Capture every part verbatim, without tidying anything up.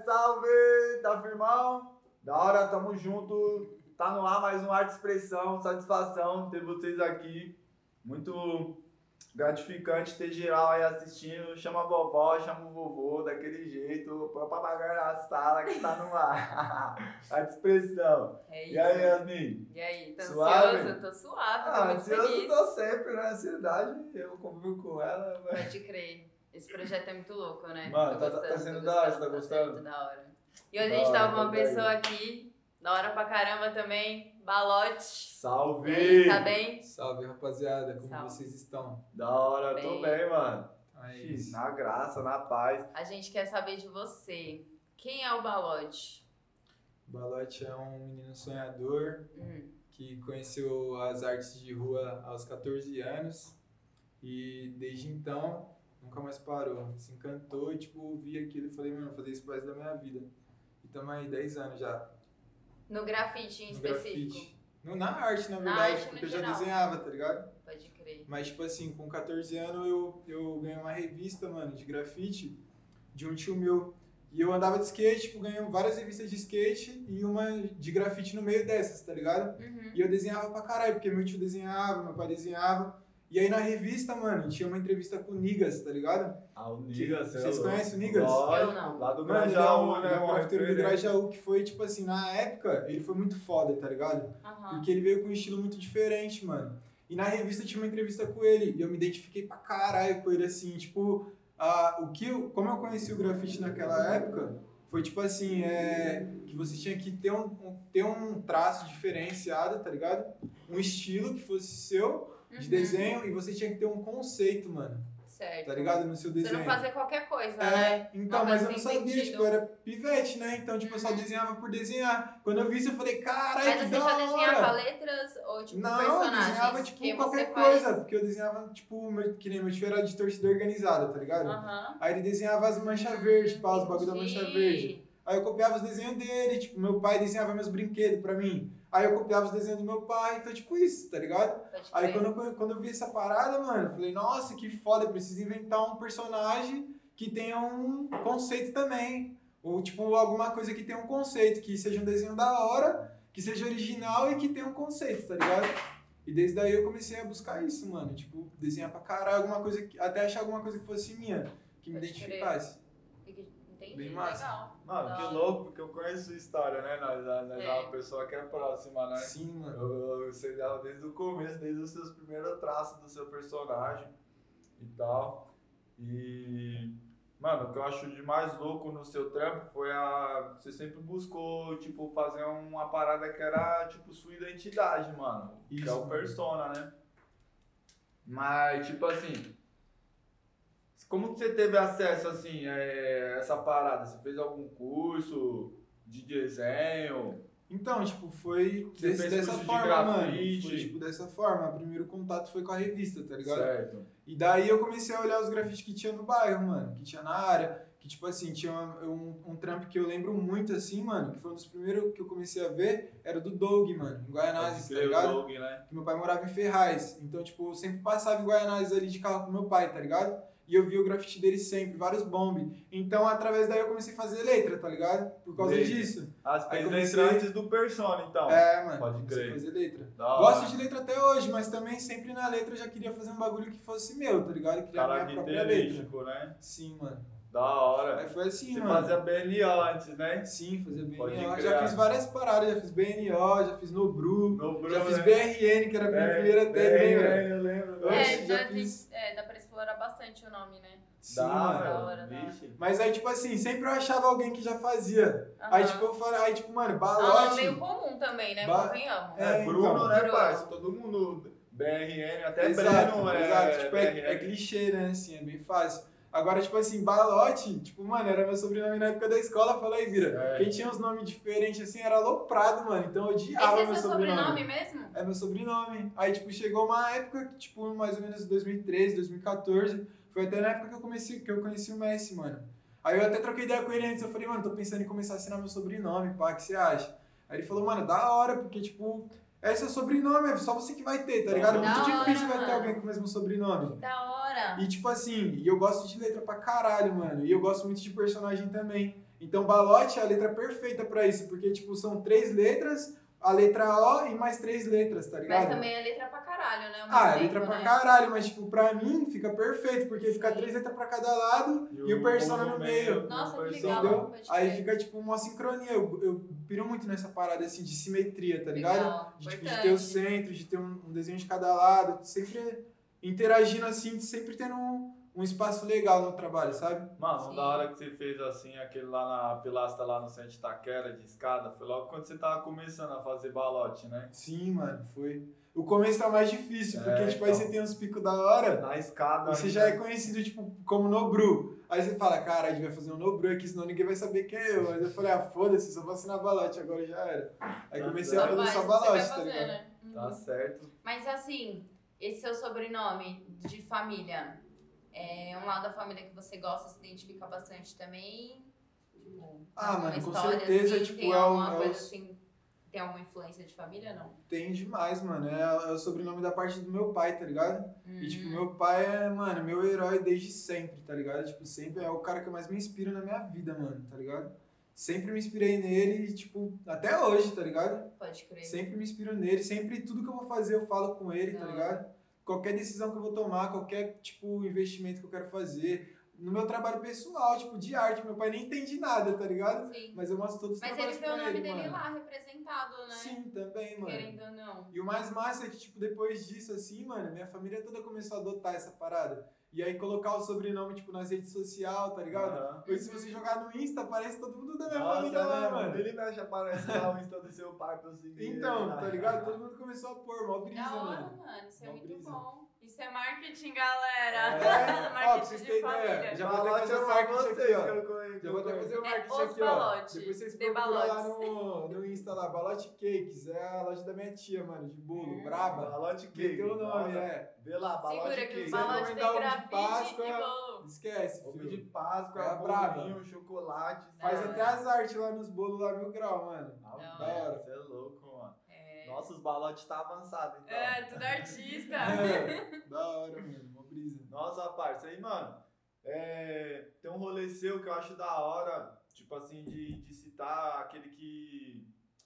salve! Tá firmão? Da hora, tamo junto. Tá no ar mais um Arte Expressão. Satisfação ter vocês aqui. Muito gratificante ter geral aí assistindo. Chama a vovó, chama o vovô, daquele jeito. Põe o papagaio na sala que tá no ar. Arte Expressão. É isso. E aí, Yasmin? E aí, tá Suave? ansioso? Tô suave, tô Ah, muito ansioso feliz. tô sempre, né? Ansiedade, eu convivo com ela. Mas... Pode crer. Esse projeto é muito louco, né? Mano, Tô tá- gostando, tá tô sendo da hora, você tá Tá gostando? sendo da hora. E hoje Da a gente tá hora, com uma tá pessoa aí. aqui, da hora pra caramba também, Balote. Salve! E aí, tá bem? Salve, rapaziada, como Salve. vocês estão? Da hora, tô Bem. bem, mano. Aí, Na graça, na paz. A gente quer saber de você. Quem é o Balote? o Balote é um menino sonhador Hum, que conheceu as artes de rua aos catorze anos e desde então nunca mais parou. Se encantou e tipo, vi aquilo e falei, mano, vou fazer isso pro resto da minha vida. E tamo aí dez anos já. no grafite em No específico. grafite. No, na arte, na Na verdade, arte, no porque eu já geral. desenhava, tá ligado? Pode crer. Mas, tipo assim, com catorze anos eu, eu ganhei uma revista, mano, de grafite de um tio meu. E eu andava de skate, tipo, ganhei várias revistas de skate e uma de grafite no meio dessas, tá ligado? Uhum. E eu desenhava pra caralho, porque meu tio desenhava, meu pai desenhava. E aí na revista, mano, tinha uma entrevista com o Nigas, tá ligado? Ah, o Nigas, cê é Vocês louco. conhecem o Nigas? Lógico, Eu não. lá do Mano, ele é Grajaú, um, ele né? é um uma grafiteiro do referência. Grajaú que foi, tipo assim, na época, ele foi muito foda, tá ligado? Aham. Porque ele veio com um estilo muito diferente, mano. E na revista tinha uma entrevista com ele, e eu me identifiquei pra caralho com ele, assim, tipo, a, o que eu, como eu conheci o grafite naquela época, foi tipo assim, é, que você tinha que ter um, um- ter um traço diferenciado, tá ligado? Um estilo que fosse seu, de Uhum. desenho, e você tinha que ter um conceito, mano, Certo. tá ligado? No seu Você desenho. não fazer qualquer coisa, né? É, então, Não, mas mas eu não tem sabia, sentido. tipo, eu era pivete, né? Então, tipo, eu só Uhum. desenhava por desenhar. Quando eu vi isso, eu falei, caralho, Mas que você da já desenhava hora. letras ou tipo Não, eu personagens? desenhava, tipo, que qualquer você faz- coisa. Porque eu desenhava, tipo, meu, que nem meu tio era de torcida organizada, tá ligado? Aham. Aí ele desenhava as manchas verdes, pá, os bagulho da mancha Entendi. verde. Aí eu copiava os desenhos dele, tipo, meu pai desenhava meus brinquedos pra mim. Aí eu copiava os desenhos do meu pai, então, tipo, isso, tá ligado? Pode Aí crer. quando eu, quando eu vi essa parada, mano, eu falei, nossa, que foda, eu preciso inventar um personagem que tenha um conceito também. Ou, tipo, alguma coisa que tenha um conceito, que seja um desenho da hora, que seja original e que tenha um conceito, tá ligado? E desde daí eu comecei a buscar isso, mano. Tipo, desenhar pra caralho alguma coisa, que, até achar alguma coisa que fosse minha, que me Pode crer. identificasse. Entendi, Bem massa. legal. Mano, Da que hora. louco, porque eu conheço sua história, né? Nós, nós é É. uma pessoa que é próxima, né? Sim, mano. Eu, eu sei dela desde o começo, desde os seus primeiros traços do seu personagem e tal. E, mano, o que eu acho de mais louco no seu trampo foi a. Você sempre buscou, tipo, fazer uma parada que era, tipo, sua identidade, mano. que é Isso, o mano. persona, né? Mas, tipo assim. Como que você teve acesso, assim, a essa parada? Você fez algum curso de desenho? Então, tipo, foi Você desse- fez dessa curso de forma, mano. grafite? Foi, tipo, dessa forma. O primeiro contato foi com a revista, tá ligado? Certo. E daí eu comecei a olhar os grafites que tinha no bairro, mano. Que tinha na área. Que, tipo assim, tinha um, um, um trampo que eu lembro muito, assim, mano. Que foi um dos primeiros que eu comecei a ver. Era o do Doug, mano. Em Guaianazes, tá Pode crer, o ligado? Doug, né? Que meu pai morava em Ferraz. Então, tipo, eu sempre passava em Guaianazes ali de carro com meu pai, tá ligado? E eu via o grafite dele sempre, vários bombe. Então, através daí eu comecei a fazer letra, tá ligado? Por causa Letra. disso. As Aí fez comecei- letra antes do Persona, então. É, mano. Pode comecei crer. a fazer letra. Da hora. Gosto de letra até hoje, mas também sempre na letra eu já queria fazer um bagulho que fosse meu, tá ligado? Criar minha própria letra. Característico, né? Sim, mano. Da hora. Aí foi assim, Você mano. fazia B N O antes, né? Sim, fazia Pode B N O. criar. Já fiz várias paradas, já fiz B N O, já fiz Nobru, No Bru, já fiz né? B R N, que era a minha É, primeira B tag, R N, lembra? eu lembro. Oxe, É, já já fiz. tem- é, dá pra explorar bastante o nome, né? Sim, Dá, mano. da hora, meu. da hora. Vixe. Mas aí, tipo assim, sempre eu achava alguém que já fazia. Aí, Aham. tipo, eu falei, aí, tipo, mano, Ah, é balote. meio comum também, né? Ba- Convenhamos. É, É, Bruno, então. né, Bruno. parceiro? Todo mundo. B R N, até Exato, Breno é. exato. Tipo, é, B R N. é clichê, né? Assim, é bem fácil. Agora, tipo assim, Balote, tipo, mano, era meu sobrenome na época da escola, fala aí, vira. É. Quem tinha uns nomes diferentes, assim, era aloprado, mano. Então eu odiava Esse é meu seu sobrenome. sobrenome mesmo? É meu sobrenome. Aí, tipo, chegou uma época, que, tipo, mais ou menos dois mil e treze, dois mil e quatorze, foi até na época que eu, comecei, que eu conheci o Messi, mano. Aí eu até troquei ideia com ele antes, eu falei, mano, tô pensando em começar a assinar meu sobrenome, pá, o que você acha? Aí ele falou, mano, da hora, porque, tipo, é seu sobrenome, é só você que vai ter, tá ligado? É Da muito hora, difícil vai ter mano. alguém com o mesmo sobrenome. Que da hora. E tipo assim, e eu gosto de letra pra caralho, mano. E eu gosto muito de personagem também. Então, Balote é a letra perfeita pra isso, porque, tipo, são três letras, a letra O e mais três letras, tá ligado? Mas também é letra pra caralho, né? Ao Ah, mesmo é letra tempo, pra né? caralho, mas, tipo, pra mim fica perfeito, porque fica Sim. três letras pra cada lado e, o persona no meio. Nossa, que persona. legal. Entendeu? Pode Aí crer. fica, tipo, uma sincronia. Eu, eu piro muito nessa parada, assim, de simetria, tá ligado? Legal, De, tipo, de importante. ter o centro, de ter um, um desenho de cada lado, sempre interagindo, assim, sempre tendo um, um espaço legal no trabalho, sabe? Mano, Sim. da hora que você fez assim, aquele lá na pilastra lá no centro de Itaquera, de escada, foi logo quando você tava começando a fazer balote, né? Sim, mano, foi. O começo tá mais difícil, porque, É, tipo, aí então. você tem uns picos da hora, Na escada. e você ainda. já é conhecido, tipo, como Nobru. Aí você fala, cara, a gente vai fazer um Nobru aqui, senão ninguém vai saber quem é eu. Mas eu falei, ah, foda-se, só vou assinar balote, agora já era. Aí Tá comecei certo. a fazer Só só faz o que você balote, vai tá fazer, ligado? né? Uhum. Tá certo. Mas assim, esse seu sobrenome de família, é um lado da família que você gosta, se identifica bastante também? Tipo, Ah, alguma mano, com história, certeza, assim, tipo, tem é o- alguma é coisa os- assim, tem alguma influência de família, não? Tem demais, mano. É, é o sobrenome da parte do meu pai, tá ligado? Hum. E, tipo, meu pai é, mano, meu herói desde sempre, tá ligado? Tipo, sempre é o cara que eu mais me inspiro na minha vida, mano, tá ligado? Sempre me inspirei nele, tipo, até hoje, tá ligado? Pode crer. Sempre me inspiro nele, sempre tudo que eu vou fazer eu falo com ele, tá Da ligado? Qualquer decisão que eu vou tomar, qualquer, tipo, investimento que eu quero fazer. No meu trabalho pessoal, tipo, de arte, meu pai nem entende nada, tá ligado? Sim. Mas eu mostro todos os Mas ele trabalhos vê o pra nome ele, dele mano. lá representado, né? Sim, também, mano. Querendo ou não. E o mais massa é que, tipo, depois disso, assim, mano, minha família toda começou a adotar essa parada. E aí colocar o sobrenome, tipo, nas redes sociais, tá ligado? Aham. Hoje, se você jogar no Insta, aparece todo mundo da minha Nossa, família lá, né, mano. Ele mexe, aparece lá o Insta do seu pai pra eu seguir. Então, ele lá. tá ligado? Todo mundo começou a pôr, mó brisa, Da hora, mano. mano. Isso é Mó muito brisa. bom. Isso é marketing, galera. É, ó, pra marketing vocês de terem família. ideia, já vou até Balote fazer é o só marketing vocês aqui, ó. que eu conheço. Já vou até fazer o É marketing os aqui, ó. Balote, Depois vocês de procuram lá Balotes. no, no Insta lá, Balote Cakes. É a loja da minha tia, mano, de bolo, Hum. braba. Balote Cake. Meteu o nome, Nossa. é. Vê lá, Balote Segura que Cake. os Vai balotes tem encomendar ovo de grafite Páscoa. e bolo. Esquece, Ovo filho. de Páscoa, É braba. bolinho, chocolate. Faz Da até hora. as artes lá nos bolos lá, mil grau, mano. Ah, Da velho, hora. Você é louco, mano. É, Nossa, os balotes tá avançado, então. é tudo artista. É, da hora, mano, uma brisa. Nossa, rapaz, isso aí, mano. É, tem um rolê seu que eu acho da hora, tipo assim, de, de citar aquele que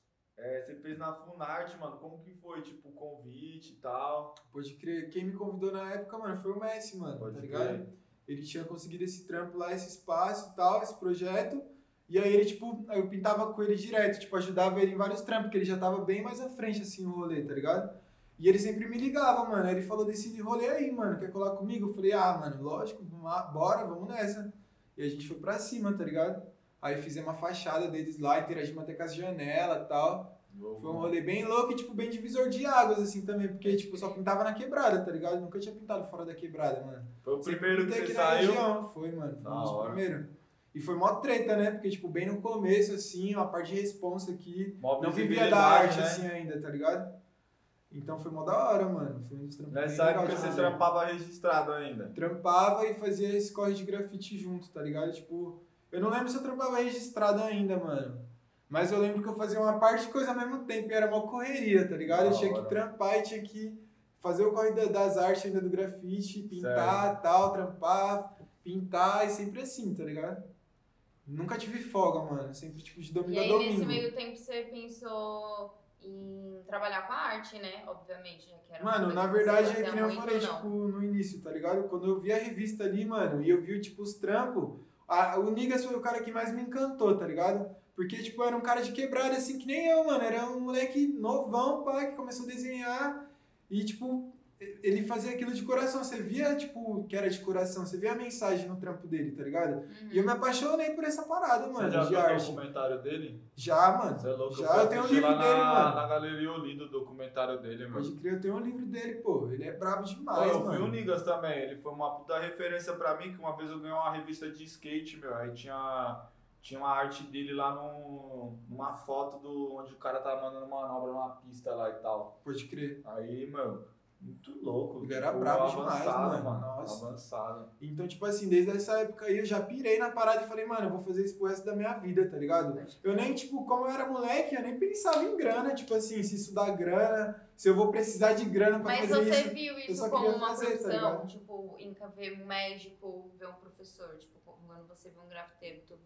é, você fez na Funarte, mano. Como que foi, tipo, o convite e tal? Pode crer, quem me convidou na época, mano, foi o Messi, mano, Pode tá ligado? crer. Ele tinha conseguido esse trampo lá, esse espaço e tal, esse projeto. E aí ele, tipo, eu pintava com ele direto, tipo, ajudava ele em vários trampos, porque ele já tava bem mais à frente, assim, no rolê, tá ligado? E ele sempre me ligava, mano. Aí ele falou desse rolê aí, mano, quer colar comigo? Eu falei, ah, mano, lógico, vamos lá, bora, vamos nessa. E a gente foi pra cima, tá ligado? Aí fizemos uma fachada deles lá, interagimos até com as janelas e tal. Foi um rolê bem louco e, tipo, bem divisor de águas, assim, também. Porque, tipo, só pintava na quebrada, tá ligado? Nunca tinha pintado fora da quebrada, mano. Foi o Sempre primeiro que pintei você aqui na saiu? região. Foi, mano. Foi Da um dos hora. primeiros. E foi mó treta, né? Porque, tipo, bem no começo, assim, uma parte de responsa aqui. Mó Não vivia visibilidade, da arte, né? assim, ainda, tá ligado? Então foi mó da hora, mano. Foi um dos trampos bem Nessa legal época de você fazer. trampava registrado ainda. Trampava e fazia esse corre de grafite junto, tá ligado? Tipo, eu não lembro se eu trampava registrado ainda, mano. Mas eu lembro que eu fazia uma parte de coisa ao mesmo tempo e era uma correria, tá ligado? Eu Da tinha hora. que trampar e tinha que fazer o corre da- das artes ainda do grafite, pintar, tal, trampar, pintar e sempre assim, tá ligado? Nunca tive folga, mano. Sempre tipo de domingo E a aí, domingo. nesse meio tempo, você pensou em trabalhar com a arte, né? Obviamente, já que era uma Mano, coisa na que verdade você é fazia que nem eu muito, falei, não. tipo, no início, tá ligado? Quando eu vi a revista ali, mano, e eu vi, tipo, os trampos, a- o Nigas foi o cara que mais me encantou, tá ligado? Porque, tipo, era um cara de quebrada, assim, que nem eu, mano. Era um moleque novão, pá, que começou a desenhar e, tipo, ele fazia aquilo de coração. Você via, tipo, que era de coração, você via a mensagem no trampo dele, tá ligado? Uhum. E eu me apaixonei por essa parada, mano, Você já de viu o arte. documentário dele? Já, mano. Você é louco? Já, fui eu tenho um assistir livro lá dele, na, mano. na galeria eu li do documentário dele, mano. Pode crer, eu tenho um livro dele, pô. Ele é brabo Pô, demais, eu mano. vi o Nigas também, ele foi uma puta referência pra mim, que uma vez eu ganhei uma revista de skate, meu, aí tinha, tinha uma arte dele lá num, numa foto do, onde o cara tava mandando manobra numa pista lá e tal. Pode crer. Aí, meu, muito louco. Ele era brabo demais, avançado, mano. Nossa. Avançado. Então, tipo assim, desde essa época aí eu já pirei na parada e falei, mano, eu vou fazer isso pro resto da minha vida, tá ligado? Eu nem, tipo, como eu era moleque, eu nem pensava em grana, tipo assim, se isso dá grana, se eu vou precisar de grana pra Mas fazer você isso. viu eu isso só como queria uma fazer, tá profissão? ligado? Tipo, em ver um médico, ver um professor, tipo, quando você vê um grafiteiro, tu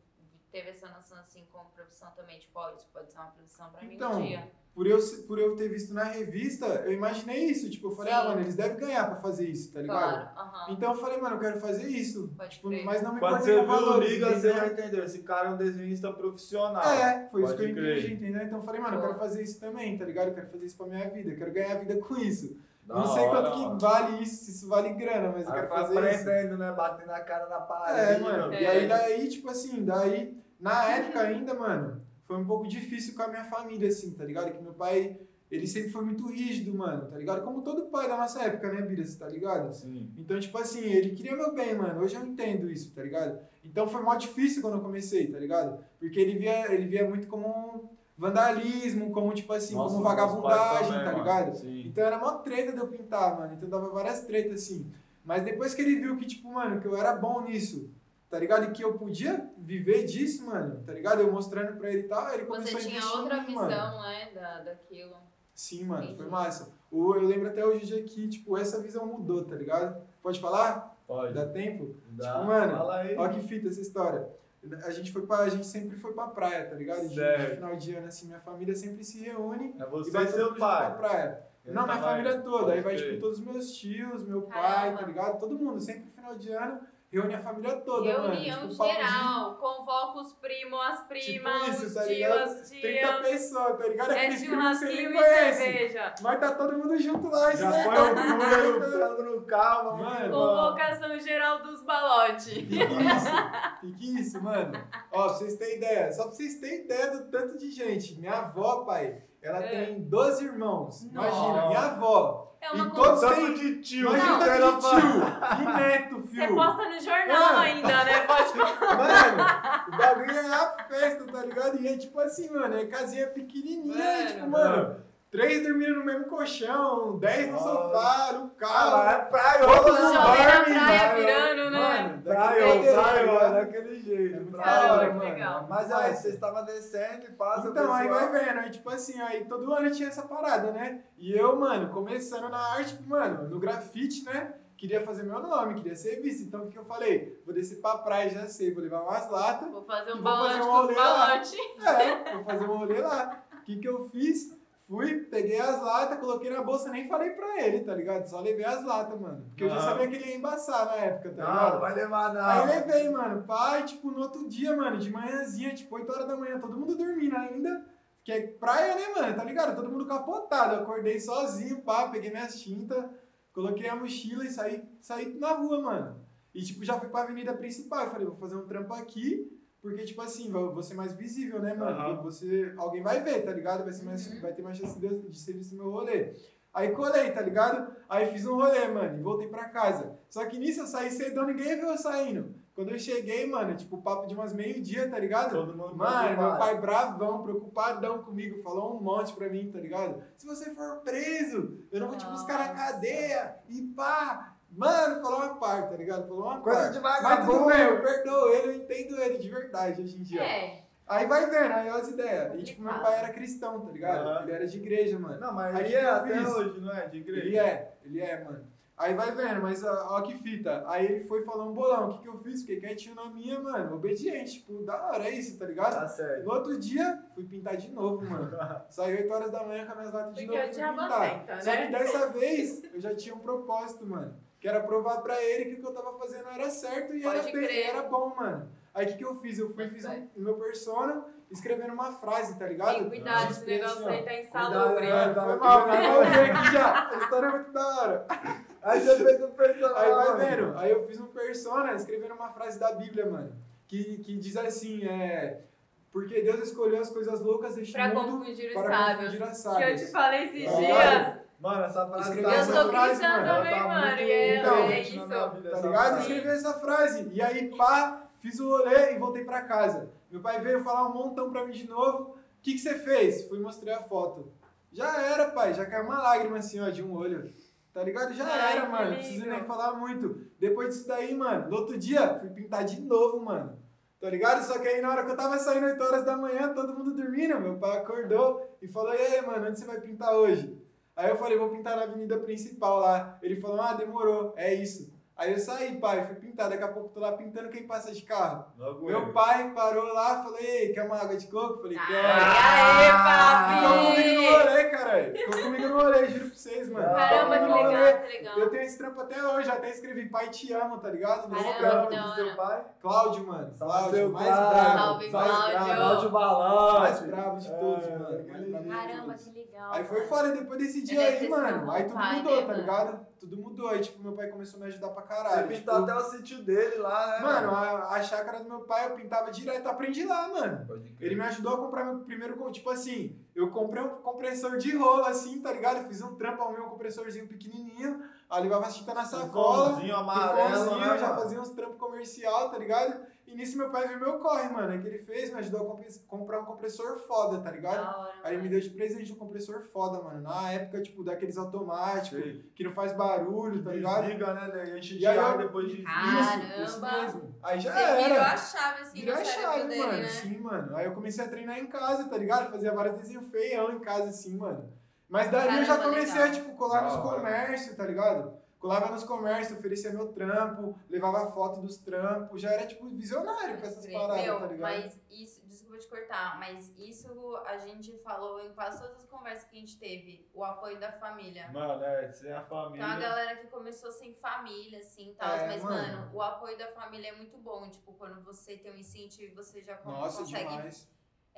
teve essa noção assim como profissão também, tipo, ó, isso pode ser uma profissão pra mim Então, um dia. Por eu, por eu ter visto na revista, eu imaginei isso. Tipo, eu falei, Sim. ah, mano, eles devem ganhar pra fazer isso, tá ligado? Claro, aham. Então eu falei, mano, eu quero fazer isso. Pode Tipo, crer. mas não me Quando importei você com viu o valores, Liga, você entendeu? já entendeu. Esse cara é um desenhista profissional. É, foi isso que Pode eu crer. entendi, entendeu? Então eu falei, mano, eu quero fazer isso também, tá ligado? Eu quero fazer isso pra minha vida, eu quero ganhar vida com isso. Da não sei hora, quanto mano. que vale isso, se isso vale grana, mas eu Aí quero vai fazer isso. aprendendo, né? Batendo a cara na parede. É, mano. É. E aí, daí, tipo assim, daí, na época ainda, mano, foi um pouco difícil com a minha família, assim, tá ligado? Que meu pai, ele sempre foi muito rígido, mano, tá ligado? Como todo pai da nossa época, né, Bira, você tá ligado? Sim. Então, tipo assim, ele queria meu bem, mano. Hoje eu entendo isso, tá ligado? Então foi mó difícil quando eu comecei, tá ligado? Porque ele via, ele via muito como vandalismo, como, tipo assim, Nossa, como meus pais vagabundagem, também, tá mano. ligado? Sim. Então era mó treta de eu pintar, mano. Então dava várias tretas, assim. Mas depois que ele viu que, tipo, mano, que eu era bom nisso, tá ligado? E que eu podia viver disso, mano, tá ligado? Eu mostrando pra ele e tal, ele começou Você a tinha investir outra em mim, visão, mano. né, da, daquilo. Sim, mano, Entendi. foi massa. O, eu lembro até hoje dia que, tipo, essa visão mudou, tá ligado? Pode falar? Pode. Dá tempo? Dá. Tipo, mano, Fala aí. Ó que fita essa história. A gente, foi pra, a gente sempre foi pra praia, tá ligado? De, Certo. de final de ano, assim, minha família sempre se reúne É e você vai e todo seu mundo junto pra pai. praia. Ele Não, minha tava família aí. toda. Aí Pode vai, crer. tipo, todos os meus tios, meu pai, Caramba. tá ligado? Todo mundo, sempre final de ano, reúne a família toda, mano. Reunião Tipo, papo de geral, convoca os primos, as primas, isso, os tá tios, ligado? as trinta tias. pessoas, tá ligado? É Aqueles primos que você churrasquinho nem e conhece. cerveja. Mas tá todo mundo junto lá, isso Já né? põe o cu, o frango no calma, Mano. Convocação geral dos balotes. Fique isso, fique isso, mano. Ó, pra vocês terem ideia, só pra vocês terem ideia do tanto de gente. Minha avó, pai, ela É. tem doze irmãos. Imagina, Nossa. minha avó. É uma E coisa. todos Tanto têm. de tio. Imagina que era de pra- tio, de neto, Você filho. posta no jornal É. ainda, né? Pode falar. Mano, o bagulho é a festa, tá ligado? E é tipo assim, mano, é casinha pequenininha, Mano. tipo, mano, três dormindo no mesmo colchão, dez no Nossa. sofá, no Ah, carro. é praia, Outros Os não mano. jovens na dormem, praia vai, virando, né? Mano, Praia, daquele jeito, praia, tá ligado? daquele É jeito. muito praia. da hora, que mano. legal. Mas aí, vocês estavam descendo e passa Então, aí pessoal. vai vendo, aí tipo assim, aí todo ano tinha essa parada, né? E eu, mano, começando na arte, tipo, mano, no grafite, né? Queria fazer meu nome, queria ser visto. Então o que eu falei? Vou descer pra praia, já sei, vou levar umas latas. Vou fazer um Vou fazer balote um com os rolê lá. balotes. É, vou fazer um rolê lá. O que que eu fiz? Fui, peguei as latas, coloquei na bolsa, nem falei pra ele, tá ligado? Só levei as latas, mano. Porque eu já Ah. sabia que ele ia embaçar na época, tá Não, ligado? não vai levar não. Aí eu levei, mano, pai, tipo, no outro dia, mano, de manhãzinha, tipo, oito horas da manhã, todo mundo dormindo ainda. Que é praia, né, mano? Tá ligado? Todo mundo capotado. Eu acordei sozinho, pá, peguei minhas tintas, coloquei a mochila e saí, saí na rua, mano. E, tipo, já fui pra avenida principal. Eu falei, vou fazer um trampo aqui, porque, tipo assim, vou vou ser mais visível, né, mano? Aham. Você, alguém vai ver, tá ligado? Vai, ser mais, Uhum. vai ter mais chance de, de ser visto no meu rolê. Aí colei, tá ligado? Aí fiz um rolê, mano, e voltei pra casa. Só que nisso eu saí cedão, ninguém viu eu saindo. Quando eu cheguei, mano, tipo, papo de umas meio-dia, tá ligado? Todo mundo Mano, meu preocupado. pai bravão, preocupadão comigo, falou um monte pra mim, tá ligado? Se você for preso, eu não vou te buscar na Nossa. cadeia, e pá. Mano, falou uma parte, tá ligado? Falou uma Coisa parte. de Mas vagabundo. tudo bem, eu perdoo ele, eu entendo ele de verdade hoje em dia. É. Aí vai vendo, aí as ideias. E tipo, meu Complicado. pai era cristão, tá ligado? Aham. Ele era de igreja, mano. Não, mas Aí ele que é que eu até fiz? hoje, não é? De igreja. Ele é, ele é, mano. Aí vai vendo, mas ó, ó que fita. Aí ele foi falar um bolão. O que que eu fiz? Fiquei quietinho na minha, mano. Obediente, tipo, da hora, é isso, tá ligado? Tá certo. No outro dia, fui pintar de novo, mano. Saí oito horas da manhã com as minhas latas de Porque novo, o fui diabo pintar. tenta, Só que né? dessa vez, eu já tinha um propósito, mano. Que era provar pra ele que o que eu tava fazendo era certo e era, Pode bem, crer. era bom, mano. Aí o que que eu fiz? Eu fui e fiz um, o meu persona escrevendo uma frase, tá ligado? Tem cuidado, Tipo esse negócio assim, ó. aí tá Cuidado, insalubre. né? Mano, foi mal, mas eu ver aqui já. A história é muito da hora. Aí você fez um personagem. Aí vai vendo. Aí eu fiz um persona escrevendo uma frase da Bíblia, mano. Que, que diz assim, é... Porque Deus escolheu as coisas loucas deste Pra mundo confundir os para sábios. confundir as Que sábias. eu te falei esses Tá dias. ligado? Mano, essa frase Escreveu tá Eu essa sou muito- frase, cristã mano. ela também, tá mano. muito E é, Então, é presente isso. na minha vida, Tá essa ligado? frase. Escrevi essa frase. E aí, pá, fiz o rolê e voltei pra casa. Meu pai veio falar um montão pra mim de novo. O que que você fez? Fui mostrar a foto. Já era, pai. Já caiu uma lágrima assim, ó, de um olho. Tá ligado? Já Ai, era, que mano. Não lindo. precisa nem falar muito. Depois disso daí, mano, no outro dia, fui pintar de novo, mano. Tá ligado? Só que aí na hora que eu tava saindo oito horas da manhã, todo mundo dormindo, meu pai acordou e falou, e aí, mano, onde você vai pintar hoje? Aí eu falei, vou pintar na avenida principal lá. Ele falou, ah, demorou, é isso. Aí eu saí, pai, fui pintar. Daqui a pouco tô lá pintando, quem passa de carro? Logo Meu ele. pai parou lá, falei, ei, quer uma água de coco? Falei, quero. Aê, Ficou comigo no papi! rolê, caralho. Ficou comigo no rolê, juro pra vocês, mano. Caramba, que Ficou comigo no legal, rolê. que legal. Eu tenho esse trampo até hoje, até escrevi pai te amo, tá ligado? No Caramba, trampo. que da do hora. seu pai? Cláudio, mano. Salve Cláudio, seu mais Cláudio. bravo. Salve, mais Cláudio. bravo. Cláudio Balão. Mais bravo de todos, É, mano. Mais aquele bravo de Caramba, todos. que legal. Aí foi mano. foda, depois desse dia deve aí, ter mano. sido Aí um tudo pai, mudou, né, tá mano? ligado? Tudo mudou. Aí, tipo, meu pai começou a me ajudar pra Você caralho. pintou tipo, até o sítio dele lá, né? Mano, a, a chácara do meu pai eu pintava direto, aprendi lá, mano. Pode crer. Ele me ajudou a comprar meu primeiro, co- tipo assim, eu comprei um compressor de rolo, assim, tá ligado? Eu fiz um trampo ao meu compressorzinho pequenininho, aí levava as tintas na sacola, Sifonzinho amarelo, sifonzinho, né, eu já mano? fazia uns trampos comercial, tá ligado? E nisso meu pai viu meu corre, mano, aí que ele fez, me ajudou a compre- comprar um compressor foda, tá ligado? Da hora, Aí ele me mano. deu de presente um compressor foda, mano. Na época, tipo, daqueles automáticos, Sei. que não faz barulho, tá ligado? Desliga, né? daí Enche de E aí ar eu- depois de Caramba. Isso, isso mesmo. Aí já Você era. virou a chave, assim, Virou no a cérebro chave, dele, mano. né? Sim, mano. Aí eu comecei a treinar em casa, tá ligado? Fazia vários desenhos feião em casa, assim, mano. Mas daí eu já Caramba, comecei legal. a, tipo, colar Da nos hora. comércios, tá ligado? Colava nos comércios, oferecia meu trampo, levava foto dos trampos, já era, tipo, visionário com essas paradas, Meu, tá ligado? mas isso, desculpa te cortar, mas isso a gente falou em quase todas as conversas que a gente teve, o apoio da família. Mano, é, sem a família. Então a galera que começou sem família, assim, tal, É, mas, mano. mano, o apoio da família é muito bom, tipo, quando você tem um incentivo, você já con- Nossa, consegue demais.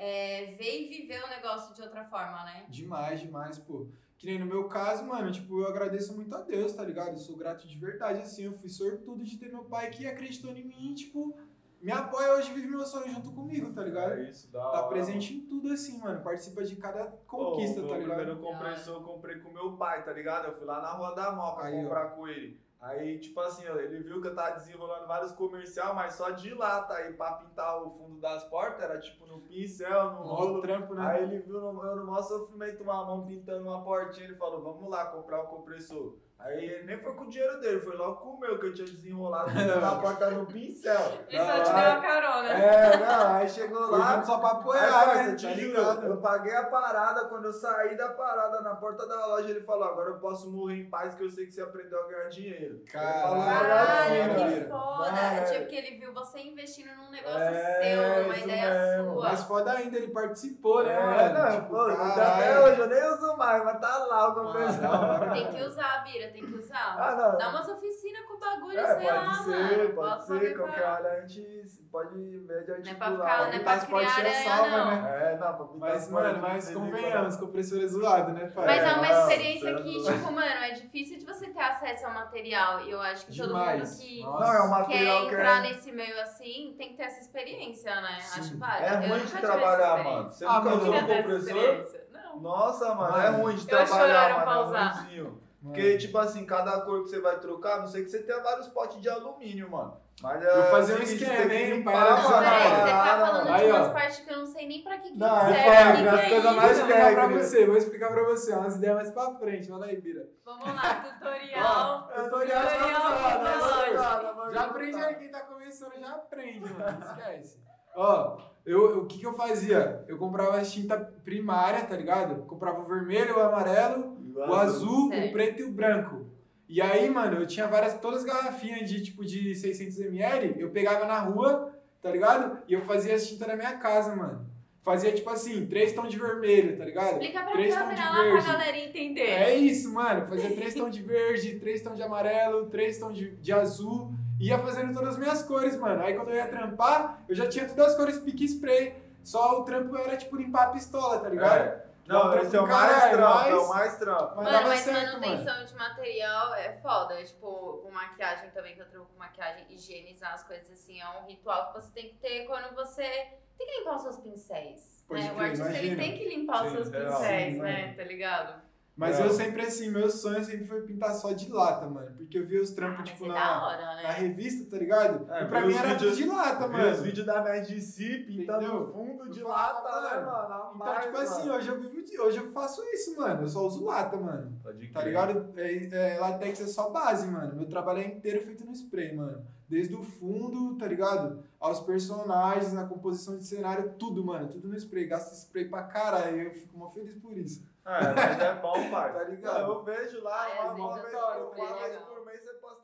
é, ver e viver o negócio de outra forma, né? Demais, demais, pô. Que nem no meu caso, mano, tipo, eu agradeço muito a Deus, tá ligado? Eu sou grato de verdade, assim, eu fui sortudo de ter meu pai que acreditou em mim, tipo, me apoia hoje, vive meu sonho junto comigo, tá ligado? É isso, da Tá hora, presente em tudo, assim, mano, participa de cada mano. conquista, Ô, tá meu ligado? primeiro compressor eu comprei com meu pai, tá ligado? Eu fui lá na Rua da Moca Aí, ó. comprar com ele. Aí, tipo assim, ó, ele viu que eu tava desenrolando vários comercial, mas só de lata aí pra pintar o fundo das portas, era tipo no pincel, no Mó rolo. trampo, né? Aí ele viu no, eu no maior sofrimento uma mão pintando uma portinha, ele falou, vamos lá comprar um compressor. Aí ele nem foi com o dinheiro dele, foi logo com o meu, que eu tinha desenrolado pintando a porta no pincel. Ele só te deu uma carona. É, não, aí chegou Foi lá. junto só pra Aí, apoiar, parça, né? te Tá juro, ligado? eu paguei a parada, quando eu saí da parada na porta da loja, ele falou, agora eu posso morrer em paz que eu sei que você aprendeu a ganhar dinheiro. Ele falou, Caralho, Caralho, assim, que mano. foda! Mano, Tipo, que ele viu você investindo num negócio É, seu, numa isso ideia mesmo. sua. Mas foda ainda, ele participou, né, É, mano? não, Tipo, pô, até caralho. hoje eu nem uso mais, mas tá lá o compressor. Ah, da hora. Tem que usar, Bira, tem que usar. Ah, não. Dá umas oficinas com o bagulho, É, sei pode lá, ser, mano. pode Bota ser, pra qualquer preparar. hora a gente pode ver de Não é pra articular. ficar, não é pintar pra as portinhas criar salva, aranha, não. né? É, não, pra pintar Mas, as mano, portas mas de convenhamos, compressor é zoado, né, pai? Mas é uma não, experiência você é que, louco. tipo, mano, é difícil de você ter acesso ao material. E eu acho que todo Demais. mundo que Nossa. Não, é um quer material que entrar é... nesse meio assim tem que ter essa experiência, né? Sim. Acho válido. É Eu ruim nunca de tive trabalhar, essa mano. Você Ah, nunca mano, usou Nunca um tive essa compressor? experiência. Não. Nossa, mano, Mano, é ruim de eu trabalhar, choraram pra mano, é usar. ruimzinho. Mano. Porque, tipo assim, cada cor que você vai trocar, a não sei que você tenha vários potes de alumínio, mano. Mas Vou é fazer o um seguinte, esquema, tem que hein, limpar, para de mano, zoar. a Peraí, você tá parada, falando mano. Aí, de ó. umas partes que eu não sei nem pra que que Não, serve. é foda, que as que é coisas isso? mais Vou explicar pra técnicas. você, vou explicar pra você. Umas ideias mais pra frente. Fala aí, Bira. Vamos lá, tutorial. Ó, Tutorial de Tutorial usar, né? tecnológico. Já aprende aí, quem tá começando já aprende, mano. Esquece. Ó, eu, o que que eu fazia? Eu comprava as tinta primária, tá ligado? Eu comprava o vermelho, o amarelo, o azul, Certo. o preto e o branco. E aí, mano, eu tinha várias, todas as garrafinhas de tipo de seiscentos mililitros, eu pegava na rua, tá ligado? E eu fazia as tintas na minha casa, mano. Fazia tipo assim, três tons de vermelho, tá ligado? Explica pra Três tons câmera de lá pra verde. galera entender. É isso, mano. Fazia três tons de verde, três tons de amarelo, três tons de, de azul. Ia fazendo todas as minhas cores, mano. Aí quando eu ia trampar, eu já tinha todas as cores pique spray. Só o trampo era tipo limpar a pistola, tá ligado? É. Não, Dá um esse é o trampo mais caralho, trampo, mas- é o mais trampo. Mas Mano, dava mas certo, manutenção de material é foda. Tipo, com maquiagem também, que eu trampo com maquiagem, higienizar as coisas assim, é um ritual que você tem que ter quando você tem que limpar os seus pincéis. Pode Né? O crer, artista ele imagina. tem que limpar os Sim, seus real. pincéis, Sim, né? mano. Tá ligado? Mas Não. eu sempre assim, meu sonho sempre foi pintar só de lata, mano. Porque eu via os Ah, trampos, mas tipo, é na, da hora, na né? revista, tá ligado? É, e pra vi mim os era vídeos- tudo de lata, Vi mano. os vídeos da Mad C pintando Entendeu? o fundo de Eu lata, falava, né, mano. mano? A Então, mais, tipo assim, mano. hoje eu vivo de, hoje eu faço isso, mano. Eu só uso lata, mano. Pode Tá crer. ligado? É, é, latex é só base, mano. Meu trabalho é inteiro feito no spray, mano. Desde o fundo, tá ligado? Aos personagens, na composição de cenário, tudo, mano. Tudo no spray. Gasto spray pra caralho. Eu fico mó feliz por isso. É, mas é bom, pai. Tá ligado? Não, eu vejo lá, Ai, uma, às uma vezes vez eu por, sou uma bem vez legal. por mês você posta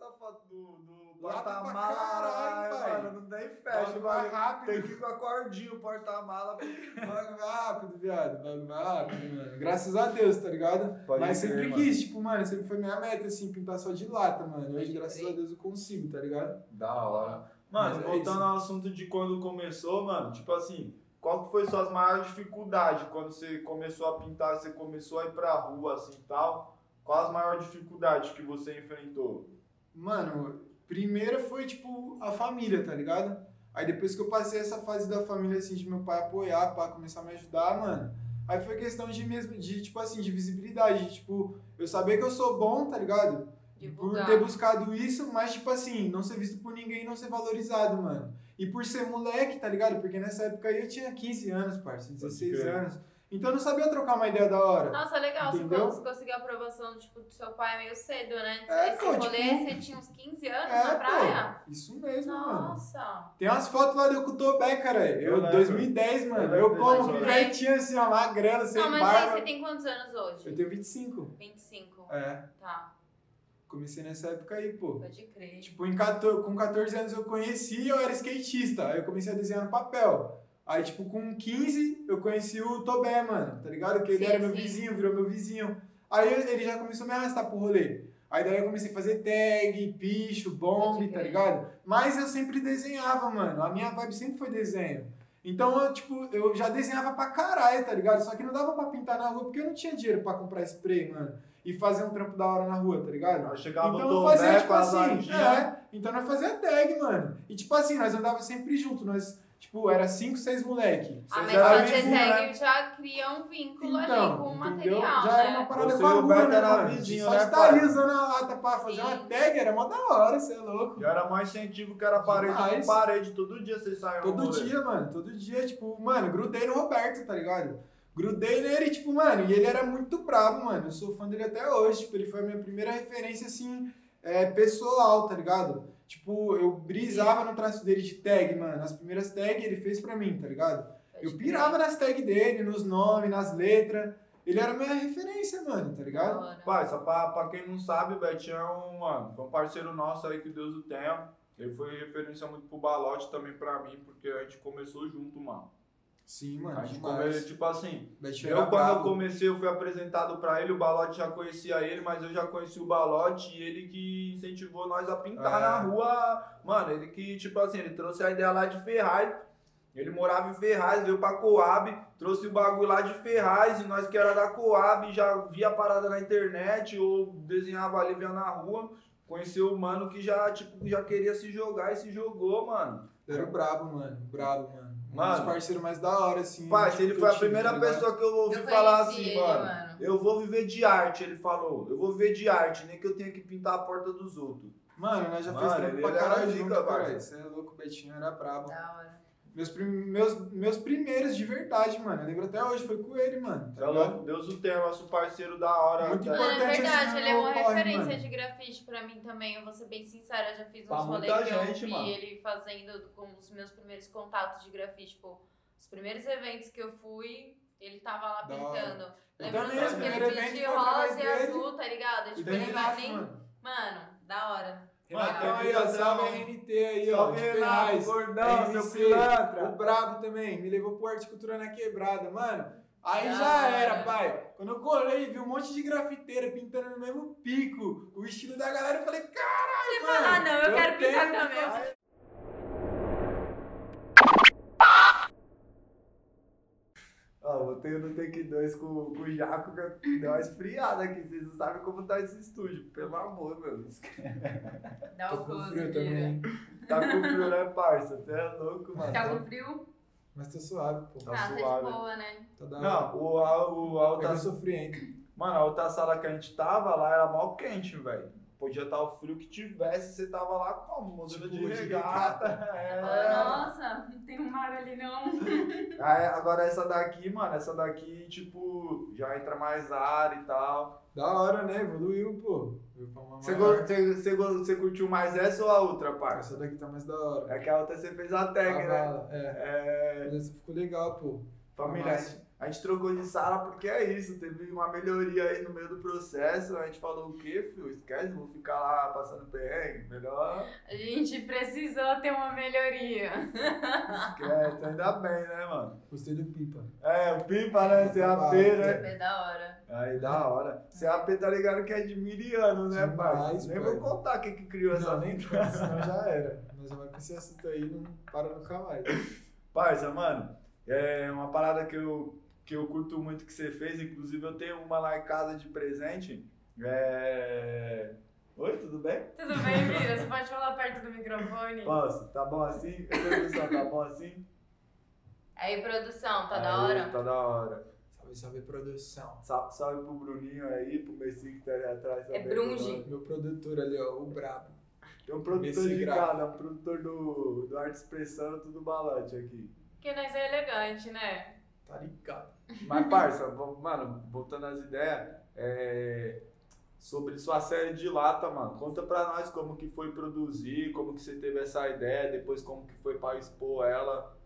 mostra a foto do, do Lá pra porta-mala caralho, lá, pai. mano. Não tem fecha, Bagulho mais mano. rápido. Tem que ir com a cordinha, o porta-mala. Bagulho mais rápido, viado. Bagulho mais rápido, mano. Graças a Deus, tá ligado? Pode Mas crer, sempre mano. quis, tipo, mano, sempre foi minha meta, assim, pintar só de lata, mano. Hoje, Pode graças crer. a Deus, eu consigo, tá ligado? Da hora. Mano, Mas é voltando isso. ao assunto de quando começou, mano, tipo assim, qual que foi suas maiores dificuldades quando você começou a pintar, você começou a ir pra rua, assim, e tal? Quais as maiores dificuldades que você enfrentou? Mano, primeiro foi, tipo, a família, tá ligado? Aí depois que eu passei essa fase da família, assim, de meu pai apoiar, pra começar a me ajudar, mano, aí foi questão de mesmo, de, tipo assim, de visibilidade, de, tipo, eu saber que eu sou bom, tá ligado? Por Divulgar. ter buscado isso, mas, tipo assim, não ser visto por ninguém e não ser valorizado, mano. E por ser moleque, tá ligado? Porque nessa época aí eu tinha quinze anos, parceiro, dezesseis crer. anos. Então eu não sabia trocar uma ideia da hora. Nossa, legal, você Entendeu? cons- conseguiu a aprovação tipo, do seu pai meio cedo, né? É, Esse pô, rolê, tipo- você tinha uns quinze anos É, na praia? pô, isso mesmo, mano. Nossa! Tem umas fotos lá do eu com o Tobé, cara. Eu Eu, lembro. dois mil e dez, mano. Eu Eu, lembro como desse que rolê. velho assim, ó, magrelo, sem Não, mas barba. aí você tem quantos anos hoje? Eu tenho vinte e cinco. vinte e cinco. É, Tá, comecei nessa época aí, pô. pode crer. Tipo, em quatorze, com quatorze anos eu conheci e eu era skatista. Aí eu comecei a desenhar no papel. Aí, tipo, com quinze eu conheci o Tobé, mano, tá ligado? Que ele Sim, era meu sim. vizinho, virou meu vizinho. Aí ele já começou a me arrastar pro rolê. Aí daí eu comecei a fazer tag, picho, bomb, Pode tá crer. ligado? Mas eu sempre desenhava, mano. A minha vibe sempre foi desenho. Então, eu, tipo, eu já desenhava pra caralho, tá ligado? Só que não dava pra pintar na rua porque eu não tinha dinheiro pra comprar spray, mano. E fazer um trampo da hora na rua, tá ligado? Aí chegava Então o eu Tomé fazia, tipo com as assim, latinhas. é, então nós fazia tag, mano. E tipo assim, nós andava sempre junto, nós, tipo, era cinco, seis moleque. Ah, mas Vocês eram fazer vizinhos, tag né? já cria um vínculo ali com Então, o entendeu? material, Já era uma né? parada Você com a e o rua, Beto né, era mano? vizinho, Só né, de estar ali pai? usando a lata pra fazer Sim. uma tag, era mó da hora, você é louco. Já era mais incentivo que era parede Demais. com parede. Todo dia vocês saíam Todo no rolê. dia, mano, todo dia, tipo, mano, grudei no Roberto, tá ligado? Grudei nele, tipo, mano, e ele era muito brabo, mano. Eu sou fã dele até hoje, tipo, ele foi a minha primeira referência, assim, é, pessoal, tá ligado? Tipo, eu brisava no traço dele de tag, mano. As primeiras tags ele fez pra mim, tá ligado? Pode Eu crer. pirava nas tags dele, nos nomes, nas letras. Ele era minha referência, mano, tá Da ligado? hora. Pai, só pra, pra quem não sabe, o Betinho é um, mano, foi um parceiro nosso aí, que Deus o tenha. Ele foi referência muito pro Balote também pra mim, porque a gente começou junto, mano. Sim, mano, A gente demais. come, tipo assim, Betinho eu era quando eu brabo. comecei, eu fui apresentado pra ele, o Balote já conhecia ele, mas eu já conheci o Balote e ele que incentivou nós a pintar É. na rua. Mano, ele que, tipo assim, ele trouxe a ideia lá de Ferraz. Ele morava em Ferraz, veio pra Coab, trouxe o bagulho lá de Ferraz e nós que era da Coab já via a parada na internet ou desenhava ali, via na rua. Conheceu o mano que já, tipo, já queria se jogar e se jogou, mano. Ele era brabo, mano, brabo, mano. Um Mano. dos parceiros mais da hora, assim. Pai, tipo, ele que foi eu a tive, primeira tá ligado? pessoa que eu ouvi Eu falar conheci assim, ele, mano, mano. eu vou viver de arte, ele falou. Eu vou viver de arte, nem que eu tenha que pintar a porta dos outros. Mano, nós já Mano, fez trampo ele pra era caralho zica, junto, parça. cara. Você é louco, o Betinho era brabo. Da hora. Meus, prim- meus, meus primeiros de verdade, mano. Eu lembro até hoje, foi com ele, mano. Tá Tá ligado? louco? Deus o tenha, nosso parceiro da hora. Muito tá? Mano, é importante verdade, assim, ele é uma no corre, referência mano. de grafite pra mim também. Eu vou ser bem sincera, eu já fiz Pra uns rolês muita que eu gente, vi mano. ele fazendo com os meus primeiros contatos de grafite. Tipo, os primeiros eventos que eu fui, ele tava lá Da pintando. Eu Lembro também, dos esse que ele primeiro fez evento de foi através rosa e dele. azul, tá ligado? E Tipo, do ele Renato, nem... mano. Mano, da hora. Mano, Renatão tem aí, ó. que Salve fazer um- R N T aí, ó. Salve, De Renato, Ferraz. gordão, seu R C, pilantra. O Brabo também. Me levou pro Horticultura na Quebrada, mano. Aí Da já hora. era, pai. Quando eu colei, vi um monte de grafiteira pintando no mesmo pico. O estilo da galera, eu falei, caralho, Você mano. fala, ah, não, eu, eu quero pintar tenho que também. fazer. Ó, vou ter no Take dois com, com o Jaco, que deu uma esfriada aqui. Vocês não sabem como tá esse estúdio. Pelo amor, meu Deus. Dá Tô o com close, frio vira. também. Tá com frio, né, parça? Você é louco, mano. Tá com frio? Mas tô suave, pô. Tá Ah, tá de suave. boa, né? Tá da hora. Não, o, a, o, a É que outra, eu sou friento. mano, a outra sala que a gente tava lá era mal quente, velho. Podia estar o frio que tivesse, você tava lá como? Modelo Tipo, de de regata. Fala, É. nossa, não tem um mar ali não. Aí, agora essa daqui, mano, essa daqui, tipo, já entra mais ar e tal. Da hora, né? Evoluiu, pô. Veio pra uma Você, maior. go- você, você, go- você curtiu mais essa ou a outra, parça? Essa daqui tá mais da hora. É que a outra você fez a tag, A né? bala, é. É. Mas essa ficou legal, pô. Família, Tá massa. A gente trocou de sala porque é isso, teve uma melhoria aí no meio do processo. A gente falou o quê, filho? Esquece, vou ficar lá passando perrengue. Melhor. A gente precisou ter uma melhoria. Esquece, ainda bem, né, mano? Gostei do Pipa. É, o Pipa, né? C A P, né? É da hora. Aí, da hora. C A P tá ligado que é de miliano, né, pai? Demais, Nem pai. vou contar quem que criou essa Não, nem fita. tanto, senão já era. Nós vamos com esse assunto aí, não para nunca mais. Parça, mano, é uma parada que eu, que eu curto muito que você fez, inclusive eu tenho uma lá em casa de presente. É... Oi, tudo bem? Tudo bem, Mira? Você pode falar perto do microfone? Posso? Tá bom assim? Produção, tá bom assim? Aí, produção, tá Aí, da hora? Tá da hora. Salve, salve, produção. Salve, salve pro Bruninho aí, pro Messi que tá ali atrás também. É Brungi. Meu produtor ali, ó, o brabo. Tem um produtor Messi de grava. cada, um produtor do, do Arte Expressão e tudo balante aqui. Porque nós é elegante, né? Tá ligado. Mas, parça, vamos- mano, voltando às ideias, é, sobre sua série de lata, mano, conta pra nós como que foi produzir, como que você teve essa ideia, depois como que foi pra expor ela,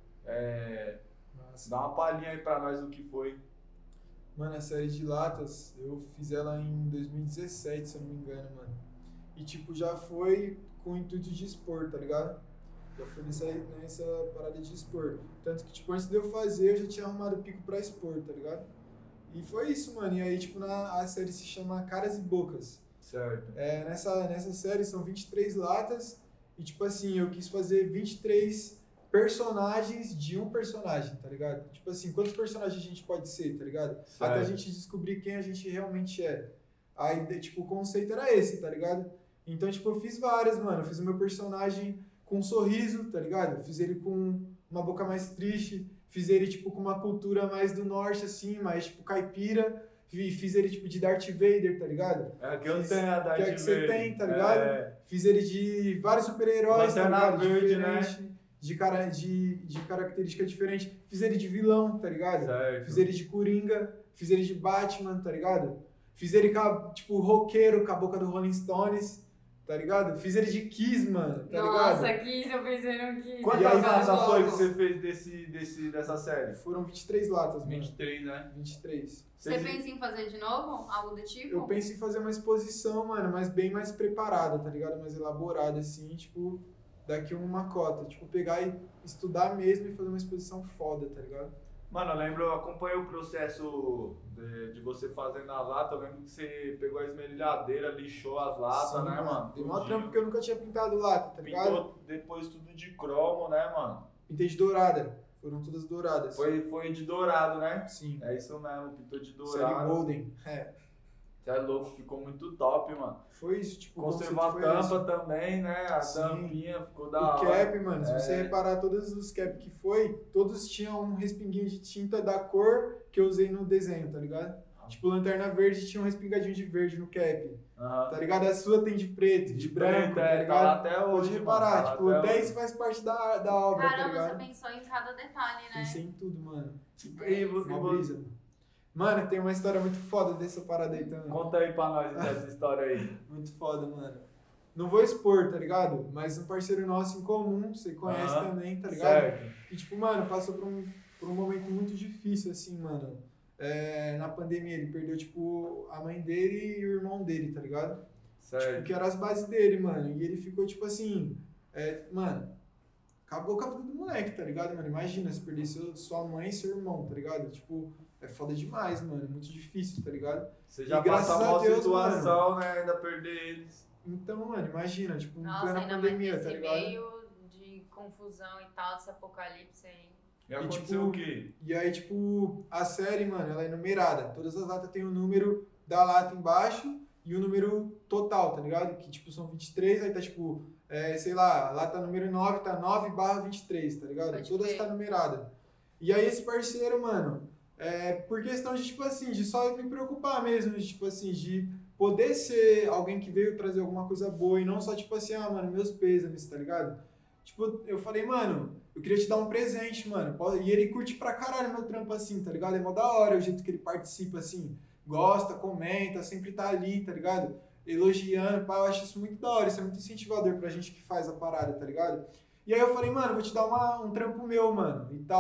é, Nossa. dá uma palhinha aí pra nós do que foi. Mano, a série de latas, eu fiz ela em dois mil e dezessete, se eu não me engano, mano. E, tipo, já foi com o intuito de expor, tá ligado? Já foi nessa, nessa parada de expor. Tanto que, tipo, antes de eu fazer, eu já tinha arrumado o pico pra expor, tá ligado? E foi isso, mano. E aí, tipo, na, a série se chama Caras e Bocas. Certo. É, nessa, nessa série são vinte e três latas e, tipo assim, eu quis fazer vinte e três personagens de um personagem, tá ligado? Tipo assim, quantos personagens a gente pode ser, tá ligado? Certo. Até a gente descobrir quem a gente realmente é. Aí, de- tipo, o conceito era esse, tá ligado? Então, tipo, eu fiz várias, mano. Eu fiz o meu personagem com um sorriso, tá ligado? Eu fiz ele com uma boca mais triste. Fiz ele, tipo, com uma cultura mais do norte, assim, mais, tipo, caipira. E fiz ele, tipo, de Darth Vader, tá ligado? É que eu Fiz- tenho a que Darth é que você Vader. tem, tá ligado? É, Fiz ele de vários super-heróis, tá Lanterna ligado? Verde, Diferente, de, cara, de, de característica diferente. Fiz ele de vilão, tá ligado? certo. Fiz ele de Coringa, fiz ele de Batman, tá ligado? Fiz ele com a, tipo, roqueiro, com a boca do Rolling Stones, tá ligado? Fiz ele de Kiss, mano, tá Nossa, ligado? quis, eu pensei no quis. E Quantas aí, latas logo. foi que você fez desse, desse, dessa série? Foram vinte e três latas, mano. vinte e três, né? vinte e três. Você Vocês- pensa em fazer de novo? Algo do tipo? Eu penso em fazer uma exposição, mano, mas bem mais preparada, tá ligado? Mais elaborada, assim, tipo, daqui uma cota. Tipo, pegar e estudar mesmo e fazer uma exposição foda, tá ligado? Mano, eu lembro, eu acompanhei o processo de, de você fazendo a lata. Eu lembro que você pegou a esmerilhadeira, lixou as latas, Sim, né, mano? Deu maior Tudinho. trampo porque eu nunca tinha pintado lata, tá ligado? Pintou depois tudo de cromo, né, mano? Pintei de dourada. Foram todas douradas. Foi, foi de dourado, né? Sim. É isso mesmo, pintou de Série dourado. Golden. É. Você é louco, ficou muito top, mano. Foi isso, tipo, o Conservou a conceito foi esse. tampa também, né? A Sim. tampinha ficou da O hora. cap, mano, se É. você reparar todos os cap que foi, todos tinham um respinguinho de tinta da cor que eu usei no desenho, tá ligado? Tipo, Lanterna Verde tinha um respingadinho de verde no cap, Aham. tá ligado? A sua tem de preto, de, branco, preto, tá é, ligado? tá lá até hoje, Pode reparar, mano, tá tipo, lá até até isso faz parte da, da obra, tá Caramba, ligado? você pensou em cada detalhe, né? Pensei em tudo, mano. E vo- Uma e vo- brisa. Mano, tem uma história muito foda dessa parada aí também. Conta aí pra nós dessa história aí. Muito foda, mano. Não vou expor, tá ligado? Mas um parceiro nosso em comum, você conhece Aham. também, tá ligado? Certo. E tipo, mano, passou por um, por um momento muito difícil, assim, mano. É, na pandemia, ele perdeu, tipo, a mãe dele e o irmão dele, tá ligado? Tipo, Certo. que eram as bases dele, mano. E ele ficou, tipo assim, é, mano, acabou com a vida do moleque, tá ligado, mano? Imagina se perder seu, sua mãe e seu irmão, tá ligado? Tipo, é foda demais, mano. É muito difícil, tá ligado? Você já E graças passou a uma Deus, situação, né? Ainda perder eles. Então, mano, imagina, tipo, em Nossa, plena ainda pandemia, mais tá nesse ligado? meio de confusão e tal, desse apocalipse aí. E aconteceu tipo, o quê? E aí, tipo, a série, mano, ela é numerada. Todas as latas tem o número da lata embaixo e o número total, tá ligado? Que, tipo, são vinte e três, aí tá, tipo, é, sei lá, lata número nove tá nove barra vinte e três, tá ligado? Pode Todas crer. tá numerada. E aí esse parceiro, mano, é por questão de, tipo assim, de só me preocupar mesmo, de, tipo assim, de poder ser alguém que veio trazer alguma coisa boa e não só, tipo assim, ah, mano, meus pêsames, tá ligado? Tipo, eu falei, mano, eu queria te dar um presente, mano. E ele curte pra caralho meu trampo assim, tá ligado? É mó da hora o jeito que ele participa, assim. Gosta, comenta, sempre tá ali, tá ligado? Elogiando, pá, eu acho isso muito da hora. Isso é muito incentivador pra gente que faz a parada, tá ligado? E aí eu falei, mano, vou te dar uma, um trampo meu, mano, e tal.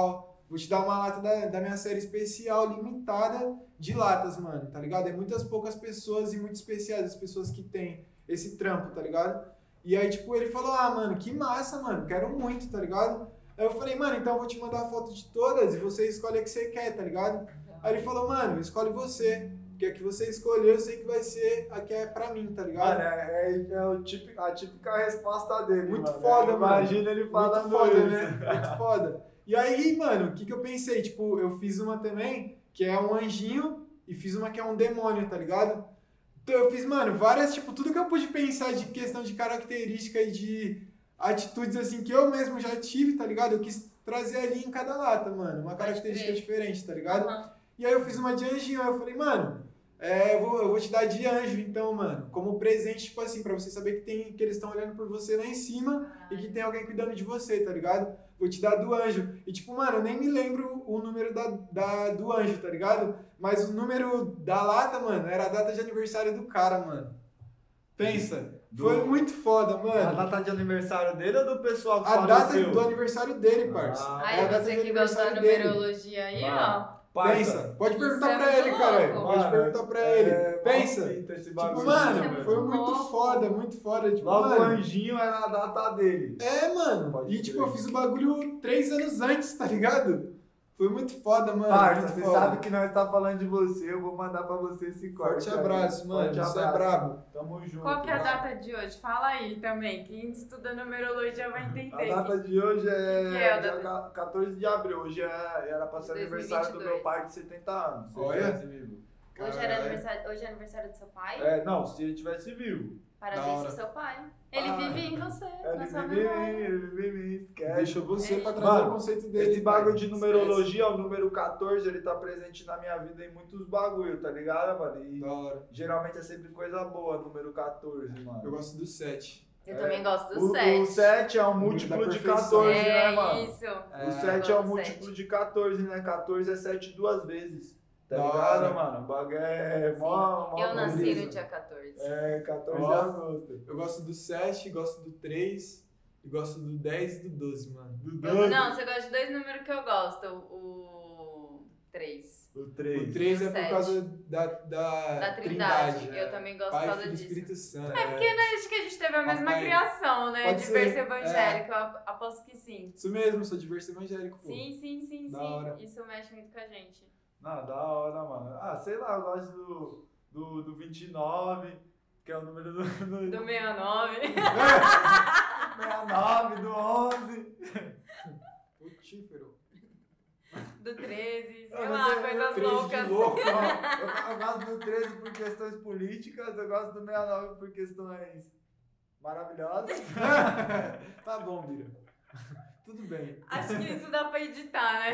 vou te dar uma lata da, da minha série especial, limitada de latas, mano, tá ligado? É muitas poucas pessoas e muito especiais as pessoas que têm esse trampo, tá ligado? E aí, tipo, ele falou, ah, mano, que massa, mano, quero muito, tá ligado? Aí eu falei, mano, então eu vou te mandar a foto de todas e você escolhe a que você quer, tá ligado? Aí ele falou, mano, escolhe você. Porque a que você escolheu, eu sei que vai ser a que é pra mim, tá ligado? Mano, é, é, é o típico, a típica resposta dele, Muito mano. foda, é, mano. Imagina ele falando Muito foda, isso. né? Muito foda. E aí, mano, o que que eu pensei? Tipo, eu fiz uma também, que é um anjinho, e fiz uma que é um demônio, tá ligado? Então eu fiz, mano, várias, tipo, tudo que eu pude pensar de questão de característica e de atitudes, assim, que eu mesmo já tive, tá ligado? Eu quis trazer ali em cada lata, mano, uma característica diferente, tá ligado? Uhum. E aí eu fiz uma de anjinho, aí eu falei, mano, é, eu, vou, eu vou te dar de anjo, então, mano, como presente, tipo assim, pra você saber que, tem, que eles estão olhando por você lá em cima e que tem alguém cuidando de você, tá ligado? Vou te dar do anjo. E tipo, mano, eu nem me lembro o número da, da, do anjo, tá ligado? Mas o número da lata, mano, era a data de aniversário do cara, mano. Pensa. Do- Foi muito foda, A mano. data de aniversário dele ou do pessoal que A data faleceu? do aniversário dele, parça. Ah, Aí É a data você de que gostou da aniversário dele. numerologia aí, Mano. ó. Parça, Pensa. Pode Isso perguntar é pra muito ele, cara. louco. Pode Mano, perguntar pra é, ele. mó Pensa. fita esse Tipo, bagulho, mano, é foi muito muito louco. foda, muito foda. Tipo, Logo o mano, anjinho era a data dele. é, mano. Pode E tipo, crer. eu fiz o bagulho três anos antes, tá ligado? Foi muito foda, mano. Parça, muito você foda. sabe que nós tá falando de você, eu vou mandar pra você esse corte. Forte aí. abraço, mano. Forte Você é abraço. brabo. Tamo junto. Qual que é a mano. data de hoje? Fala aí também. Quem estuda numerologia vai entender. A data de hoje é, Que que é a dia data? ca- quatorze de abril. Hoje é- era pra ser De aniversário do dois mil e vinte e dois. meu pai de setenta anos. se ele Olha. tivesse vivo. Hoje, era Caralho. aniversário, hoje é aniversário do seu pai? É, não, se ele tivesse vivo. Da Parabéns hora. pro seu pai. Ele Ah. vive em você, Ele na sua vive em mim, memória. ele vive em mim, esquece. Deixou você É pra isso. trazer Mano, o conceito dele. Esse bagulho pai. de numerologia, o número catorze, ele tá presente na minha vida em muitos bagulho, tá ligado, mano? E Da hora. geralmente é sempre coisa boa, número catorze, mano. Eu gosto do sete. Eu É. também gosto do O, sete. o sete é um Número múltiplo da de perfeição. catorze, É né, mano? isso. O É. sete é Eu um gosto do múltiplo sete. de catorze, né? catorze é sete duas vezes. Tá Da ligado, hora. mano? O bagulho é Sim. mó, mó Eu nasci brisa. no dia catorze. É, catorze Ó. de agosto. Eu gosto do sete, gosto do três e gosto do dez e do doze, mano. Do Eu- doze, não, você gosta de dois números que eu gosto. O três. o O três. três E o é por sete. causa da, da, Da Trindade. Trindade. Eu também gosto Pai, por causa Filho e disso. Espírito Santo. É porque né, acho que a gente teve a mesma Papai. criação, né? Pode De ser, berço evangélico. Eu ap- aposto que sim. Isso mesmo, sou de berço evangélico, pô. Sim, sim, sim, Da sim. hora. Isso mexe muito com a gente. Não, da hora, mano. Ah, sei lá, eu gosto do, do, do vinte e nove, que é o número do... do, Do sessenta e nove. sessenta e nove, do onze. Frutífero. Do treze. Sei Eu lá, não tenho- coisas treze de loucas. louco. Ó, eu, eu gosto do treze por questões políticas, eu gosto do sessenta e nove por questões maravilhosas. Tá bom, Bira. Tudo bem. Acho que isso dá pra editar, né?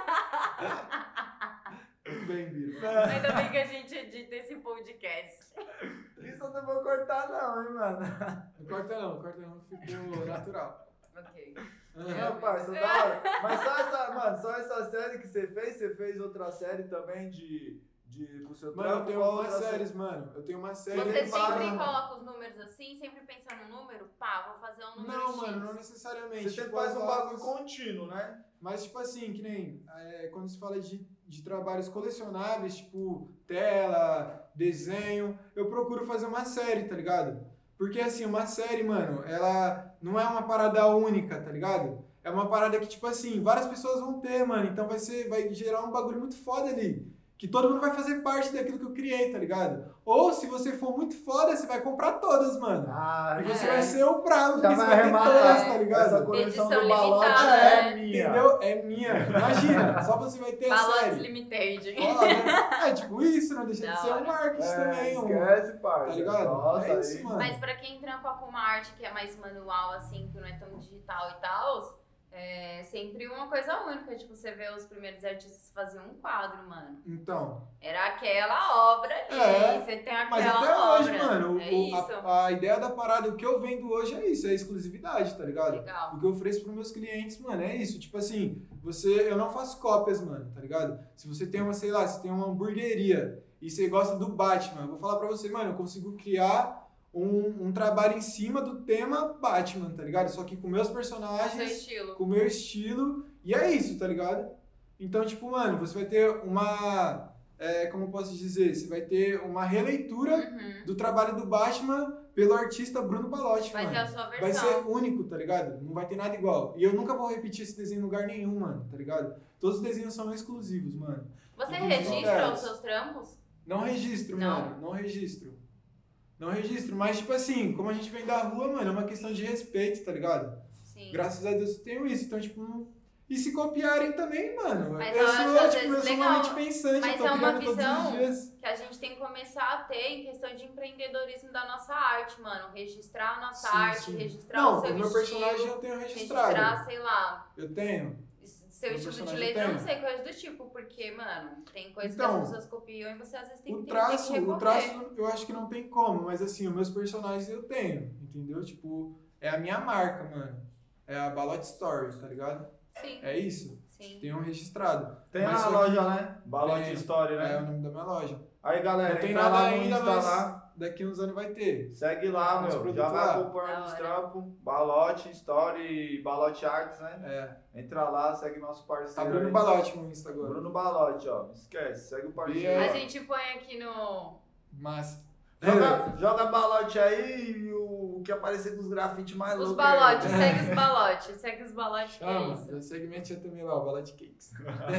Tudo bem, Bira. Ainda bem que a gente edita esse podcast. Isso eu não vou cortar não, hein, mano. Não corta não, corta não, que ficou natural. Ok. Não, parça, da hora. Mas só essa, mano, só essa série que você fez, você fez outra série também de, de com o seu Mano, eu trampo? tenho Qual umas outra séries, mano. Eu tenho uma série. Você Ele sempre fala- coloca os números assim, sempre pensa no número? Pá, vou fazer um número Não, X. mano, não necessariamente. Você sempre Tipo, faz as um bagulho datas- contínuo, né? Mas, tipo assim, que nem é, quando se fala de, de trabalhos colecionáveis, tipo tela, desenho, eu procuro fazer uma série, tá ligado? Porque, assim, uma série, mano, ela não é uma parada única, tá ligado? É uma parada que, tipo assim, várias pessoas vão ter, mano. Então vai ser, vai gerar um bagulho muito foda ali. Que todo mundo vai fazer parte daquilo que eu criei, tá ligado? Ou, se você for muito foda, você vai comprar todas, mano. Ah, E você É. vai ser o bravo, já porque você vai vai ter arrematar todas, tá ligado? essa coleção Edição do balote limitada, é né? minha. Entendeu? É minha. Imagina, só você vai ter a Balotes série. Limited. Foda. É tipo isso, não deixa Da de ser um hora. marketing É, também. Um, esquece, parça. tá ligado? Nossa, É isso, aí- mano. Mas pra quem trampa com uma arte que é mais manual, assim, que não é tão digital e tal, é sempre uma coisa única. Tipo, você vê os primeiros artistas faziam um quadro, mano. Então, Era aquela obra ali. É, Você tem aquela mas até obra. hoje, mano, o- É o- isso. a, a ideia da parada, o que eu vendo hoje é isso, é exclusividade, tá ligado? Legal. O que eu ofereço pros meus clientes, mano, é isso. Tipo assim, você, eu não faço cópias, mano, tá ligado? Se você tem uma, sei lá, se tem uma hamburgueria e você gosta do Batman, eu vou falar pra você, mano, eu consigo criar um, um trabalho em cima do tema Batman, tá ligado? Só que com meus Seu personagens, estilo. com o meu estilo, e é isso, tá ligado? Então, tipo, mano, você vai ter uma... É, como eu posso dizer? Você vai ter uma releitura Uhum. do trabalho do Batman pelo artista Bruno Balotti, Vai mano. ter a sua versão. Vai ser único, tá ligado? Não vai ter nada igual. E eu nunca vou repetir esse desenho em lugar nenhum, mano, tá ligado? Todos os desenhos são exclusivos, mano. Você Inclusive, registra é. os seus trampos? Não registro, Não. mano. Não registro. Não registro. Mas, tipo assim, como a gente vem da rua, mano, é uma questão de respeito, tá ligado? Sim. Graças a Deus eu tenho isso. Então, tipo... não- E se copiarem também, mano. Mas eu eu sou, acho, às tipo, eu vezes, sou legal. uma mente pensante. Mas eu tô é uma criando todos visão os dias. que a gente tem que começar a ter em questão de empreendedorismo da nossa arte, mano. Registrar a nossa Sim, arte, sim. registrar Não, o seu o meu estilo. personagem eu tenho registrado. Registrar, sei lá, Eu tenho. seu Meu estilo de personagem letra, eu não tem. sei, coisa do tipo. Porque, mano, tem coisas Então, que as pessoas copiam e você às vezes tem, O tem, traço, tem que o recorrer. traço eu acho que não tem como, mas assim, os meus personagens eu tenho, entendeu? Tipo, é a minha marca, mano. É a Balotti Story, tá ligado? Sim, É isso. sim. Tenho um registrado. Tem Mas na só que- loja, né? Balotti Tem. Story, né? É o nome da minha loja. Aí, galera, Não tem entra nada lá no ainda, Insta mas lá. daqui uns anos vai ter. Segue lá, Tem os meu. produtos Já vai lá. acompanhando Da os hora. trampos. Balotti Story, Balotti Arts, né? É. Entra lá, segue nosso Tá parceiro. Bruno aí. Balotti no Insta agora. Bruno Balotti, ó. Esquece, segue o parceiro. E é- A gente põe aqui no... Massa. Joga, joga balote aí e o, o que aparecer com os grafites mais Os loucos. balotes, aí. segue os balotes, segue os balotes, que é Chama. isso. O segmento já também lá, o Balotti Cakes.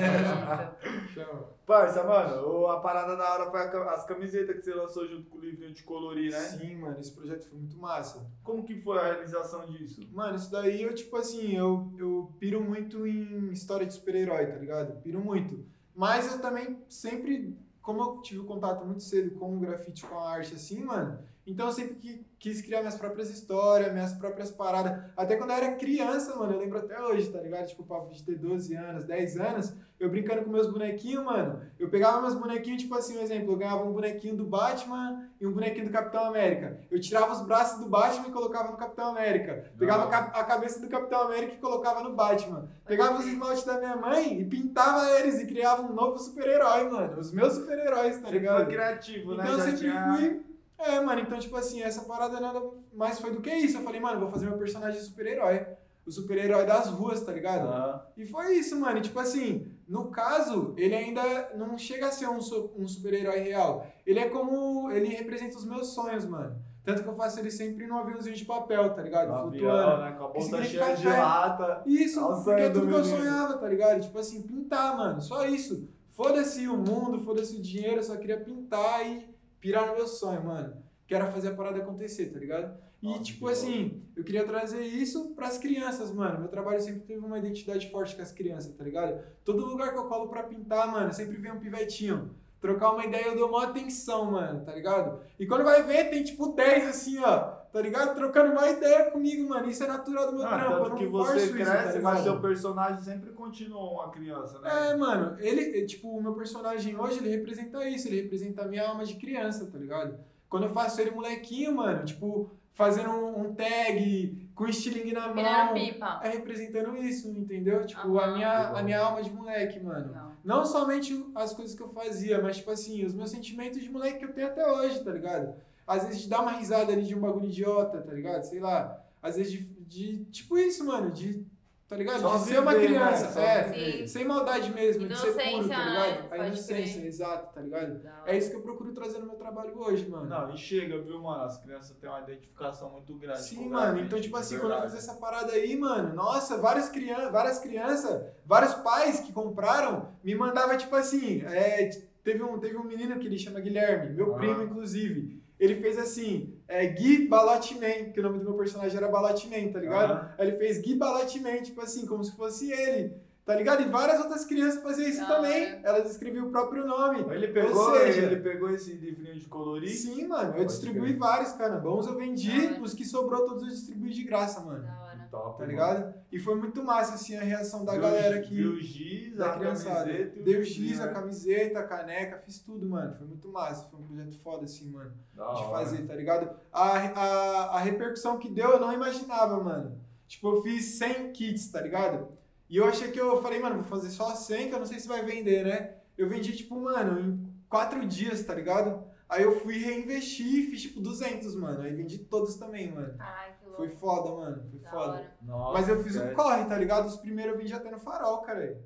Isso. Chama. Parça, mano, o- a parada da hora foi a ca- as camisetas que você lançou junto com o livrinho de colorir, né? Sim, mano, esse projeto foi muito massa. Como que foi a realização disso? Mano, isso daí eu, tipo assim, eu, eu piro muito em história de super-herói, tá ligado? Piro muito. Mas eu também sempre, como eu tive contato muito cedo com o grafite, com a arte, assim, mano, então eu sempre que, quis criar minhas próprias histórias, minhas próprias paradas. Até quando eu era criança, mano, eu lembro até hoje, tá ligado? Tipo, o papo de ter doze anos, dez anos, eu brincando com meus bonequinhos, mano. Eu pegava meus bonequinhos, tipo assim, um exemplo, eu ganhava um bonequinho do Batman e um bonequinho do Capitão América. Eu tirava os braços do Batman e colocava no Capitão América. Pegava a ca- a cabeça do Capitão América e colocava no Batman. Pegava os esmaltes da minha mãe e pintava eles e criava um novo super-herói, mano. Os meus super-heróis, tá Sempre ligado? foi criativo, né? Então eu Já sempre tinha- fui. É, mano, então, tipo assim, essa parada nada mais foi do que isso. Eu falei, mano, vou fazer meu personagem super-herói. O super-herói das ruas, tá ligado? Ah, E foi isso, mano. E, tipo assim, no caso, ele ainda não chega a ser um, su- um super-herói real. Ele é como. Ele representa os meus sonhos, mano. Tanto que eu faço ele sempre num aviãozinho de papel, tá ligado? um Flutuando. avião, né? Com a Que bolsa significa cheia de fé. lata. Isso, Olha o porque é sonho tudo do que eu menino. sonhava, tá ligado? Tipo assim, pintar, mano. Só isso. Foda-se o mundo, foda-se o dinheiro, eu só queria pintar e pirar no meu sonho, mano. Que era fazer a parada acontecer, tá ligado? E, Nossa, tipo que assim, eu queria trazer isso pras crianças, mano. Meu trabalho sempre teve uma identidade forte com as crianças, tá ligado? Todo lugar que eu colo pra pintar, mano, sempre vem um pivetinho. Trocar uma ideia, eu dou uma atenção, mano, tá ligado? E quando vai ver, tem tipo dez assim, ó, tá ligado? Trocando uma ideia comigo, mano. Isso é natural do meu Ah, trampo. eu tanto não que forço você isso, cresce, tá mas ligado? seu personagem sempre continuou uma criança, né? É, mano, ele, é, tipo, o meu personagem hoje, ele representa isso, ele representa a minha alma de criança, tá ligado? Quando eu faço ele molequinho, mano, tipo, fazendo um, um tag, com estilingue na Virando mão, pipa. é representando isso, entendeu? Tipo, Aham. a, minha, a minha alma de moleque, mano. Não. Não somente as coisas que eu fazia, mas, tipo assim, os meus sentimentos de moleque que eu tenho até hoje, tá ligado? Às vezes de dar uma risada ali de um bagulho idiota, tá ligado? Sei lá. Às vezes de, de tipo isso, mano, de, tá ligado? Só de ser uma viver, criança, né? Só é. viver. Sem maldade mesmo, de ser puro, Inocência, tá né? ligado? A Pode inocência, crer. exato, tá ligado? Da hora. É isso que eu procuro trazer no meu trabalho hoje, mano. Não, e chega, viu, mano? As crianças têm uma identificação muito grande. Sim, com o mano. grafite, Então, tipo de assim, quando eu verdade. fiz essa parada aí, mano, nossa, várias, crian várias crianças, vários pais que compraram, me mandavam, tipo assim, é, teve, um, teve um menino que ele chama Guilherme, meu Ah. primo, inclusive. Ele fez assim, é, Gui Balotman, que o nome do meu personagem era Balotman, tá ligado? Ah. Aí ele fez Gui Balotman, tipo assim, como se fosse ele, tá ligado? E várias outras crianças faziam isso Da também. hora. Elas escreviam o próprio nome. Ele pegou, Ou seja, ele pegou esse livrinho de colorir. Sim, mano, eu Pode distribuí crer. vários, caramba. Uns eu vendi, Da hora. os que sobrou todos eu distribuí de graça, mano. Da hora. Top, Tá mano. ligado? E foi muito massa, assim, a reação da Viu- galera que... Viu o giz, Da a criançada. camiseta e o Dei o livrinho, giz, a né? camiseta, a caneca, fiz tudo, mano. Foi muito massa. Foi um projeto foda, assim, mano. Da De hora. fazer, tá ligado? A, a, a repercussão que deu, eu não imaginava, mano. Tipo, eu fiz cem kits, tá ligado? E eu achei que eu falei, mano, vou fazer só cem, que eu não sei se vai vender, né? Eu vendi, tipo, mano, em quatro dias, tá ligado? Aí eu fui reinvestir e fiz, tipo, duzentos, mano. Aí vendi todos também, mano. Caralho, que louco. Foi foda, mano. Foi Da foda. hora. Nossa, Mas eu fiz cara. um corre, tá ligado? Os primeiros eu vendi até no farol, cara. Nossa,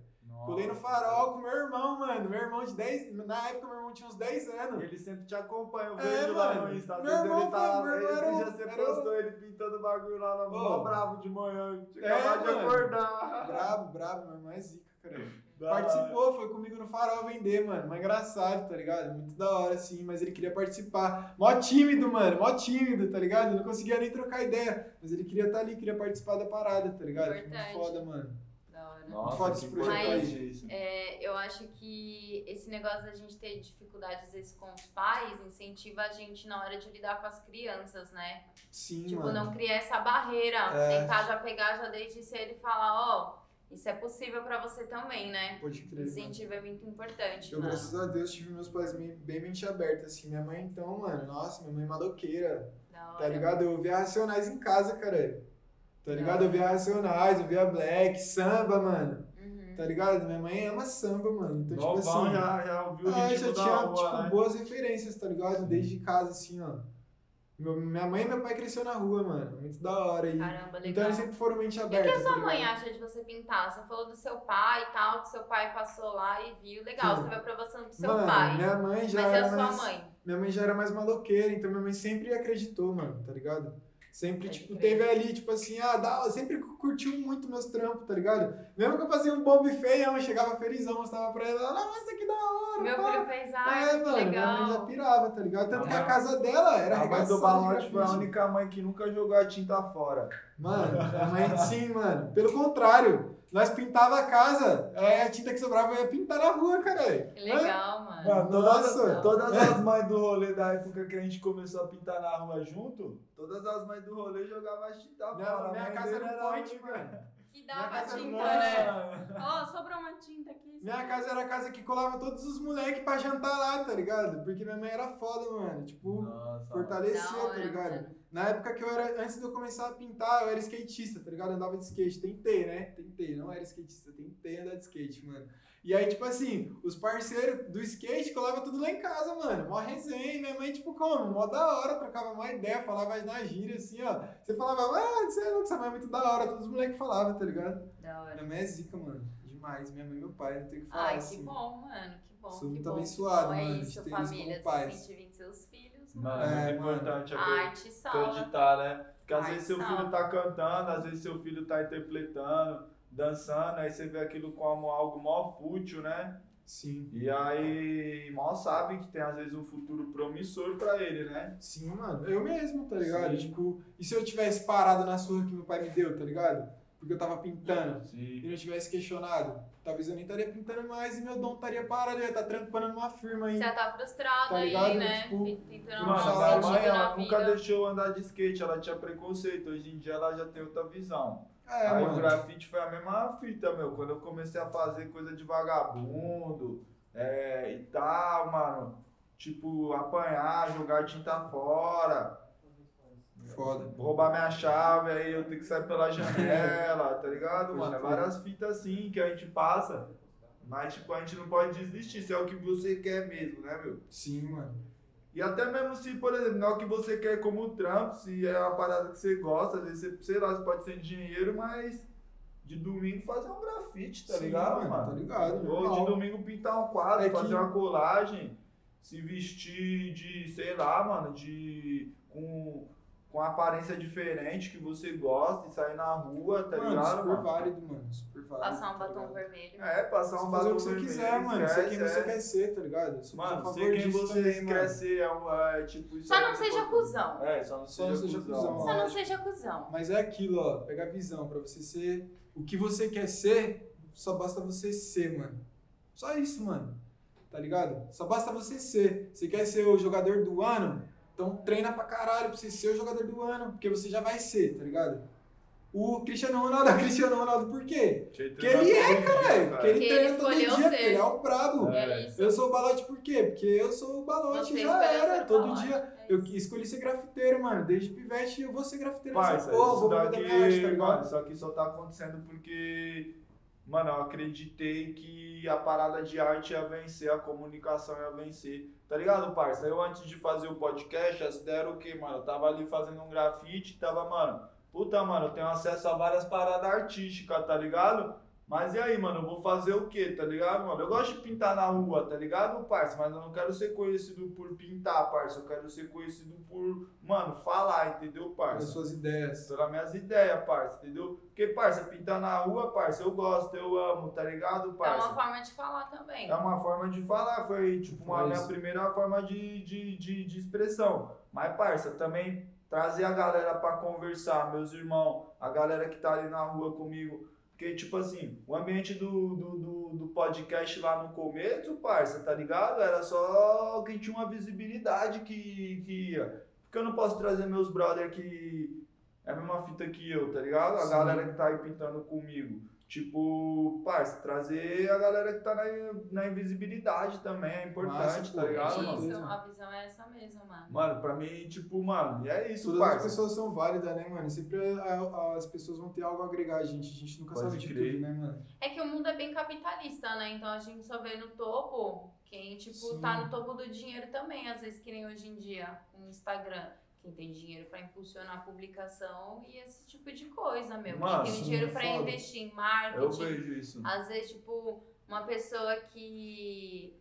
Colei no Farol com meu irmão, mano. Meu irmão de dez... Na época, meu irmão tinha uns dez anos. Ele sempre te acompanha, eu É, vejo lá mano. no Insta. Às Meu vezes irmão ele tá foi- meu irmão esse era o- dia você era postou o- ele pintando bagulho lá na Ô. mó bravo de manhã. Tinha É, acabado de mano. acordar. Brabo, brabo. Meu irmão é zica, cara. Da- Participou, foi comigo no Farol vender, mano. Mas engraçado, tá ligado? Muito da hora, assim, mas ele queria participar. Mó tímido, mano, mó tímido, tá ligado? Eu não conseguia nem trocar ideia. Mas ele queria estar ali, queria participar da parada, tá ligado? Foi muito Importante. foda, mano. Da hora. Nossa, Foda que esse projeto importante aí. isso. É, eu acho que esse negócio da gente ter dificuldade, às vezes, com os pais, incentiva a gente na hora de lidar com as crianças, né? Sim, Tipo, mano. não criar essa barreira. É. Tentar já pegar já desde cedo e falar, ó, isso é possível pra você também, né? Pode crer, mano. Incentivo é muito importante, Eu, mano. graças a Deus, tive meus pais bem, bem mente aberta, assim. Minha mãe, então, mano, nossa, minha mãe é maloqueira, Da hora. tá ligado? Eu ouvia Racionais em casa, cara. Tá Da ligado? hora. Eu ouvia Racionais, eu ouvia Black, samba, mano. Uhum. Tá ligado? Minha mãe ama samba, mano. Então, tipo Novão assim... já, já ouviu o Ah, ritmo já da tinha, rua, tipo, né? boas referências, tá ligado? Desde casa, assim, ó. Meu- minha mãe e meu pai cresceram na rua, mano. Muito da hora. E, Caramba, legal. então eles sempre foram mente E o aberta. que a sua tá mãe ligado? acha de você pintar? Você falou do seu pai e tal, que seu pai passou lá e viu. Legal, Sim. você teve a aprovação do seu Mano, pai. minha mãe já Mas e era a sua mais... mãe? Minha mãe já era mais maloqueira, então minha mãe sempre acreditou, mano, tá ligado? Sempre, Pode tipo, crer. teve ali, tipo assim, ah, dá, sempre curtiu muito meus trampos, tá ligado? Mesmo que eu fazia um bombe feião, eu chegava felizão, mostrava pra ela, nossa, que da hora, Meu pá. filho fez arte, É, que mano, minha mãe já legal. pirava, tá ligado? Tanto A que a mãe- casa dela era A mãe do arregaçada de Balote foi a grafite. única mãe que nunca jogou a tinta fora. Mano, a mãe, sim, mano. Pelo contrário, nós pintava a casa, aí a tinta que sobrava eu ia pintar na rua, caralho. Que legal, mano. Mano, Nossa. todas, todas as mães do rolê da época que a gente começou a pintar na rua junto, todas as mães do rolê jogavam as tinta Minha, fora. A minha mãe casa dele era a point, única. mano. Que Minha dava casa tinta, não né? Mano. Ó, sobrou uma tinta aqui. Minha casa era a casa que colava todos os moleques pra jantar lá, tá ligado? Porque minha mãe era foda, mano. Tipo, Nossa, fortalecia, Da hora, tá ligado? mano. Na época que eu era, antes de eu começar a pintar, eu era skatista, tá ligado? Eu andava de skate. Tentei, né? Tentei, não era skatista, tentei andar de skate, mano. E aí, tipo assim, os parceiros do skate colavam tudo lá em casa, mano. Mó resenha, minha mãe, tipo, como? Mó da hora, trocava uma ideia, falava na gíria, assim, ó. Você falava, ah, você é louco, essa mãe é muito da hora. Todos os moleques falavam, tá ligado? Da hora. Minha mãe é zica, mano. Demais. Minha mãe e meu pai, não tem o que falar, Ai, assim. que bom, mano. Que bom, Sou que muito bom. abençoado, que bom. É mano, de isso, ter eles família. como pais. Se incentivem seus filhos, Mano, mano. é É, muito mano. importante A acreditar. arte salva. acreditar, né? Porque às Ai, vezes seu salva. filho tá cantando, às vezes seu filho tá interpretando, dançando, aí você vê aquilo como algo mó fútil, né? Sim. E aí, mal sabe que tem às vezes um futuro promissor pra ele, né? Sim, mano. Eu mesmo, tá ligado? Sim. Tipo, e se eu tivesse parado na surra que meu pai me deu, tá ligado? Porque eu tava pintando e Sim. não tivesse questionado, talvez eu nem estaria pintando mais e meu dom estaria parado, eu ia estar trampando numa firma Você ainda. já tá frustrado Tá aí, ligado? né? Tipo, Tentando Não, Mano, arrumar salário a um mãe, sentido na ela nunca vida. deixou eu andar de skate, ela tinha preconceito. Hoje em dia ela já tem outra visão. É, Aí o mano. grafite foi a mesma fita, meu. Quando eu comecei a fazer coisa de vagabundo é, e tal, mano. Tipo, apanhar, jogar tinta fora, Foda. roubar minha chave, aí eu tenho que sair pela janela, tá ligado, Pode mano? É crer. várias fitas assim que a gente passa. Mas, tipo, a gente não pode desistir se é o que você quer mesmo, né, meu? Sim, mano. E até mesmo se, por exemplo, não é o que você quer como trampo, se é uma parada que você gosta, às vezes você, sei lá, você pode ser engenheiro, mas de domingo fazer um grafite, tá Sim, ligado, mano? mano? Tá ligado, Ou de normal. domingo pintar um quadro, É que- fazer uma colagem, se vestir de, sei lá, mano, de. com, com aparência diferente que você gosta e sair na rua, tá Mano, ligado, super mano? válido, mano. Super válido. Passar um tá batom ligado? vermelho. É, passar Você um fazer batom o que você vermelho, quiser, mano. Ser quem esquece, você é. quer ser, tá ligado? Eu sou muito a Mano, favor ser quem disso você também, quer mano. ser é, um, é tipo isso. Só é não muito seja importante. cuzão. É, só não Só não seja seja cuzão. cuzão. Só não lógico. seja cuzão. Mas é aquilo, ó. Pega a visão. Pra você ser o que você quer ser, só basta você ser, mano. Só isso, mano. Tá ligado? Só basta você ser. Você quer ser o jogador do ano? Então treina pra caralho pra você ser o jogador do ano. Porque você já vai ser, tá ligado? O Cristiano Ronaldo é o Cristiano Ronaldo por quê? Porque ele é, caralho. Porque ele Porque treina ele todo escolheu dia, ser. porque ele é o brabo. E É. é isso. Eu sou o Balote por quê? Porque eu sou o Balote, Você já escolheu era. ser Todo Balote. dia. É Eu isso. escolhi ser grafiteiro, mano. Desde pivete eu vou ser grafiteiro nessa Parça, porra, isso vou viver da minha arte, tá daqui, ligado? mano, isso aqui só tá acontecendo porque, mano, eu acreditei que a parada de arte ia vencer, a comunicação ia vencer, tá ligado, parça? Eu antes de fazer o podcast, as ideias eram o quê, mano? Eu tava ali fazendo um grafite, tava, mano, puta, mano, eu tenho acesso a várias paradas artísticas, tá ligado? Mas e aí, mano, eu vou fazer o quê, tá ligado, mano? Eu gosto de pintar na rua, tá ligado, parça? Mas eu não quero ser conhecido por pintar, parça. Eu quero ser conhecido por, mano, falar, entendeu, parça? Pelas suas ideias. Pelas minhas ideias, parça, entendeu? Porque, parça, pintar na rua, parça, eu gosto, eu amo, tá ligado, parça? É uma forma de falar também. É uma forma de falar, foi, tipo, uma Foi minha isso. primeira forma de, de, de, de expressão. Mas, parça, também trazer a galera pra conversar, meus irmãos, a galera que tá ali na rua comigo. Porque, tipo assim, o ambiente do, do, do, do podcast lá no começo, parça, tá ligado? Era só quem tinha uma visibilidade que, que ia. Porque eu não posso trazer meus brother que é a mesma fita que eu, tá ligado? A Sim. galera que tá aí pintando comigo. Tipo, parça, trazer a galera que tá na, na invisibilidade também é importante, Massa, pô. tá ligado, Isso. mano? Isso, a visão é essa mesmo, mano. Mano, pra mim, tipo, mano, e é isso, Todas as parça. pessoas são válidas, né, mano? Sempre a- a- as pessoas vão ter algo a agregar a gente. A gente nunca Pode sabe de crer. tudo, né, mano? É que o mundo é bem capitalista, né? Então a gente só vê no topo quem, tipo, Sim. tá no topo do dinheiro também. Às vezes, que nem hoje em dia, com o Instagram. Quem tem dinheiro pra impulsionar a publicação e esse tipo de coisa, meu. Mano, quem tem sim, dinheiro pra foda. investir em Eu marketing. vejo isso. Às vezes, tipo, uma pessoa que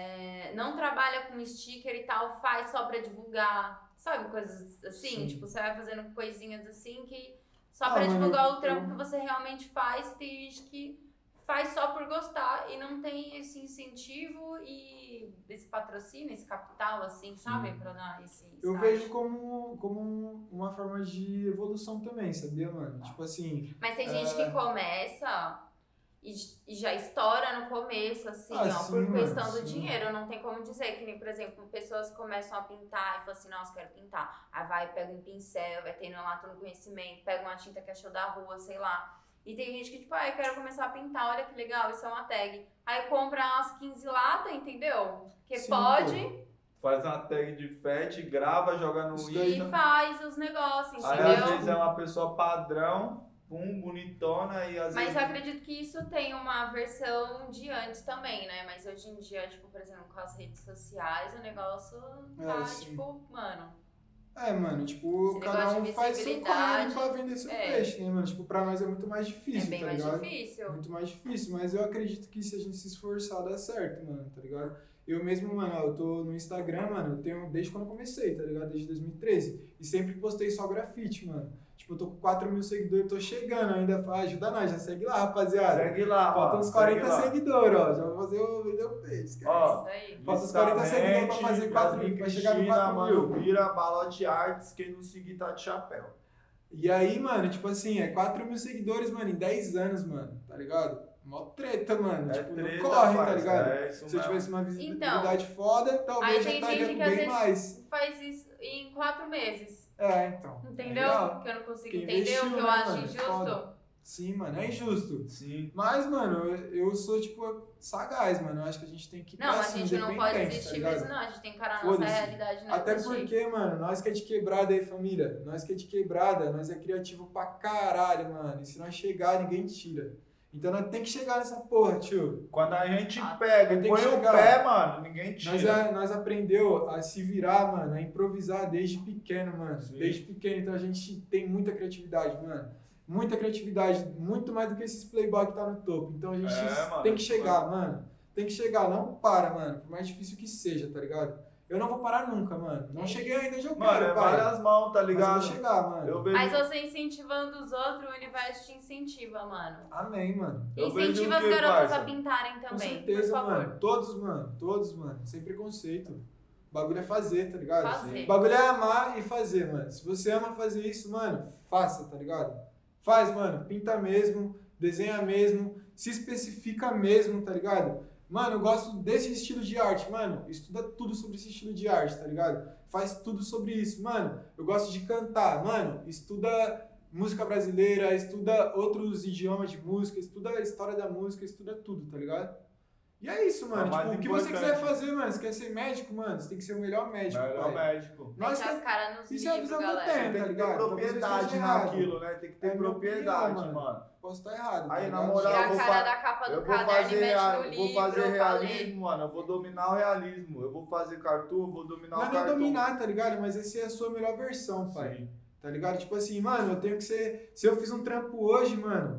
é, não trabalha com sticker e tal, faz só pra divulgar. Sabe, coisas assim? Sim. Tipo, você vai fazendo coisinhas assim que só Ah, pra mano, divulgar o eu- trampo que você realmente faz. E tem gente que faz só por gostar e não tem esse incentivo e esse patrocínio, esse capital, assim, sabe? Pra dar esse Eu start. vejo como, como uma forma de evolução também, sabia, mano? Tipo assim, Mas tem gente É. que começa e, e já estoura no começo, assim, Ah, ó, sim, por mano, questão do sim. dinheiro. Não tem como dizer que nem, por exemplo, pessoas começam a pintar e falam assim, nossa, quero pintar. Aí vai, pega um pincel, vai tendo lá todo o conhecimento, pega uma tinta que achou da rua, sei lá. E tem gente que, tipo, ah, eu quero começar a pintar, olha que legal, isso é uma tag. Aí compra umas quinze latas, entendeu? Que Sim, pode Faz uma tag de fat, grava, joga no Isso daí e Insta. faz os negócios, Aí entendeu? às vezes é uma pessoa padrão, pum, bonitona e às Mas vezes. eu acredito que isso tem uma versão de antes também, né? Mas hoje em dia, tipo, por exemplo, com as redes sociais, o negócio tá, É, sim. tipo, mano. é, mano, tipo, Esse cada negócio um de faz seu visibilidade, corre pra vender seu é. peixe, né, mano? Tipo, pra nós é muito mais É difícil, bem tá mais ligado? difícil. Muito mais difícil, mas eu acredito que se a gente se esforçar, dá certo, mano, tá ligado? Eu mesmo, mano, ó, eu tô no Instagram, mano, eu tenho desde quando eu comecei, tá ligado? Desde dois mil e treze. E sempre postei só grafite, mano. Tipo, eu tô com quatro mil seguidores, tô chegando ainda. Fala, ajuda nós, já segue lá, rapaziada. Segue lá, Faltam ó, uns segue quarenta lá. seguidores, ó. Já vou fazer o video page, esquece. Ó, Isso aí. Falta uns quarenta seguidores pra fazer quatro mil, Yasmin pra chegar no Cristina, quatro Mano mil. Bira, Balote Arts, quem não seguir tá de chapéu. E aí, mano, tipo assim, é quatro mil seguidores, mano, em dez anos, mano, tá ligado? Mó treta, mano. É tipo, treta, não corre, tá parça, ligado? é isso Se eu mesmo. tivesse uma visibilidade foda, talvez Aí já tem estaria gente com que às bem vezes mais. faz isso em quatro meses. É, então. Entendeu? Legal. Que eu não consigo Quem entender, o investiu, que eu né, acho mano? injusto. Foda. Sim, mano, é injusto. Sim. Mas, mano, eu, eu sou, tipo, sagaz, mano. Eu acho que a gente tem que ir Não, pra a cima, gente não pode independente, desistir tá ligado? mesmo, não. A gente tem que encarar a nossa Foda-se. realidade, não Até desistir. porque, mano, nós que é de quebrada aí, família, nós que é de quebrada, nós é criativo pra caralho, mano. E se nós chegar, ninguém tira. Então nós tem que chegar nessa porra, tio. Quando a gente Ah, pega e tem põe que o chegar. pé, mano, ninguém tira. Nós, a- nós aprendeu a se virar, mano, a improvisar desde pequeno, mano. Sim. Desde pequeno, então a gente tem muita criatividade, mano. Muita criatividade, muito mais do que esses playboy que tá no topo. Então a gente É, mano, tem que chegar, mano. Tem que chegar, não para, mano. Por mais difícil que seja, tá ligado? Eu não vou parar nunca, mano. Não cheguei ainda onde eu Mano, quero, é pai. várias mãos, tá Mas eu ligado? vou chegar, mano. Eu vejo, Mas você incentivando os outros, o universo te incentiva, mano. Amém, mano. Eu vejo Incentiva o as quê, garotas parça? a pintarem Com também, certeza, por favor. mano. Todos, mano. Todos, mano. Sem preconceito. O bagulho é fazer, tá ligado? Fazer. O bagulho é amar e fazer, mano. Se você ama fazer isso, mano, faça, tá ligado? Faz, mano. Pinta mesmo, desenha mesmo, se especifica mesmo, tá ligado? Mano, eu gosto desse estilo de arte, mano. Estuda tudo sobre esse estilo de arte, tá ligado? Faz tudo sobre isso, mano. Eu gosto de cantar, mano. Estuda música brasileira, estuda outros idiomas de música, estuda a história da música, estuda tudo, tá ligado? E é isso, mano. É o mais Tipo, o que você importante. quiser fazer, mano. Você quer ser médico, mano? Você tem que ser o melhor médico, melhor pai. médico. Nós Mete que- as caras nos isso é a livros, visão que eu galera. tenho. Tem tá que ligado? ter Talvez eu propriedade esteja errado. naquilo, né? Tem que ter É minha propriedade, opinião, mano. mano. Posso estar errado, tá Aí, na ligado? moral, Tira eu vou a cara fa- da capa do Eu vou caderno e fazer, mete rea- no vou livro, fazer falei. realismo, mano. Eu vou dominar o realismo. Eu vou fazer cartoon, eu vou dominar Não o é nem cartoon. dominar, tá ligado? Mas essa é a sua melhor versão, pai. Sim. Tá ligado? Tipo assim, mano, eu tenho que ser... Se eu fiz um trampo hoje, mano,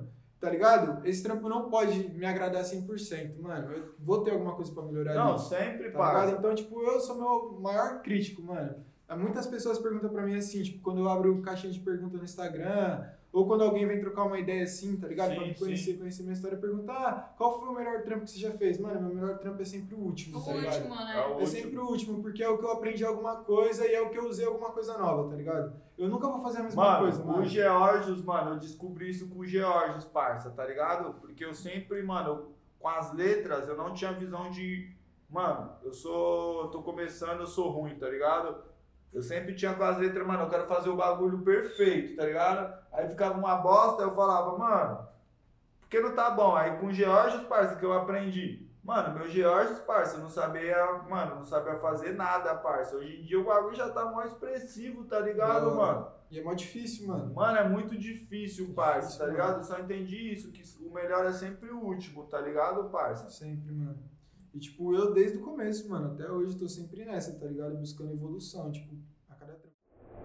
tá ligado? Esse trampo não pode me agradar cem por cento, mano. Eu vou ter alguma coisa pra melhorar Não, nisso, sempre, tá parça. ligado? Então, tipo, eu sou meu maior crítico, mano. Muitas pessoas perguntam pra mim assim, tipo, quando eu abro caixinha de pergunta no Instagram, ou quando alguém vem trocar uma ideia assim, tá ligado? Sim, pra me conhecer, sim. conhecer minha história, perguntar, ah, qual foi o melhor trampo que você já fez? Mano, meu melhor trampo é sempre o último, O tá ligado? último, né? É o É último. sempre o último, porque é o que eu aprendi alguma coisa e é o que eu usei alguma coisa nova, tá ligado? Eu nunca vou fazer a mesma Mano, coisa, mano. o Georgios, mano, eu descobri isso com o Georgios, parça, tá ligado? Porque eu sempre, mano, eu- com as letras, eu não tinha visão de... Mano, eu sou... tô começando, eu sou ruim, tá ligado? Eu sempre tinha com as letras, mano, eu quero fazer o bagulho perfeito, tá ligado? Aí ficava uma bosta, eu falava, mano, por que não tá bom? Aí com o Georgios, parça, que eu aprendi. Mano, meu Georgios, parça, não sabia, mano, não sabia fazer nada, parça. Hoje em dia o bagulho já tá mais expressivo, tá ligado, Da hora. mano? E é mó difícil, mano. Mano, é muito difícil, parça, Difícil, tá mano. ligado? Eu só entendi isso, que o melhor é sempre o último, tá ligado, parça? Sempre, mano. E, tipo, eu desde o começo, mano, até hoje tô sempre nessa, tá ligado? Buscando evolução, tipo, a cada trampo.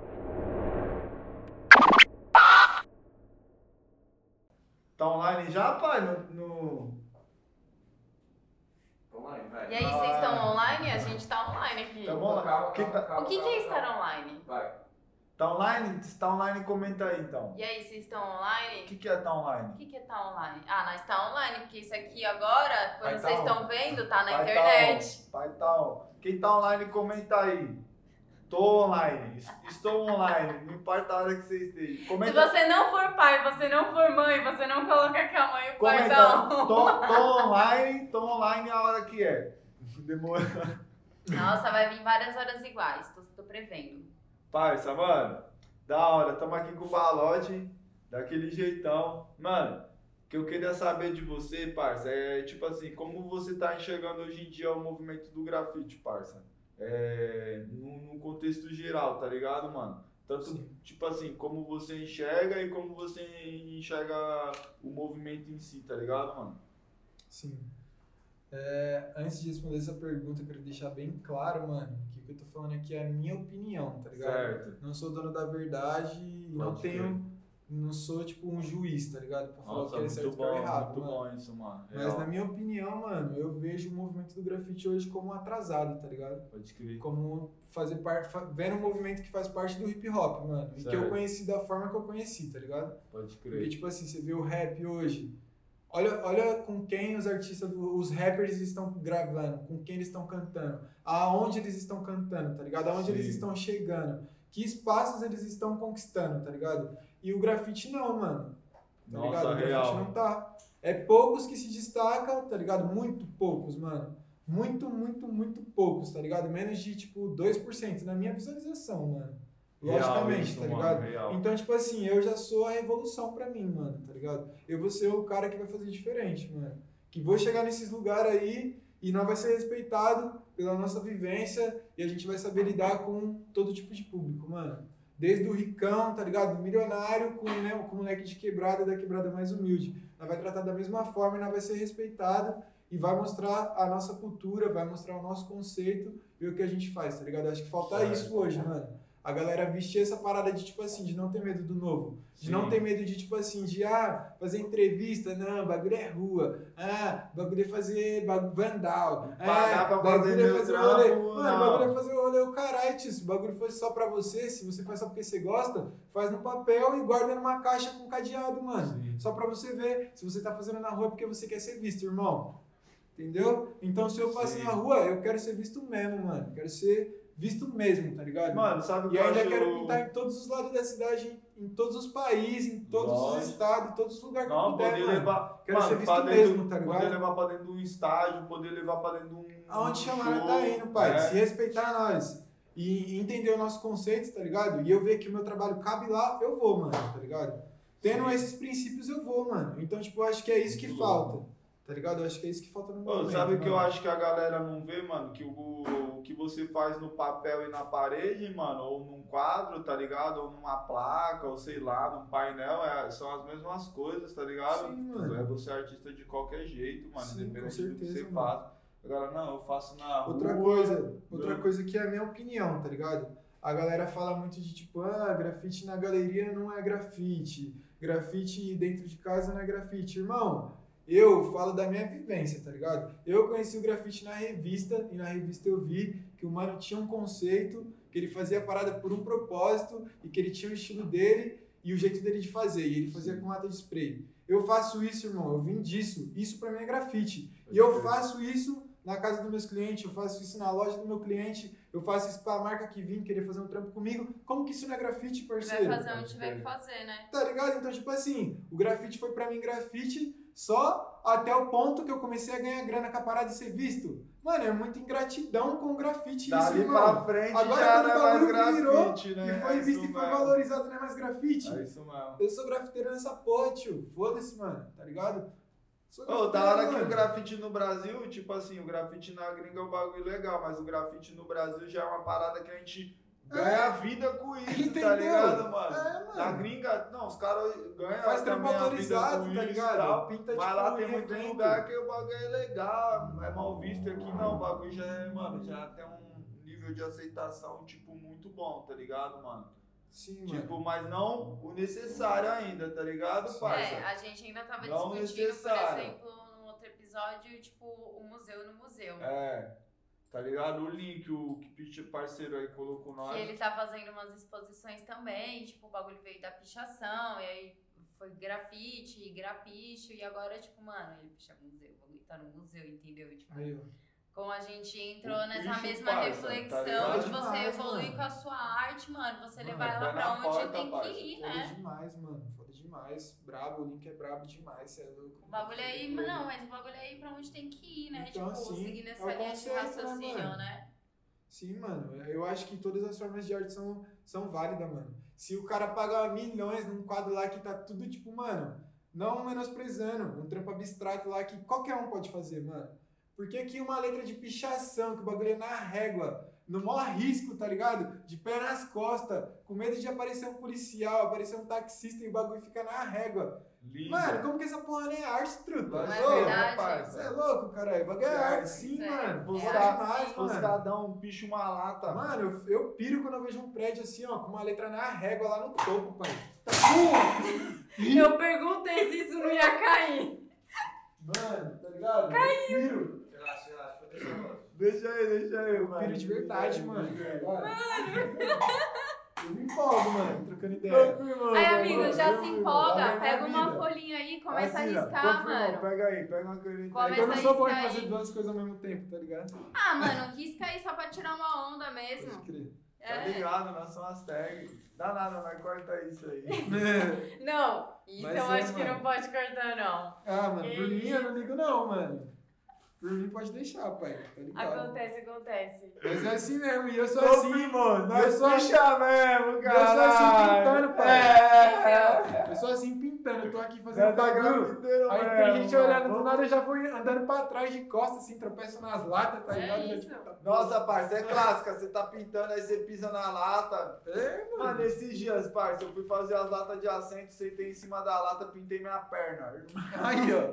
Tá online já, pai? No... no... Online, vai. E aí, vocês estão online? A gente tá online aqui. Tá bom? Calma, Que calma, tá- calma, O que, que calma, é estar calma. online? Vai. Tá online? Se tá online, comenta aí, então. E aí, vocês estão O online? que que é tá online? O que, que é tá online? Ah, nós tá online, porque isso aqui agora, quando Vai tá vocês on. estão vendo, tá na Vai internet. Tá on. Vai tá on. Quem tá online, comenta aí. Tô online. Es- Estou online. Não importa a hora que você esteja. Se Comenta. você não for pai, você não for mãe, você não coloca que a mãe e o pai Comenta. tá Tô, on. tô online. Tô online a hora que é. Demora. Nossa, vai vir várias horas iguais, tô, tô prevendo. Parça, mano. Da hora. Tamo aqui com o Balote. Daquele jeitão. Mano, o que eu queria saber de você, parça, é tipo assim, como você tá enxergando hoje em dia o movimento do grafite, parça? É, num, num contexto geral, tá ligado, mano? Tanto, Sim. tipo assim, como você enxerga e como você enxerga o movimento em si, tá ligado, mano? Sim. É, antes de responder essa pergunta, eu quero deixar bem claro, mano, que o que eu tô falando aqui é a minha opinião, tá ligado? Certo. Não sou dono da verdade e não Pode tenho. Não sou, tipo, um juiz, tá ligado? Pra falar o Nossa, que é certo e o muito que é bom, errado, muito mano. bom isso, mano. Mas Real. na minha opinião, mano, eu vejo o movimento do grafite hoje como atrasado, tá ligado? Pode crer. Como fazer parte, fa- vendo um movimento que faz parte do hip hop, mano. E que eu Certo. conheci da forma que eu conheci, tá ligado? Pode Porque, crer. tipo assim, você vê o rap hoje. Olha, olha com quem os artistas, do- os rappers estão gravando, com quem eles estão cantando, aonde eles estão cantando, tá ligado? Aonde Sim. eles estão chegando, que espaços eles estão conquistando, tá ligado? E o grafite não, mano. Tá Nossa, ligado? O grafite real. não tá. É poucos que se destacam, tá ligado? Muito poucos, mano. Muito, muito, muito poucos, tá ligado? Menos de, tipo, dois por cento na minha visualização, mano. Real Logicamente, isso, tá mano, ligado? real. Então, tipo assim, eu já sou a revolução pra mim, mano, tá ligado? Eu vou ser o cara que vai fazer diferente, mano. Que vou chegar nesses lugares aí e nós vai ser respeitado pela nossa vivência e a gente vai saber lidar com todo tipo de público, mano. Desde o ricão, tá ligado? Milionário com, né, com o moleque de quebrada da quebrada mais humilde. Nós vai tratar da mesma forma e nós vai ser respeitado e vai mostrar a nossa cultura, vai mostrar o nosso conceito e o que a gente faz, tá ligado? Acho que falta Certo. isso hoje, mano. A galera vestir essa parada de, tipo assim, de não ter medo do novo. De Sim. não ter medo de, tipo assim, de, ah, fazer entrevista, não, bagulho é rua. Ah, bagulho é fazer bagulho vandal. Pagar Ah, pra bagulho fazer é meu fazer trampo, rolê. não. Mano, bagulho é fazer o rolê, o caralho, tio. Se o bagulho fosse só pra você, se você faz só porque você gosta, faz no papel e guarda numa caixa com cadeado, mano. Sim. Só pra você ver. Se você tá fazendo na rua é porque você quer ser visto, irmão. Entendeu? Então, se eu faço Sim. na rua, eu quero ser visto mesmo, mano. Quero ser visto mesmo, tá ligado? Mano, sabe o que E eu ainda acho... quero pintar em todos os lados da cidade, em todos os países, em todos Lógico. os estados, em todos os lugares que eu Não, puder, poder mano. levar... Quero mano, ser visto pra dentro- mesmo, tá ligado? Poder levar pra dentro de um estádio, poder levar pra dentro de um... Aonde um chamar, show, nós tá indo, pai. é. Se respeitar nós e e entender o nosso conceito, tá ligado? E eu ver que o meu trabalho cabe lá, eu vou, mano, tá ligado? Tendo Sim. esses princípios, eu vou, mano. Então, tipo, eu acho que é isso que Muito falta, tá ligado? Eu acho que é isso que falta no Ô, momento. sabe o que eu mano. acho que a galera não vê, mano? Que o, o que você faz no papel e na parede, mano, ou num quadro, tá ligado? Ou numa placa, ou sei lá, num painel, é- são as mesmas coisas, tá ligado? Sim, mano. É você artista de qualquer jeito, mano, Sim, independente com do que você certeza, mano. faz. Agora, não, eu faço na Outra rua, coisa, outra né? coisa que é a minha opinião, tá ligado? A galera fala muito de tipo, ah, grafite na galeria não é grafite. grafite dentro de casa não é grafite. Irmão, eu falo da minha vivência, tá ligado? Eu conheci o grafite na revista, e na revista eu vi que o mano tinha um conceito, que ele fazia a parada por um propósito, e que ele tinha o estilo dele e o jeito dele de fazer, e ele fazia com lata de spray. Eu faço isso, irmão, eu vim disso, isso pra mim é grafite. E eu faço isso na casa dos meus clientes, eu faço isso na loja do meu cliente, eu faço isso pra marca que vim querer fazer um trampo comigo. Como que isso não é grafite, parceiro? Vai fazer onde tiver que fazer, né? Tá ligado? Então, tipo assim, o grafite foi pra mim grafite só até o ponto que eu comecei a ganhar grana com a parada de ser visto. Mano, é muita ingratidão com o grafite isso, Dali irmão. pra frente Agora já quando não o é mais bagulho virou grafite, né? e foi É visto isso e foi mesmo. valorizado, não é mais grafite. É isso mesmo. Eu sou grafiteiro nessa porra, tio. Foda-se, mano. Tá ligado? Sou Ô, da grafiteiro, hora que mano. o grafite no Brasil, tipo assim, o grafite na gringa é um bagulho legal, mas o grafite no Brasil já é uma parada que a gente ganha vida com isso, Entendeu? tá ligado, mano? É, mano. Na gringa, não, os caras ganham Faz trampo também a vida autorizado, com tá isso e ligado? tal. Pinta Mas tipo lá em tem muito evento. lugar que o bagulho é legal, é mal visto. Aqui não, o bagulho já é, mano, já tem um nível de aceitação, tipo, muito bom, tá ligado, mano? Sim, Tipo, mano. mas não o necessário ainda, tá ligado, parça? É, a gente ainda tava Não discutindo, necessário. por exemplo, no outro episódio, tipo, o museu no museu. É, tá ligado? O link, o que o parceiro aí colocou nós. Que ele tá fazendo umas exposições também, tipo, o bagulho veio da pichação, e aí foi grafite, grapicho, e agora, tipo, mano, ele picha museu, o bagulho tá no museu, entendeu? Tipo, Aí, ó. como a gente entrou O nessa bicho mesma passa, tá reflexão ligado? de você Demais, evoluir mano. com a sua arte, mano, você Mano, levar é ela pé pra na onde porta, tem parça. que ir, Foda né? demais, mano. Foda demais. Brabo, o link é brabo demais, cê é louco. O bagulho aí, mas não, mas o bagulho aí pra onde tem que ir, né? Então, tipo, assim, seguindo é essa o linha de conceito, né, raciocínio, mano? né? Sim, mano. Eu acho que todas as formas de arte são, são válidas, mano. Se o cara paga milhões num quadro lá que tá tudo, tipo, mano, não menosprezando, um trampo abstrato lá que qualquer um pode fazer, mano. Por que que uma letra de pichação, que o bagulho é na régua, no maior risco, tá ligado? De pé nas costas, com medo de aparecer um policial, aparecer um taxista e o bagulho fica na régua. Lindo. Mano, como que essa porra não é arte, truta? Não é Ô, verdade? parça? Você é louco, caralho. Bagulho é É arte, arte, sim, é. mano. Os É Foda arte, demais, sim. Os mano. cadão um bicho, uma lata. Mano, eu, eu piro quando eu vejo um prédio assim, ó, com uma letra na régua lá no topo, pai. Tá Eu perguntei se isso não ia cair. Mano, tá ligado? Caiu! Eu piro. Relaxa, relaxa, vou deixar o Deixa aí, deixa aí, Eu mano. piro de verdade, mano. Deixa aí. Mano. Eu me empolgo, mano, trocando ideia. Tranquilo, Aí, mano, amigo, já tranquilo. se empolga, vai pega na uma vida. folhinha aí e começa Assim, a ó, riscar, confirmou, mano. Pega aí, pega uma caneta. Começa Eu não sou bom em a riscar fazer aí. duas coisas ao mesmo tempo, tá ligado? Ah, mano, risca aí só pra tirar uma onda Pode mesmo. crer. Tá É. ligado, nós somos as tags. Dá nada, mas corta isso aí. Não, isso Mas eu é, acho que mano. não pode cortar, não. Ah, mano, Que por mim eu não ligo não, mano. Por mim pode deixar, pai, tá ligado? Acontece, acontece. Mas é assim mesmo, e eu sou assim. Confirmou, eu nós sou assim- picha mesmo, Eu cara. sou assim pintando, pai. É. Eu sou assim pintando, eu tô aqui Já fazendo tá bagulho. grafiteiro Aí mesmo, tem gente olhando, do mano. nada eu já vou andando pra trás de costas, assim, tropeço nas latas, tá É ligado? isso. Nossa, parça, é clássica. Você tá pintando, aí você pisa na lata. É, mano. Mano, esses dias, parça, eu fui fazer as latas de assento, sentei em cima da lata, pintei minha perna. Aí, ó.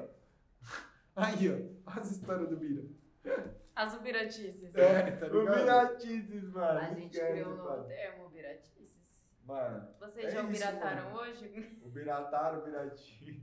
Aí, ó. Olha as histórias do Bira. As ubiratices. É, tá O ligado? Miratices, mano. A gente Esquece, criou um novo mano. termo, ubiratices. Mano, Vocês É já isso, ubirataram mano. hoje? o Birataro, o Biratices.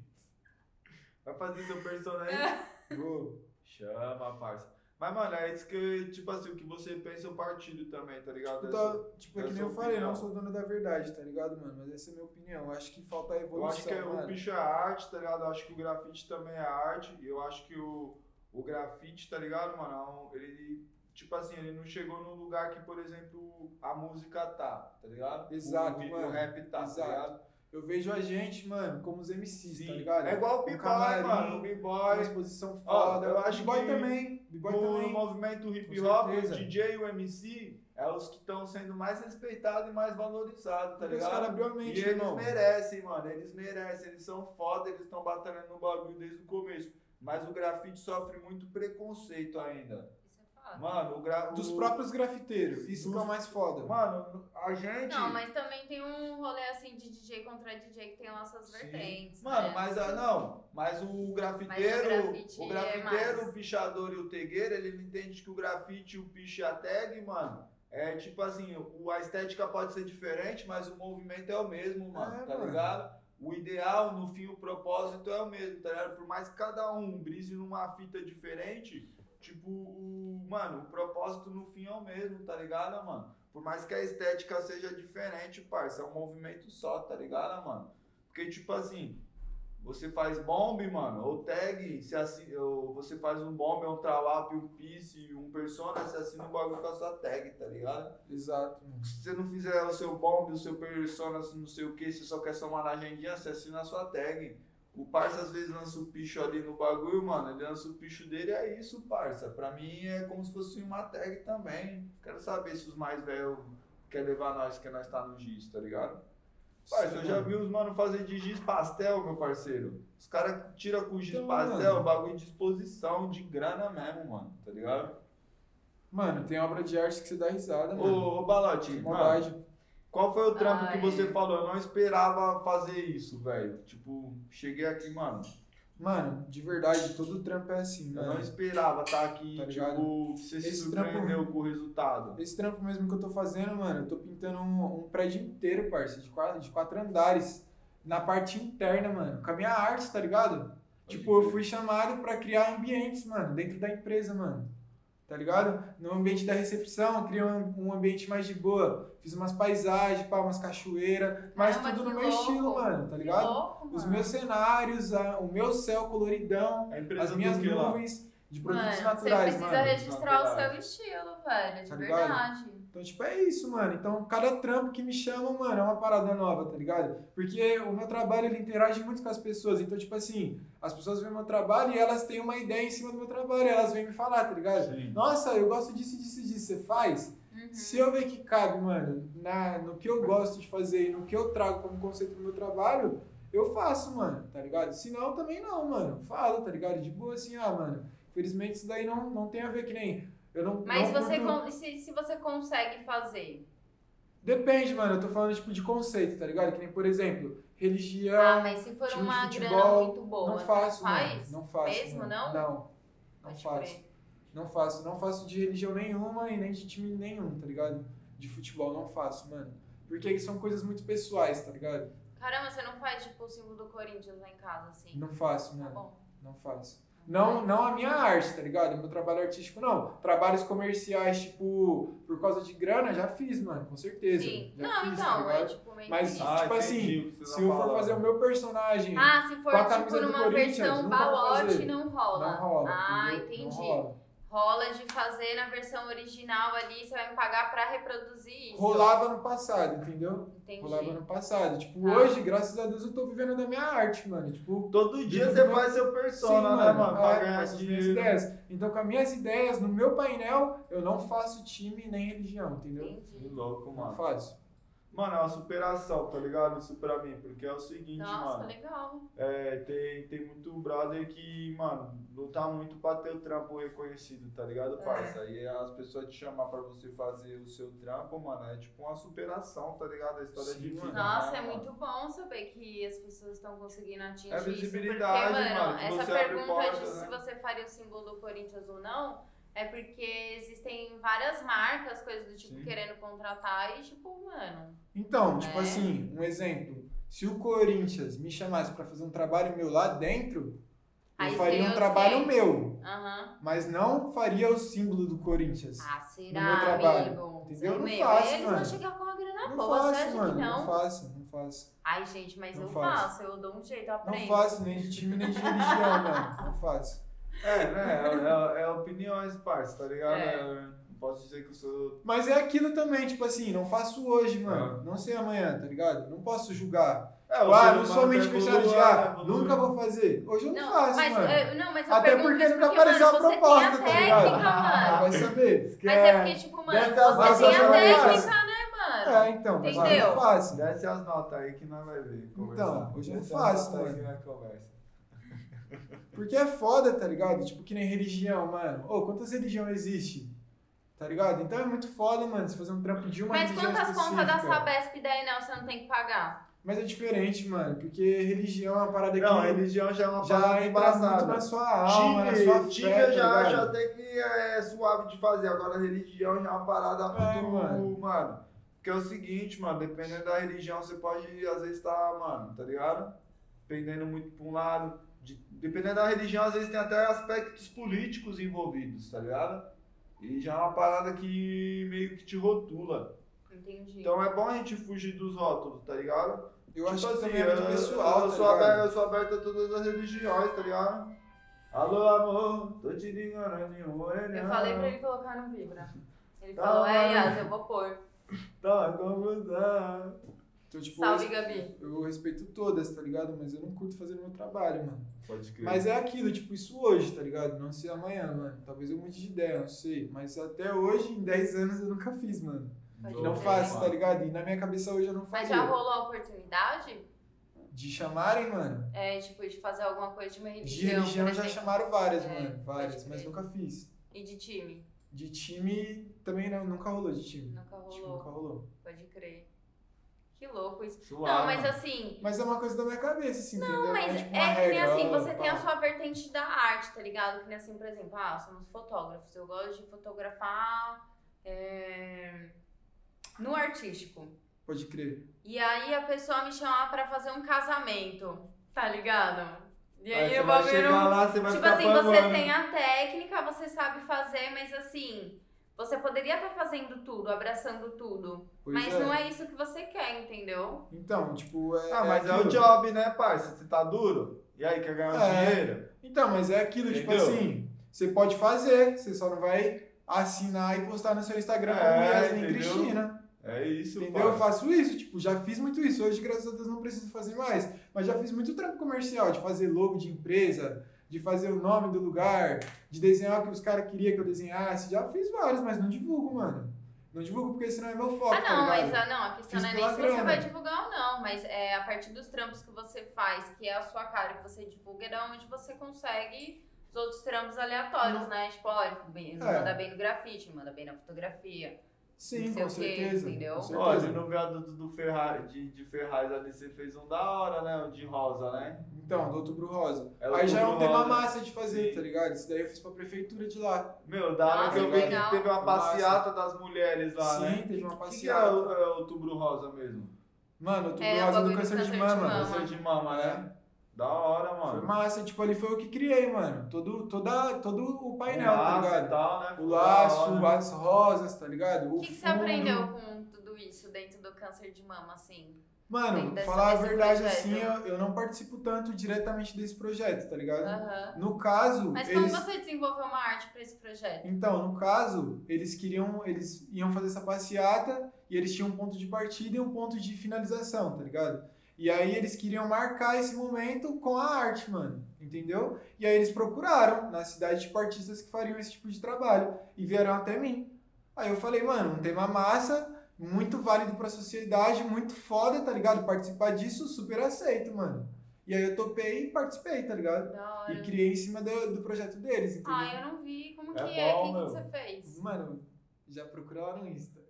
Vai fazer seu personagem? Vou. Chama, parça. Mas, mano, é isso que, tipo assim, o que você pensa, eu partilho também, tá ligado? Tipo, Essa- tá, tipo, é que essa nem eu falei, opinião. não sou dono da verdade, tá ligado, mano? Mas essa é a minha opinião. Eu acho que falta a Eu evolução, acho que é- o mano. bicho é arte, tá ligado? Eu acho que o grafite também é arte. E eu acho que o, o grafite, tá ligado, mano? é um- Ele, tipo assim, ele não chegou no lugar que, por exemplo, a música tá, tá ligado? Exato, o, o, mano. O rap tá, Exato. tá ligado? Eu vejo a gente, mano, como os M Cs, Sim. tá ligado? É igual o Um B-Boy, camarim, mano. O Uma B-Boy. exposição Ó, foda. eu acho B-Boy que também. B-Boy No, no também. movimento hip Com hop, o certeza. D J e o M C é os que estão sendo mais respeitados e mais valorizados, tá Porque os ligado? caras abriu a E mente, eles irmão. merecem, mano. Eles merecem, eles são foda, eles estão batalhando no bagulho desde o começo. Mas o grafite sofre muito preconceito ainda. Isso é fato. Mano, o gra... Dos o- próprios grafiteiros. Isso Dos- que é o mais foda. Mano, a gente. Não, mas também tem um rolê assim de D J contra D J que tem lá suas Sim. vertentes. Mano, né? mas ah, não, mas o grafiteiro, Mas o grafite o é grafiteiro, mais. o pichador e o tegueiro, ele não entende que o grafite, o piche e a tag, mano, é tipo assim, o, a estética pode ser diferente, mas o movimento é o mesmo, mano, É, tá mano. ligado? o ideal, no fim, o propósito é o mesmo, tá ligado? Por mais que cada um brise numa fita diferente, tipo, o, mano, o propósito no fim é o mesmo, tá ligado, mano? Por mais que a estética seja diferente, parça, é um movimento só, tá ligado, mano? Porque, tipo assim, você faz bomb, mano, ou tag, se assi- ou você faz um bomb, um trawap, um piece, um persona, você assina um bagulho com a sua tag, tá ligado? Exato, mano. Se você não fizer o seu bomb, o seu persona, não sei o que, você só quer somar na agendinha, você assina a sua tag. O parça às vezes lança o picho ali no bagulho, mano, ele lança o picho dele, é isso, parça. Pra mim é como se fosse uma tag também. Quero saber se os mais velhos querem levar nós, que nós tá no giz, tá ligado? Parça, eu já vi os mano fazer de giz pastel, meu parceiro. Os caras tiram com giz Então, pastel, mano. bagulho de exposição, de grana mesmo, mano, tá ligado? Mano, tem obra de arte que você dá risada, mano. Ô, ô Balote, Que mano, maldade. qual foi o trampo Ai. que você falou? Eu não esperava fazer isso, velho. Tipo, cheguei aqui, mano. Mano, de verdade, todo trampo é assim, Eu não mano. esperava estar aqui, Tá ligado? tipo, você se Esse surpreendeu com o resultado. Esse trampo mesmo que eu tô fazendo, mano, eu tô pintando um, um prédio inteiro, parça, de quatro, de quatro andares. Na parte interna, mano, com a minha arte, tá ligado? Tipo, eu fui chamado pra criar ambientes, mano, dentro da empresa, mano. Tá ligado? No ambiente da recepção, eu criei um, um ambiente mais de boa. Fiz umas paisagens, pá, umas cachoeiras, mas Caramba, tudo no que meu louco. estilo, mano, tá Que ligado? louco, Os mano. meus cenários, a- o meu céu coloridão, A empresa as do minhas que lá? nuvens de produtos Mano, naturais, você precisa mano. registrar o naturais. seu estilo, velho, de Tá ligado? verdade. Então, tipo, é isso, mano. Então, cada trampo que me chama, mano, é uma parada nova, tá ligado? Porque o meu trabalho, ele interage muito com as pessoas. Então, tipo assim, as pessoas veem meu trabalho e elas têm uma ideia em cima do meu trabalho. Elas vêm me falar, tá ligado? Sim. Nossa, eu gosto disso, disso, disso. Você faz? Uhum. Se eu ver que cabe, mano, na, no que eu gosto de fazer e no que eu trago como conceito do meu trabalho, eu faço, mano, tá ligado? Se não, também não, mano. Falo, tá ligado? De boa assim, ah, mano, infelizmente isso daí não, não tem a ver que nem... Eu não, Mas não você curto- con- se, se você consegue fazer. Depende, mano. Eu tô falando, tipo, de conceito, tá ligado? Que nem, por exemplo, religião... Ah, mas se for time de uma futebol, grana muito boa, não você faço, faz? mano. Não faço, Mesmo, mano. não? Não, não Pode faço. crer. Não faço. Não faço de religião nenhuma e nem de time nenhum, tá ligado? De futebol, não faço, mano. Porque são coisas muito pessoais, tá ligado? Caramba, você não faz, tipo, o símbolo do Corinthians lá em casa, assim? Não faço, Tá mano. bom. Não faço. Não, não a minha arte, tá ligado? Meu trabalho artístico, não. Trabalhos comerciais, tipo, por causa de grana, já fiz, mano, com certeza. Sim. Já não, fiz, então, tá é ligado? tipo meio Mas, que isso. Ah, tipo entendi assim, o que você se tá eu for falando. fazer o meu personagem Ah, se for, com a tipo, camisa do numa Corinthians, versão nunca vou balote, fazer. não rola. não rola, Ah, entendeu? entendi. Não rola. Rola de fazer na versão original ali, você vai me pagar pra reproduzir isso. Rolava no passado, entendeu? Entendi. Rolava no passado. Tipo, Tá. hoje, graças a Deus, eu tô vivendo da minha arte, mano. Tipo, Todo dia Sim, você mano. faz seu persona, né, mano? Pra É, ganhar faço as minhas dinheiro. ideias. Então, com as minhas ideias, no meu painel, eu não faço time nem religião, entendeu? Que Entendi. louco, Não mano. faço. Mano, é uma superação, tá ligado? Isso pra mim, porque é o seguinte, Nossa, mano. legal. É, tem, tem muito brother que, mano, luta muito pra ter o trampo reconhecido, tá ligado, É. parça? Aí as pessoas te chamar pra você fazer o seu trampo, mano, é tipo uma superação, tá ligado? A história Sim, de vida. mano. Nossa, né, é mano? muito bom saber que as pessoas estão conseguindo atingir É isso. visibilidade, porque, mano, mano, que essa você abre pergunta portas, de né? se você faria o símbolo do Corinthians ou não, é porque existem várias marcas, coisas do tipo, Sim. querendo contratar e, tipo, mano... Então, tipo É. assim, um exemplo. Se o Corinthians me chamasse pra fazer um trabalho meu lá dentro, Aí eu faria seria um os trabalho quê? meu. Aham. Mas não faria o símbolo do Corinthians. Ah, No será, meu trabalho, amigo? entendeu? Não Meu, faço, eles mano. vão chegar com uma grana Não boa, você faço, acha mano. que não? Não faço, não faço. Ai, gente, mas Não eu faço. faço, eu dou um jeito, eu Não aprendo. faço nem de time nem de religião, mano. Não faço. É, né? É, é, é opiniões, parça, tá ligado? É. É, não posso dizer que eu sou. Mas é aquilo também, tipo assim, não faço hoje, mano. Ah. Não sei amanhã, tá ligado? Não posso julgar. É, Tipo, o ser ah, não humano sou mente tá fechada de evoluindo, ah, evoluindo. nunca vou fazer. Hoje eu não, faço, mas, mano. eu- não, mas eu Até pergunto porque isso nunca porque, apareceu mano, a você proposta, tem a tá ligado? técnica, Ah, mano. vai saber. Mas é porque, tipo, mano, Desce as você tem notas a aí, técnica, né, mano? É, então, mas hoje eu Entendeu? não faço. Desce as notas aí que nós vai ver. conversar. Então, hoje eu não Desce as faço, notas aí mano. que nós conversa. Porque é foda, tá ligado? Tipo, que nem religião, mano. Ô, quantas religiões existe? Tá ligado? Então é muito foda, mano, você fazer um trampo de uma Mas religião quantas contas da específica. Sabesp daí não, você não tem que pagar? Mas é diferente, mano, porque religião é uma parada Não, a que religião já é uma já parada entra muito embaçada. na sua alma, na Time, sua time fé, eu já tá acho ligado? até que é suave de fazer. Agora, religião já é uma parada É, muito. mano. Mano. Porque é o seguinte, mano, dependendo da religião, você pode, às vezes, estar, mano, tá ligado? Pendendo muito pra um lado. De, dependendo da religião, às vezes tem até aspectos políticos envolvidos, tá ligado? E já é uma parada que meio que te rotula. Entendi. Então é bom a gente fugir dos rótulos, tá ligado? Eu Tipo acho que assim, também é muito eu, pessoal, eu, tá sou ligado? aberto, eu sou aberto a todas as religiões, tá ligado? Alô, amor, tô te ligando, nenhum Eu falei pra ele colocar no Vibra. Ele Tá, falou, é, mano. Yas, eu vou pôr. Tá, como tá? Então, tipo, Salve, eu, Gabi. eu respeito todas, tá ligado? Mas eu não curto fazer o meu trabalho, mano. Pode crer. Mas é aquilo, tipo, isso hoje, tá ligado? Não sei amanhã, mano. Talvez eu mude de ideia, não sei. Mas até hoje, em dez anos, eu nunca fiz, mano. Pode E não crer. faço, tá ligado? E na minha cabeça hoje eu não Mas faria. já rolou a oportunidade? De chamarem, mano? É, tipo, de fazer alguma coisa de uma De religião, religião por já exemplo. chamaram várias, É, mano. Várias, pode mas crer. nunca fiz. E de time? De time também não, nunca rolou de time. Nunca Tipo, rolou. nunca rolou. Pode crer. Que louco isso. Suave, Não, mas mano. assim... Mas é uma coisa da minha cabeça, assim, Não, entendeu? mas é, é tipo que uma nem regra, assim, ó, você tem a pá. sua vertente da arte, tá ligado? Que nem assim, por exemplo, ah, somos fotógrafos. Eu gosto de fotografar é, no artístico. Pode crer. E aí a pessoa me chama pra fazer um casamento, tá ligado? E aí, Aí você o vai bagulho chegar não... lá, você vai Tipo ficar assim, você pagando. tem a técnica, você sabe fazer, mas assim, você poderia estar fazendo tudo, abraçando tudo. Pois mas é. não é isso que você quer, entendeu? Então, tipo, é. Ah, mas é, o aquilo. job, né, parça? Você tá duro? E aí, quer ganhar um É. dinheiro? Então, mas é aquilo, tipo Entendeu? assim, você pode fazer, você só não vai assinar e postar no seu Instagram como É, Yasmin entendeu? Cristina. É isso, Entendeu? Eu parça. faço isso, tipo, já fiz muito isso. Hoje, graças a Deus, não preciso fazer mais. Mas já fiz muito trampo comercial, de fazer logo de empresa, de fazer o nome do lugar, de desenhar o que os caras queriam que eu desenhasse. Já fiz vários, mas não divulgo, mano. Não divulgo porque senão é meu foco, Ah, não, tá mas ligado? ah, não, a questão Fiz não é pela nem se você grana. vai divulgar ou não, mas é a partir dos trampos que você faz, que é a sua cara, que você divulga, é da onde você consegue os outros trampos aleatórios, né? Tipo, olha, bem- É. manda bem no grafite, manda bem na fotografia. Sim, não sei com o quê, certeza. entendeu? Com Olha, certeza. no viaduto do Ferrari, de, de Ferraz ali, você fez um da hora, né? Um de rosa, né? Então, do Outubro Rosa. É o Aí já é um Outubro tema Rosa. massa de fazer, Sim. tá ligado? Isso daí eu fiz pra prefeitura de lá. Meu, da hora Nossa, que eu vi legal. que teve uma Massa. passeata das mulheres lá, Sim, né? teve uma O que, que é passeata. o é, Outubro Rosa mesmo? Mano, Outubro É, o Rosa bagulho do do câncer de câncer de mama. mama. Câncer de mama, né? Da hora, Foi mano. massa, tipo, ali foi eu que criei, mano. Todo, toda, todo o painel, O tá laço ligado? e tal, né? O Ficou da laço, hora. as rosas, tá ligado? O que, que você fundo. aprendeu com tudo isso dentro do câncer de mama, assim? Mano, dentro dessa- falar a desse verdade projeto? assim, eu, eu não participo tanto diretamente desse projeto, tá ligado? Aham. No caso, Mas eles... como você desenvolveu uma arte pra esse projeto? Então, no caso, eles queriam, eles iam fazer essa passeata e eles tinham um ponto de partida e um ponto de finalização, tá ligado? E aí eles queriam marcar esse momento com a arte, mano, entendeu? E aí eles procuraram na cidade tipo artistas que fariam esse tipo de trabalho e vieram até mim. Aí eu falei, mano, um tema massa, muito válido pra sociedade, muito foda, tá ligado? Participar disso, super aceito, mano. E aí eu topei e participei, tá ligado? Da hora. E criei em cima do, do projeto deles, entendeu? Ah, eu não vi. Como que É é? bom, O que, que meu. você fez? Mano, já procura lá no Insta.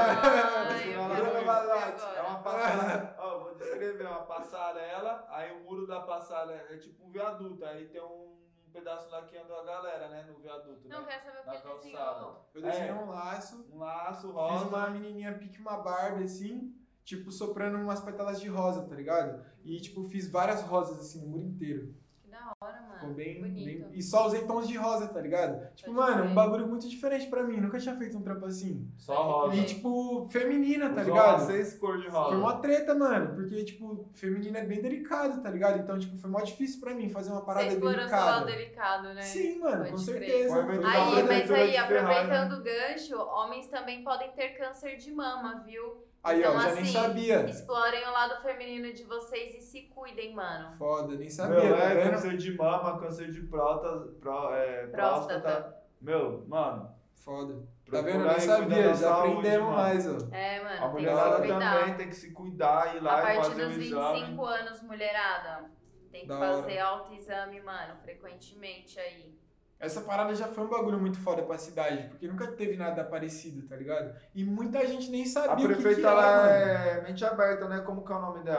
Ah, Mas eu uma quero Bruna ver Valente, agora. é uma passarela. Ó, vou descrever uma passarela, aí o muro da passarela é tipo um viaduto, aí tem um pedaço lá que anda a galera, né, no viaduto, Não, né? quero saber o Na que ele calçada. desenhou. Eu desenhei É. um laço, Um laço fiz rosa. uma menininha pique uma Barbie, assim, tipo, soprando umas pétalas de rosa, tá ligado? E, tipo, fiz várias rosas, assim, no muro inteiro. Que da hora, mano. Ficou bem, Bonito. bem... E só usei tons de rosa, tá ligado? Tipo, Pode mano, crer. um bagulho muito diferente pra mim. Nunca tinha feito um trampo assim. Só rosa. E, tipo, feminina, tá Usou ligado? umas seis cores de Foi rosa. uma treta, mano, porque, tipo, feminina é bem delicado, tá ligado? Então, tipo, foi mó difícil pra mim fazer uma Você parada explorou seu lado delicada. delicado, né? Sim, mano, Pode com crer. certeza. Foi Foi muito uma da hora. Aí, parada- mas Prefeitura aí, de Ferrari, aproveitando o gancho, homens também podem ter câncer de mama, viu? Aí, Então, ó, já assim, nem sabia. Explorem o lado feminino de vocês e se cuidem, mano. Foda, nem sabia, Meu, tá é vendo? câncer de mama, câncer de próstata, pró, é, Próstata. próstata. Meu, mano, Foda. Tá procura vendo? Eu nem aí cuidar sabia, da já saúde, aprendemos mano. mais, ó. É, A mano, tem que mulherada se cuidar. também tem que se cuidar, ir A lá e partir fazer o dos vinte e exame. cinco anos, mulherada, tem que Da fazer autoexame, mano, frequentemente aí. Essa parada já foi um bagulho muito foda pra cidade, porque nunca teve nada parecido, tá ligado? E muita gente nem A sabia o que, que prefeita, era, ela mano. é mente aberta, né? Como que é o nome dela?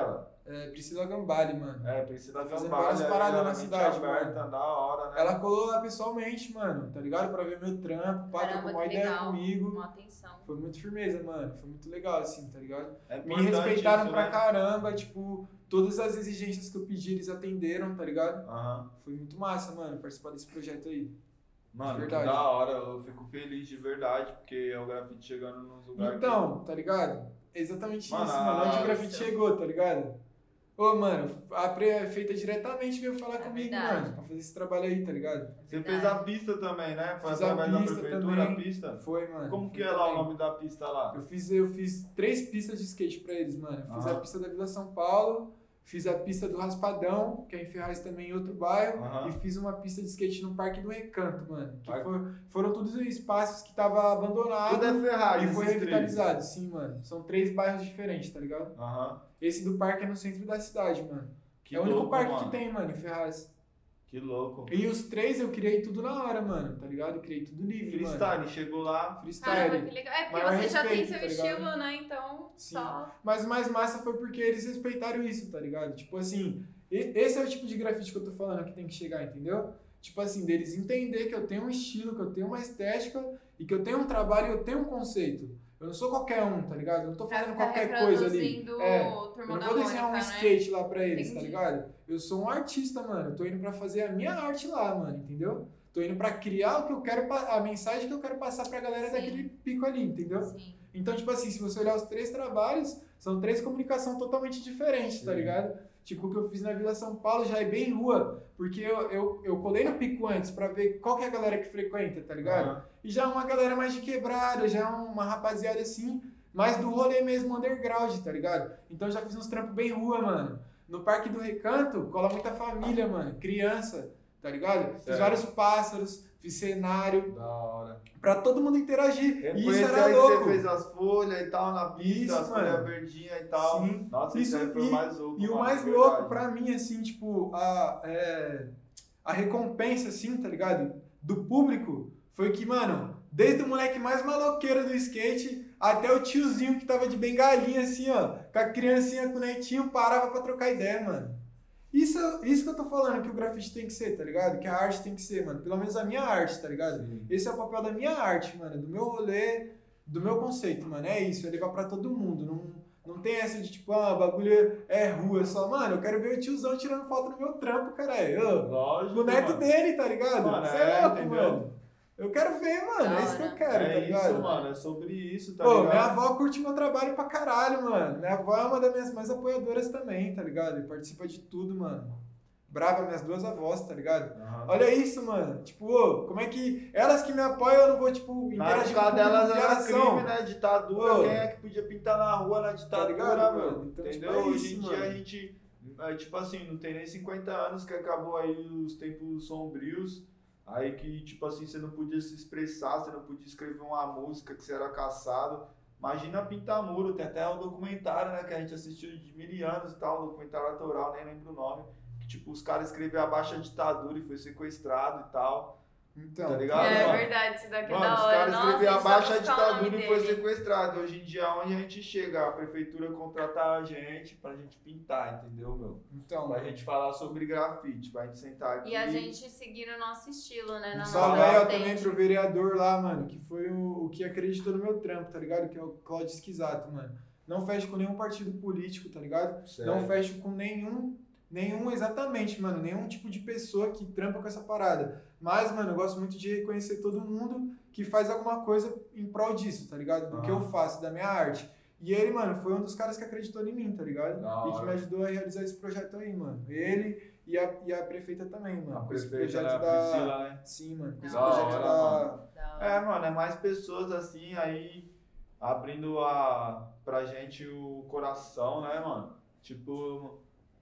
é, Priscila Gambale, mano. É, Priscila Fazendo Gambale, várias paradas ela na mente cidade, aberta, mano. da hora, né? Ela colou lá pessoalmente, mano, tá ligado? Pra ver meu trampo, pá, Caramba, trocou uma que ideia legal. comigo. Uma atenção. Foi muito firmeza, mano. Foi muito legal, assim, tá ligado? É Me importante respeitaram isso, pra né? caramba, tipo, todas as exigências que eu pedi, eles atenderam, tá ligado? Aham. Foi muito massa, mano, participar desse projeto aí. Mano, que verdade. da hora, eu fico feliz de verdade, porque é o grafite chegando nos lugares. Então, tá ligado? É exatamente Mano, isso, mano. Onde é o grafite isso. chegou, tá ligado? Ô, mano, a prefeita diretamente veio falar É comigo, verdade. mano, pra fazer esse trabalho aí, tá ligado? Você fez a pista também, né? Foi Fiz a através da pista prefeitura, também. a pista? Foi, mano. Como que Foi é lá o também. nome da pista lá? Eu fiz, eu fiz três pistas de skate pra eles, mano. Eu fiz Aham. a pista da Vila São Paulo, fiz a pista do Raspadão, que é em Ferraz também, em outro bairro, Aham. e fiz uma pista de skate no Parque do Recanto, mano. Que Parque- for- foram todos os espaços que tava abandonado Tudo é Ferrari, e foi esses três. revitalizado, sim, mano. São três bairros diferentes, tá ligado? Aham. Esse do parque é no centro da cidade, mano. Que é o único louco, parque mano. que tem, mano, em Ferraz. Que louco. E os três eu criei tudo na hora, mano, tá ligado? Eu criei tudo livre, mano. Freestyle, chegou lá. Caramba, Freestyle. que legal. É porque Maior você já tem respeito, seu tá ligado? estilo, né? Então, Sim. só. Mas o mais massa foi porque eles respeitaram isso, tá ligado? Tipo assim, e- esse é o tipo de grafite que eu tô falando que tem que chegar, entendeu? Tipo assim, deles entender que eu tenho um estilo, que eu tenho uma estética e que eu tenho um trabalho e eu tenho um conceito. Eu não sou qualquer um, tá ligado? Eu não tô Pra fazendo ficar qualquer coisa ali. reproduzindo É, o eu Turma não da vou desenhar um Mônica, né? skate lá pra eles, tá Entendi. ligado? Eu sou um artista, mano. Eu tô indo pra fazer a minha arte lá, mano, entendeu? Tô indo pra criar o que eu quero, pa- a mensagem que eu quero passar pra galera Sim. daquele pico ali, entendeu? Sim. Então, tipo assim, se você olhar os três trabalhos, são três comunicações totalmente diferentes, tá Sim. ligado? Tipo, o que eu fiz na Vila São Paulo já é bem rua, porque eu, eu, eu colei no pico antes pra ver qual que é a galera que frequenta, tá ligado? Aham. E já é uma galera mais de quebrada, já é uma rapaziada assim, mais do rolê mesmo underground, tá ligado? Então já fiz uns trampos bem rua, mano. No Parque do Recanto, cola muita família, mano, criança, tá ligado? Fiz Certo. vários pássaros, fiz cenário, Da hora. pra todo mundo interagir. É E por isso esse era aí louco. que você fez as folhas e tal na pista, Isso, as mano. folhas verdinhas e tal. Sim. Nossa, Isso, isso aí foi e- o mais louco. E o mano, mais de louco verdade. pra mim, assim, tipo, a, é, a recompensa, assim, tá ligado? Do público foi que, mano, desde o moleque mais maloqueiro do skate até o tiozinho que tava de bengalinha, assim, ó, com a criancinha, com o netinho, parava pra trocar ideia, mano. Isso, isso que eu tô falando que o grafite tem que ser, tá ligado? Que a arte tem que ser, mano. Pelo menos a minha arte, tá ligado? Sim. Esse é o papel da minha arte, mano, do meu rolê, do meu conceito, mano. É isso, é levar pra todo mundo. Não, não tem essa de tipo, ah, o bagulho é rua, só, mano, eu quero ver o tiozão tirando foto no meu trampo, caralho. Lógico. O neto mano. dele, tá ligado? Mano, Você é, é louco, entendeu? mano. Eu quero ver, mano. Da É isso que eu hora. quero, tá É ligado? isso, mano. É sobre isso, tá Pô, ligado? minha avó curte meu trabalho pra caralho, mano. Minha avó é uma das minhas mais apoiadoras também, tá ligado? E participa de tudo, mano. Brava, minhas duas avós, tá ligado? Aham. Olha isso, mano. Tipo, ô, como é que. Elas que me apoiam, eu não vou, tipo, Na interagir época com delas o público era de ação. crime, né? Ditadura. Ô. Quem é que podia pintar na rua na ditadura, ligado, meu? mano? Então, tipo, Entendeu? é Hoje isso, em dia mano. a gente. É, tipo assim, não tem nem cinquenta anos que acabou aí os tempos sombrios. Aí que, tipo assim, você não podia se expressar, você não podia escrever uma música, que você era caçado. Imagina pintar muro, tem até um documentário, né, que a gente assistiu de mil anos e tal, um documentário autoral, nem lembro o nome. Que, tipo, os caras escreveram abaixo a ditadura e foi sequestrado e tal. Então. Tá ligado? É mano? verdade, isso daqui é Mano, da os hora. caras Nossa, escreveram gente, abaixo a só buscar o nome ditadura e foi dele. sequestrado. Hoje em dia, onde a gente chega, a prefeitura contrata a gente pra gente pintar, entendeu, meu? Então, Pra gente falar sobre grafite, pra gente sentar aqui. E a gente seguir o nosso estilo, né? um Na salve nossa aí, ó, vertente. também pro vereador lá, mano, que foi o, o que acreditou no meu trampo, tá ligado? Que é o Claudio Esquisato, mano. Não fecho com nenhum partido político, tá ligado? Certo. Não fecho com nenhum, nenhum exatamente, mano, nenhum tipo de pessoa que trampa com essa parada. Mas, mano, eu gosto muito de reconhecer todo mundo que faz alguma coisa em prol disso, tá ligado? Do que eu Aham. faço, da minha arte. E ele, mano, foi um dos caras que acreditou em mim, tá ligado? Da E que hora. me ajudou a realizar esse projeto aí, mano. Ele e a, e a prefeita também, mano. A Com esse prefeita, projeto né, a Priscila, né? Sim, mano. Com esse Da projeto hora, da... mano. Da hora. É, mano, é mais pessoas assim aí abrindo a, pra gente o coração, né, mano? Tipo,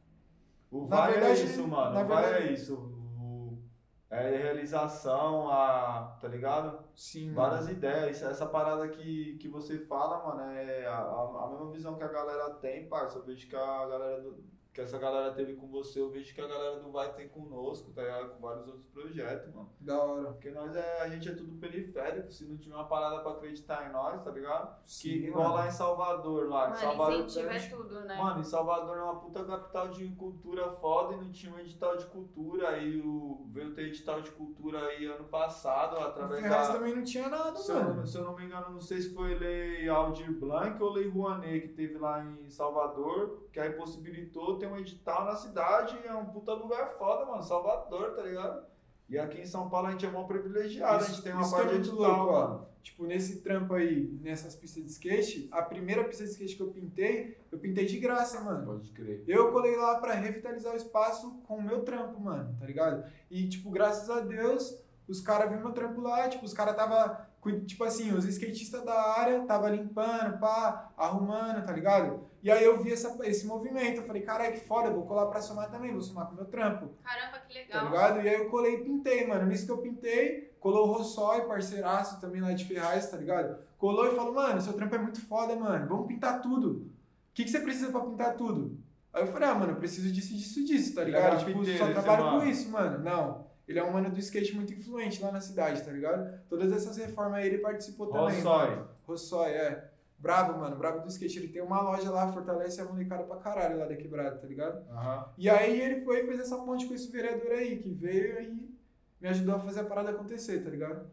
o Na vai verdade- é isso, mano. na O vai verdade- é isso. O, é realização, a, tá ligado? Sim, mano. Várias ideias. Essa, essa parada que, que você fala, mano, é a, a, a mesma visão que a galera tem, parça. Eu vejo que a galera do, que essa galera teve com você, eu vejo que a galera do Vai tem conosco, tá ligado? Com vários outros projetos, mano. Da hora. Porque nós é, a gente é tudo periférico, se não tiver uma parada pra acreditar em nós, tá ligado? Sim, que igual mano. lá em Salvador, lá. Mano, em Salvador, incentivo a é gente- tudo, né? Mano, em Salvador é uma puta capital de cultura foda e não tinha um edital de cultura. Aí o, veio ter edital de cultura aí ano passado, O através Ferraz da. também não tinha nada, Se eu, mano. não, se eu não me engano, não sei se foi Lei Aldir Blanc ou Lei Rouanet que teve lá em Salvador, que aí possibilitou ter um edital na cidade e é um puta lugar foda, mano. Salvador, tá ligado? E aqui em São Paulo a gente é mó privilegiado, a gente tem uma isso parte que é de muito edital, louco, mano. ó. Tipo, nesse trampo aí, nessas pistas de skate, a primeira pista de skate que eu pintei, eu pintei de graça, mano. Pode crer. Eu colei lá pra revitalizar o espaço com o meu trampo, mano, tá ligado? E, tipo, graças a Deus, os caras viram meu trampo lá, tipo, os caras tava, cu- tipo assim, os skatistas da área tava limpando, pá, arrumando, tá ligado? E aí eu vi essa, esse movimento, eu falei, caralho, que foda, eu vou colar pra somar também, vou somar com o meu trampo. Caramba, que Tá legal. ligado? E aí eu colei e pintei, mano. Nisso que eu pintei, colou o Rossói, parceiraço também lá de Ferraz, tá ligado? Colou e falou, mano, seu trampo é muito foda, mano. Vamos pintar tudo. O que, que você precisa pra pintar tudo? Aí eu falei, ah, mano, eu preciso disso, disso, disso, tá Ele ligado? é Tipo, grafiteiro, só esse trabalho com mano. isso, mano. Não. Ele é um mano do skate muito influente lá na cidade, tá ligado? Todas essas reformas aí ele participou também. Rossói. mano. Rossói, é. Brabo, mano. Brabo do skate. Ele tem uma loja lá, fortalece a molecada pra caralho lá da quebrada, tá ligado? Aham. E aí ele foi e fez essa ponte com esse vereador aí, que veio e me ajudou a fazer a parada acontecer, tá ligado?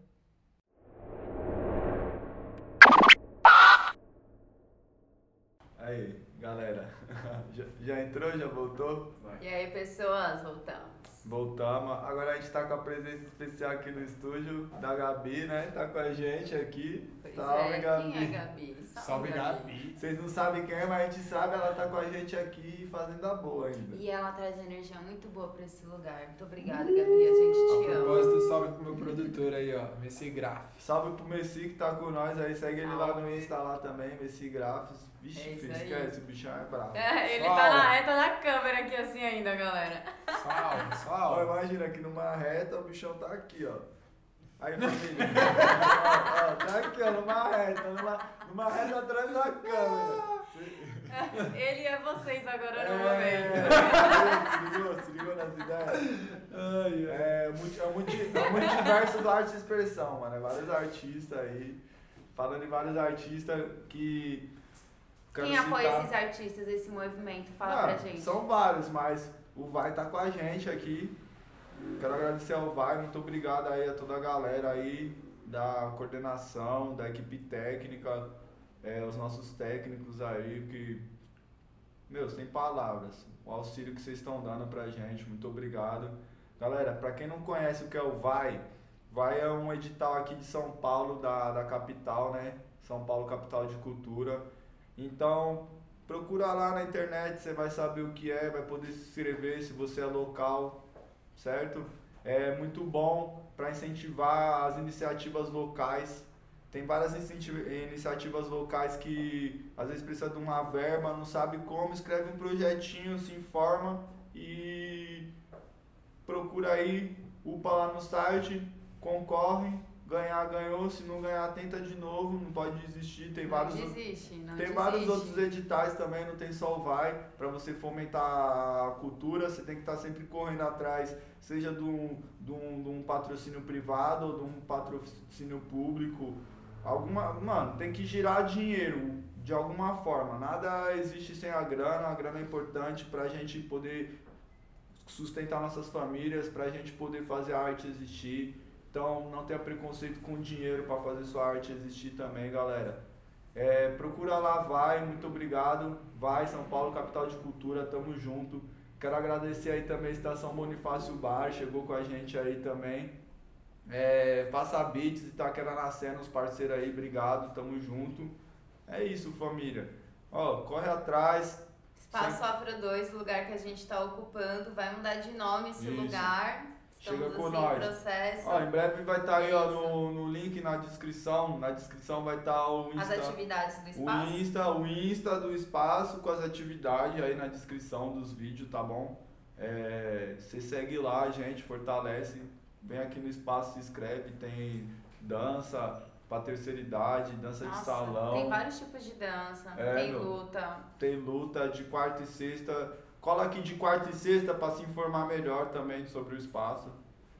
Aí, galera. Já, já entrou? Já voltou? E aí, pessoas, voltamos. Voltamos. Agora a gente tá com a presença especial aqui no estúdio da Gabi, né? Tá com a gente aqui. Pois Salve, é, Gabi. quem é Gabi? Salve, Gabi. Vocês não sabem quem é, mas a gente sabe, ela tá com a gente aqui fazendo a boa ainda. E ela traz energia muito boa pra esse lugar. Muito obrigada, Gabi. A gente te A ama. propósito, salve pro meu produtor aí, ó, Messi Graf. Salve pro Messi que tá com nós aí, segue ele lá no Salve. Insta lá também, Messi Grafos. Vixe, É isso filho, aí. esquece, o bichão é bravo. É, ele Salve. tá na, é, tá na câmera aqui assim ainda, galera. Salve, Ó, salve. imagina aqui numa reta, o bichão tá aqui, ó. Aí, família. ó, ó, tá aqui, ó, numa reta, numa, numa reta atrás da câmera. Ele é vocês agora no É, momento. se ligou, se ligou nas ideias? Ai, ai. É, multi- é, o multi- é o multiverso da arte e expressão, mano. É vários artistas aí. Falando em vários artistas que. quero Quem apoia citar- esses artistas, esse movimento? Fala Ah, pra gente. São vários, mas o Vai tá com a gente aqui. Quero agradecer ao Vai, muito obrigado aí a toda a galera aí da coordenação, da equipe técnica, é, os nossos técnicos aí, que, meu, sem palavras, o auxílio que vocês estão dando pra gente, muito obrigado. Galera, pra quem não conhece o que é o Vai, Vai é um edital aqui de São Paulo, da, da capital, né? São Paulo, capital de cultura. Então, procura lá na internet, você vai saber o que é, vai poder se inscrever se você é local, certo? É muito bom para incentivar as iniciativas locais. Tem várias incenti- iniciativas locais que às vezes precisa de uma verba, não sabe como, escreve um projetinho, se informa e procura aí, upa lá no site, concorre, ganhar, ganhou, se não ganhar, tenta de novo, não pode desistir, tem Não vários desiste, não tem desiste. vários outros editais também, não tem só o Vai, para você fomentar a cultura, você tem que estar sempre correndo atrás, seja de um, de um, de um patrocínio privado ou de um patrocínio público. Alguma, mano, tem que girar dinheiro de alguma forma. Nada existe sem a grana, a grana é importante para a gente poder sustentar nossas famílias, para a gente poder fazer a arte existir. Então não tenha preconceito com dinheiro para fazer sua arte existir também, galera. É, procura lá, Vai, muito obrigado. Vai, São Paulo, capital de cultura, tamo junto. Quero agradecer aí também a Estação Bonifácio Bar, chegou com a gente aí também. É, Passa Beats, Itaquera Nascendo, os parceiros aí, obrigado, tamo junto. É isso, família. Ó, corre atrás. Espaço Afro dois, lugar que a gente tá ocupando, vai mudar de nome esse Isso. lugar. Estamos Chega com assim, nós. em processo. Ó, em breve vai estar aí ó, Isso. no, no link na descrição. Na descrição vai estar o As Insta. atividades do O espaço. Insta, o Insta do espaço com as atividades aí na descrição dos vídeos, tá bom? É, você segue lá, gente, fortalece. Vem aqui no espaço, se inscreve. Tem dança pra terceira idade, dança de Nossa, salão. tem vários tipos de dança, É, tem meu. luta. Tem luta de quarta e sexta. Cola aqui de quarta e sexta pra se informar melhor também sobre o espaço.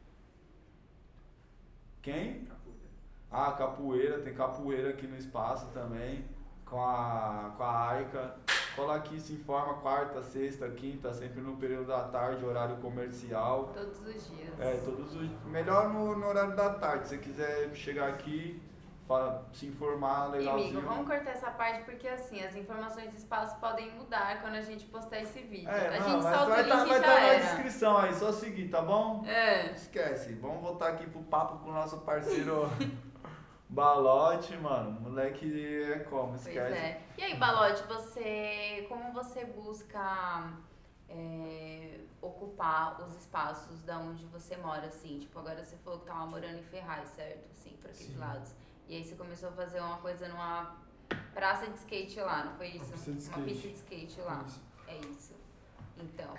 Quem? Ah, capoeira, tem capoeira aqui no espaço também, com a, com a Aika. Cola aqui, se informa quarta, sexta, quinta, sempre no período da tarde, horário comercial. Todos os dias. É, todos os melhor no, no horário da tarde. Se você quiser chegar aqui, fala, se informar, E legalzinho. amigo, vamos cortar essa parte porque assim, as informações do espaço podem mudar quando a gente postar esse vídeo. É, a não, gente mas solta vai o link tá, e vai já estar na era. descrição aí, só seguir, tá bom? É. Esquece, vamos voltar aqui pro papo com o nosso parceiro Balote, mano. Moleque é como, Pois esquece. é. E aí, Balote, você, como você busca é, ocupar os espaços da onde você mora, assim? Tipo, agora você falou que tava morando em Ferraz, certo? Assim, por aqueles Sim. lados. E aí você começou a fazer uma coisa numa praça de skate lá, não foi isso? Uma pista de Uma skate. pista de skate lá. Isso. É isso. Então.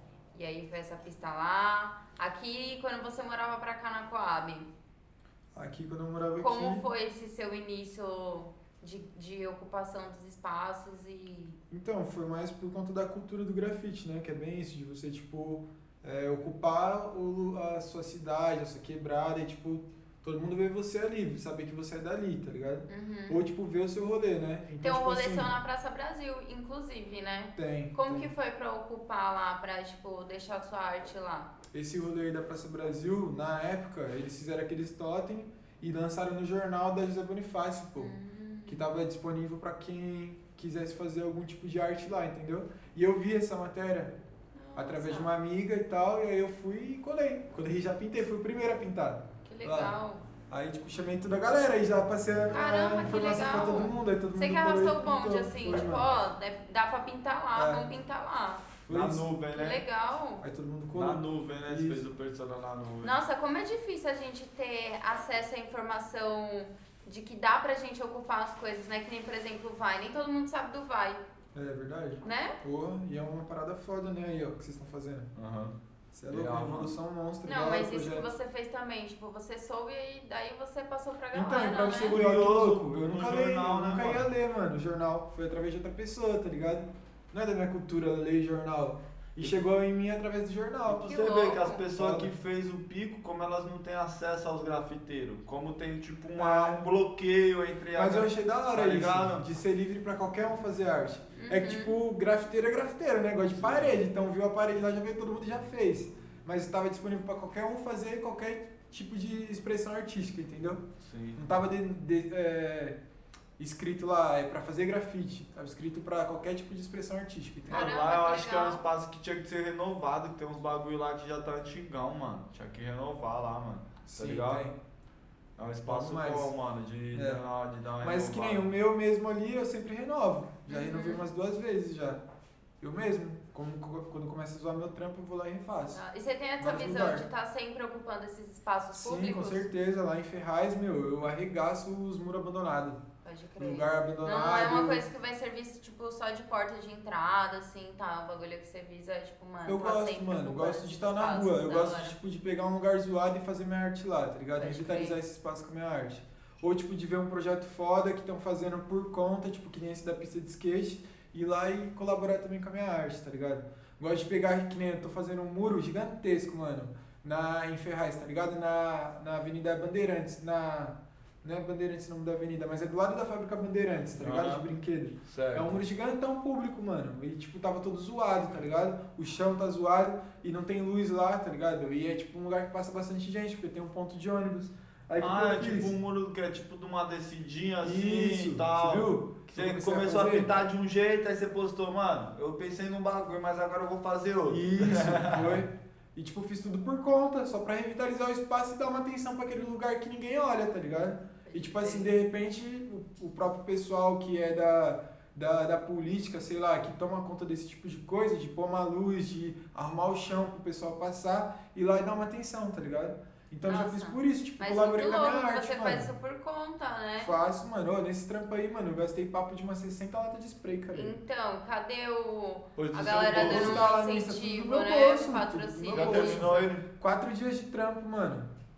E aí foi essa pista lá. Aqui, quando você morava pra cá na Coab, Aqui, quando eu morava como aqui... foi esse seu início de, de ocupação dos espaços e... Então, foi mais por conta da cultura do grafite, né? Que é bem isso, de você, tipo, é, ocupar o, a sua cidade, a sua quebrada e, tipo, todo mundo vê você ali, saber que você é dali, tá ligado? Uhum. Ou, tipo, ver o seu rolê, né? Então, Tem um tipo rolê assim, seu na Praça Brasil, inclusive, né? Tem. Como tem. que foi pra ocupar lá, pra, tipo, deixar sua arte lá? Esse rolê aí da Praça Brasil, na época, eles fizeram aqueles totem e lançaram no jornal da José Bonifácio, pô. Uhum. Que tava disponível pra quem quisesse fazer algum tipo de arte lá, entendeu? E eu vi essa matéria Nossa, através de uma amiga e tal, e aí eu fui e colei. Colei e já pintei, fui o primeiro a pintar. que legal. Aí, tipo, chamei toda a galera e já passei a Caramba, a que informação pra legal. todo mundo. Aí todo Você mundo que arrastou colou o e bonde, pintou. assim, Foi, tipo, mano. ó, dá pra pintar lá, É. vamos pintar lá. Foi Na isso. nuvem, Que né? legal. Aí todo mundo Na colou. nuvem, né? Você Isso. fez o personal na nuvem. Nossa, como é difícil a gente ter acesso à informação de que dá pra gente ocupar as coisas, né? Que nem, por exemplo, o Vai. Nem todo mundo sabe do Vai, É verdade. né? Porra, e é uma parada foda, né? Aí, ó, o que vocês estão fazendo. Aham. Você é louco, Legal, uma evolução monstra. Não, da hora mas o isso que projeto. você fez também, tipo, você soube e daí você passou pra Então, galera, e pra você né? ver, ó, que louco, eu No nunca, jornal, leio, eu né, nunca mano? ia ler, mano, o jornal. Foi através de outra pessoa, tá ligado? Não é da minha cultura ler jornal. E chegou em mim através do jornal. Pra Que você ver que as louco. pessoas que fez o pico, como elas não têm acesso aos grafiteiros, como tem tipo uma, um bloqueio entre a... Mas eu achei da hora Tá isso, ligado? de ser livre pra qualquer um fazer arte. É que, Uhum. tipo, grafiteiro é grafiteiro, né? Gosta de parede. Então viu a parede lá, já veio todo mundo e já fez. Mas estava disponível pra qualquer um fazer qualquer tipo de expressão artística, entendeu? Sim. Não tava de, de- é, escrito lá, é pra fazer grafite. Tava escrito pra qualquer tipo de expressão artística, entendeu? Mano, Caramba, lá eu que acho que é um legal. espaço que tinha que ser renovado, que tem uns bagulho lá que já tá antigão, mano. Tinha que renovar lá, mano. Sim, ligado? tem. É um espaço Vamos mais. bom, mano, de, É. de, dar- de dar uma Mas que nem renovada. o meu mesmo ali, eu sempre renovo. Já Uhum. renovei umas duas vezes já. Eu mesmo. Como, quando começa a zoar meu trampo, eu vou lá e refaço. Ah, E você tem essa Vários visão lugar. de estar sempre ocupando esses espaços Sim, públicos? com certeza. Lá em Ferraz, meu, eu arregaço os muros abandonados. Pode crer. Lugar abandonado. Não é uma coisa que vai ser vista, tipo, só de porta de entrada, assim, tá? O bagulho que você visa é, tipo, mano, Eu tá gosto, sempre mano. Eu ocupando gosto de esses estar na espaços, rua. Eu da gosto hora. de, tipo, de pegar um lugar zoado e fazer minha arte lá, tá ligado? Pode Revitalizar crer. esse espaço com a minha arte. Ou, tipo, de ver um projeto foda que estão fazendo por conta, tipo, que nem esse da pista de skate, ir lá e colaborar também com a minha arte, tá ligado? Gosto de pegar, que nem eu tô fazendo um muro gigantesco, mano, na, em Ferraz, tá ligado? Na, na Avenida Bandeirantes, na... Não é Bandeirantes o nome da avenida, mas é do lado da fábrica Bandeirantes, tá ligado? Aham. De brinquedo. Certo. É um muro gigantão público, mano. E, tipo, tava todo zoado, tá ligado? O chão tá zoado e não tem luz lá, tá ligado? E é, tipo, um lugar que passa bastante gente, porque tem um ponto de ônibus. Aí, o que Ah, que é eu tipo fiz? um muro que é tipo de uma descidinha assim Isso, e tal. você viu? Você Eu comecei começou a, fazer. pintar de um jeito, aí você postou, mano, eu pensei num bagulho, mas agora eu vou fazer outro. Isso, foi. E, tipo, fiz tudo por conta, só pra revitalizar o espaço e dar uma atenção pra aquele lugar que ninguém olha, tá ligado? E, tipo assim, de repente, o, o próprio pessoal que é da, da, da política, sei lá, que toma conta desse tipo de coisa, de pôr uma luz, de arrumar o chão pro pessoal passar, ir lá e dar uma atenção, tá ligado? Então eu já Nossa, fiz por isso, tipo, Mas colaborei muito com a louco minha que arte, você mano. faz isso por conta, né? Faço, mano. Ô, nesse trampo aí, mano, eu gastei papo de umas sessenta latas de spray, cara. Então, cadê o... Pois do A seu galera bolso. dando Tá lá um no Insta, incentivo, tudo no meu né? bolso, Patrocínio. tudo no Já meu bolso. terminou ele? Quatro dias de trampo, mano.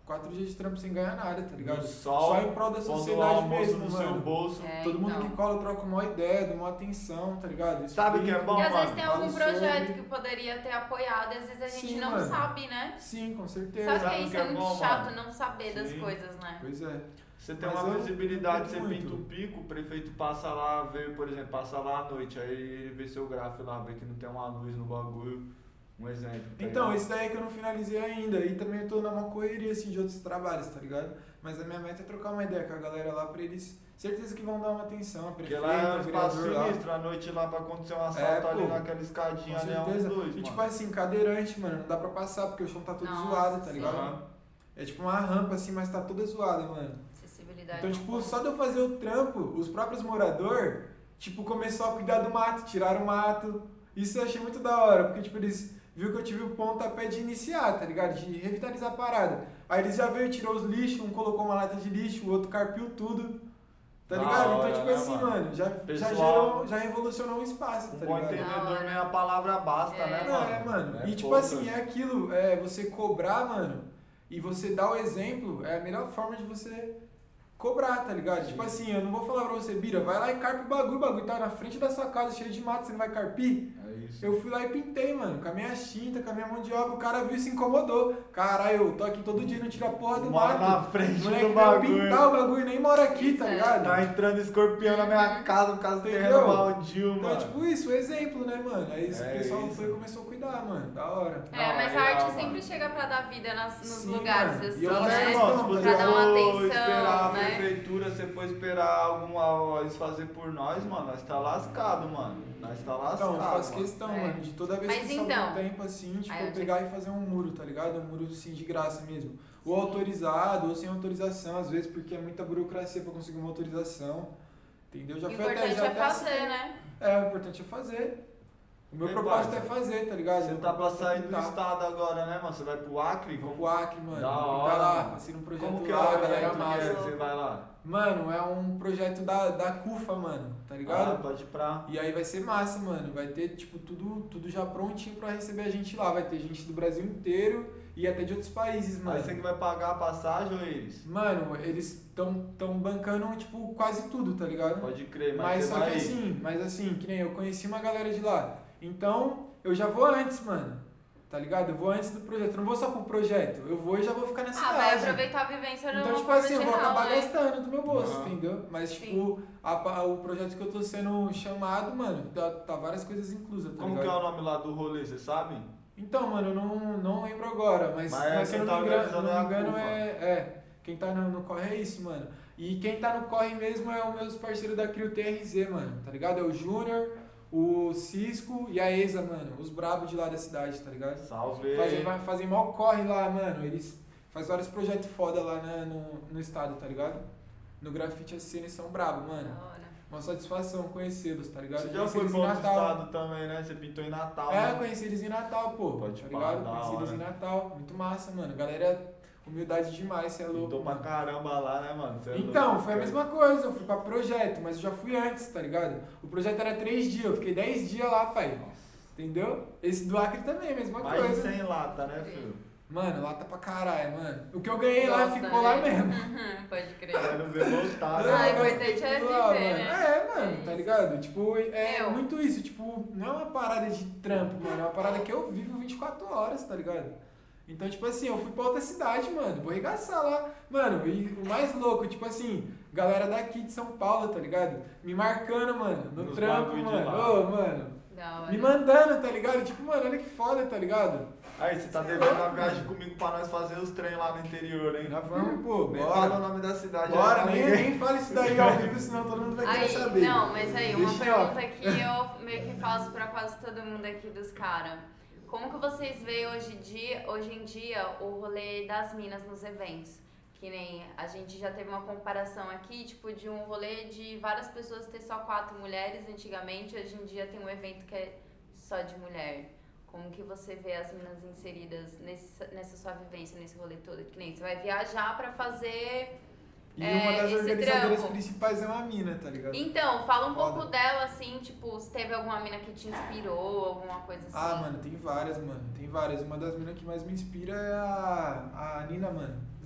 quatro dias de trampo sem ganhar nada, tá ligado? No sol, Só em prol da pondo sociedade almoço mesmo, no mano. seu bolso. É, Todo mundo então. que cola troca uma ideia, dá uma atenção, tá ligado? Sabe o que é bom, E às vezes mano? tem algum Fala projeto sobre- que poderia ter apoiado e às vezes a gente Sim, não mano. sabe, né? Sim, com certeza. Sabe que Sabe o isso que é é muito bom, chato, mano? não saber das Sim. coisas, né? Pois é. Você tem Mas uma eu visibilidade, você curto pinta o muito. pico, o prefeito passa lá, vê, por exemplo, passa lá à noite, aí ele vê seu gráfico lá, vê que não tem uma luz no bagulho, um exemplo. tá Então, ligado? esse daí é que eu não finalizei ainda. E também eu tô numa correria assim, de outros trabalhos, tá ligado? Mas a minha meta é trocar uma ideia com a galera lá pra eles. Certeza que vão dar uma atenção. A Porque prefeita, lá é um o espaço vereador lá. sinistro, à noite lá pra acontecer um assalto É, ali pô. naquela escadinha Com ali é um certeza. dois, E tipo mano. assim, cadeirante, mano, não dá pra passar porque o chão tá todo Nossa, zoado, tá sim. ligado? Aham. É tipo uma rampa assim, mas tá toda zoada, mano. Acessibilidade. Então, não tipo, pode. só de eu fazer o trampo, os próprios moradores, tipo, começou a cuidar do mato, tiraram o mato. Isso eu achei muito da hora, porque, tipo, eles viu que eu tive o pontapé de iniciar, tá ligado? De revitalizar a parada. Aí eles já veio, tirou os lixos, um colocou uma lata de lixo, o outro carpiu tudo. Tá Da ligado? hora, Então, tipo né, assim, mano? mano, já, já Pessoal- gerou, já revolucionou o espaço, Um tá bom ligado? entendedor Da nem hora. a palavra basta, É. né, Não, mano? é, mano. É e tipo poucas. assim, é aquilo, é você cobrar, mano, e você dar o exemplo, é a melhor forma de você cobrar, tá ligado? Tipo assim, eu não vou falar pra você, Bira, vai lá e carpe o bagulho, o bagulho tá na frente da sua casa, cheio de mato, você não vai carpir? É isso. Eu fui lá e pintei, mano, com a minha tinta, com a minha mão de obra, o cara viu e se incomodou. Caralho, eu tô aqui todo dia, não tiro a porra do Mora mato. na frente O moleque do veio bagulho. pintar o bagulho e nem mora aqui, tá Isso é. ligado? Tá entrando escorpião na minha casa por causa do terreno Entendeu? baldio, Então, mano. tipo isso, o exemplo, né, mano? Aí isso, É o pessoal isso. foi e começou a cuidar, mano, da hora. É, Não, mas aí a arte dá, sempre mano. chega pra dar vida nas, nos Sim, lugares, mano. assim, E eu Mas, faço né? irmão, se questão, você Pra dar uma for atenção, esperar a né? prefeitura, se for esperar alguma eles fazer por nós, mano, nós tá lascado, mano. Nós tá lascado. Então, eu faço mano. questão, É. mano, de toda vez Mas que sobra então- um tempo assim, tipo, Aí eu eu pegar e fazer um muro, tá ligado? Um muro assim de graça mesmo. Ou Sim. autorizado, ou sem autorização, às vezes, porque é muita burocracia pra conseguir uma autorização. Entendeu? Já O foi até importante já é até fazer, assinei. né? É, o importante é fazer. O meu Ei, propósito parça, é fazer, tá ligado? Você Meu tá pra propósito é sair do pintar. estado agora, né, mano? Você vai pro Acre? Vou Como, pro Acre, mano. Da Tá hora, lá, mano. passei num projeto como que é lá, o a galera evento que massa. é? Você vai lá? Mano, é um projeto da, da CUFA, mano, tá ligado? Ah, pode ir pra... E aí vai ser massa, mano. Vai ter, tipo, tudo, tudo já prontinho pra receber a gente lá. Vai ter gente do Brasil inteiro e até de outros países, mano. Aí você que vai pagar a passagem ou eles? Mano, eles tão, tão bancando, tipo, quase tudo, tá ligado? Pode crer, mas, Mas você só vai que ir. assim, mas assim, que nem eu conheci uma galera de lá. Então, eu já vou antes, mano. Tá ligado? Eu vou antes do projeto. Eu não vou só pro projeto. Eu vou e já vou ficar na Ah, cidade. vai aproveitar a vivência de Então, uma tipo forma assim, eu vou geral, acabar né? gastando do meu bolso, Aham. entendeu? Mas, Sim. tipo, a pa- o projeto que eu tô sendo chamado, mano, tá, tá várias coisas inclusas, tá Como ligado? que é o nome lá do rolê, você sabe? Então, mano, eu não, não lembro agora, mas, Mas mas se eu quem não tá me engano, organizando não é a me engano CUFA. é, é. Quem tá no, no corre é isso, mano. E quem tá no corre mesmo é os meus parceiros da Crio T R Z, mano, tá ligado? É o Júnior, o Cisco e a Exa, mano. Os brabos de lá da cidade, tá ligado? Salve! Fazem, vai- fazem mó corre lá, mano. Eles fazem vários projetos foda lá né, no, no estado, tá ligado? No Grafite S C eles são brabos, mano. Da hora. Uma satisfação conhecê-los, tá ligado? Você já Conheci foi eles pro em outro Natal. estado também, né? Você pintou em Natal, É, né? conheci eles em Natal, pô. Pode tá pá, ligado? da Conheci eles hora. em Natal. Muito massa, mano. Galera, humildade demais, cê é louco. Pintou pra mano. caramba lá, né, mano? Cê é Então, louco, foi a cara. mesma coisa. Eu fui pra projeto, mas eu já fui antes, tá ligado? O projeto era três dias, eu fiquei dez dias lá, pai. Entendeu? Esse do Acre também, a mesma Mais de coisa. cem lata, né, filho? Mano, lá tá pra caralho, mano. O que eu ganhei lá Gosta, ficou lá né? mesmo. Uhum, pode crer. Quero ver voltar, Eu Ah, né? o gastei importante é tudo lá, viver, mano. né? É, mano, É tá isso. ligado? Tipo, é Eu. muito isso. Tipo, não é uma parada de trampo, mano. É uma parada que eu vivo vinte e quatro horas, tá ligado? Então, tipo assim, eu fui pra outra cidade, mano. Vou arregaçar lá. Mano, e o mais louco, tipo assim, galera daqui de São Paulo, tá ligado? Me marcando, mano, no Nos trampo, bagulho de mano. lá. Ô, mano. Da hora. Me mandando, tá ligado? Tipo, mano, olha que foda, tá ligado? Aí, você tá devendo uma viagem comigo pra nós fazer os trem lá no interior, hein? Já vamos, pô, Nem fala o bora. nome da cidade. Bora, aí, nem, ninguém- nem fala isso daí ao vivo, senão todo mundo vai querer Aí, saber. não, mas aí, uma Deixa eu- pergunta que eu meio que faço pra quase todo mundo aqui dos caras. Como que vocês veem hoje, em dia, hoje em dia o rolê das minas nos eventos? Que nem a gente já teve uma comparação aqui, tipo, de um rolê de várias pessoas ter só quatro mulheres antigamente, hoje em dia tem um evento que é só de mulher. Como que você vê as minas inseridas nesse, nessa sua vivência, nesse rolê todo? Que nem você vai viajar pra fazer... E É, uma das esse organizadoras trampo. principais é uma mina, tá ligado? Então, fala um Foda. pouco dela, assim, tipo, se teve alguma mina que te inspirou, alguma coisa assim. Ah, mano, tem várias, mano. Tem várias. Uma das minas que mais me inspira é a, a Nina, mano.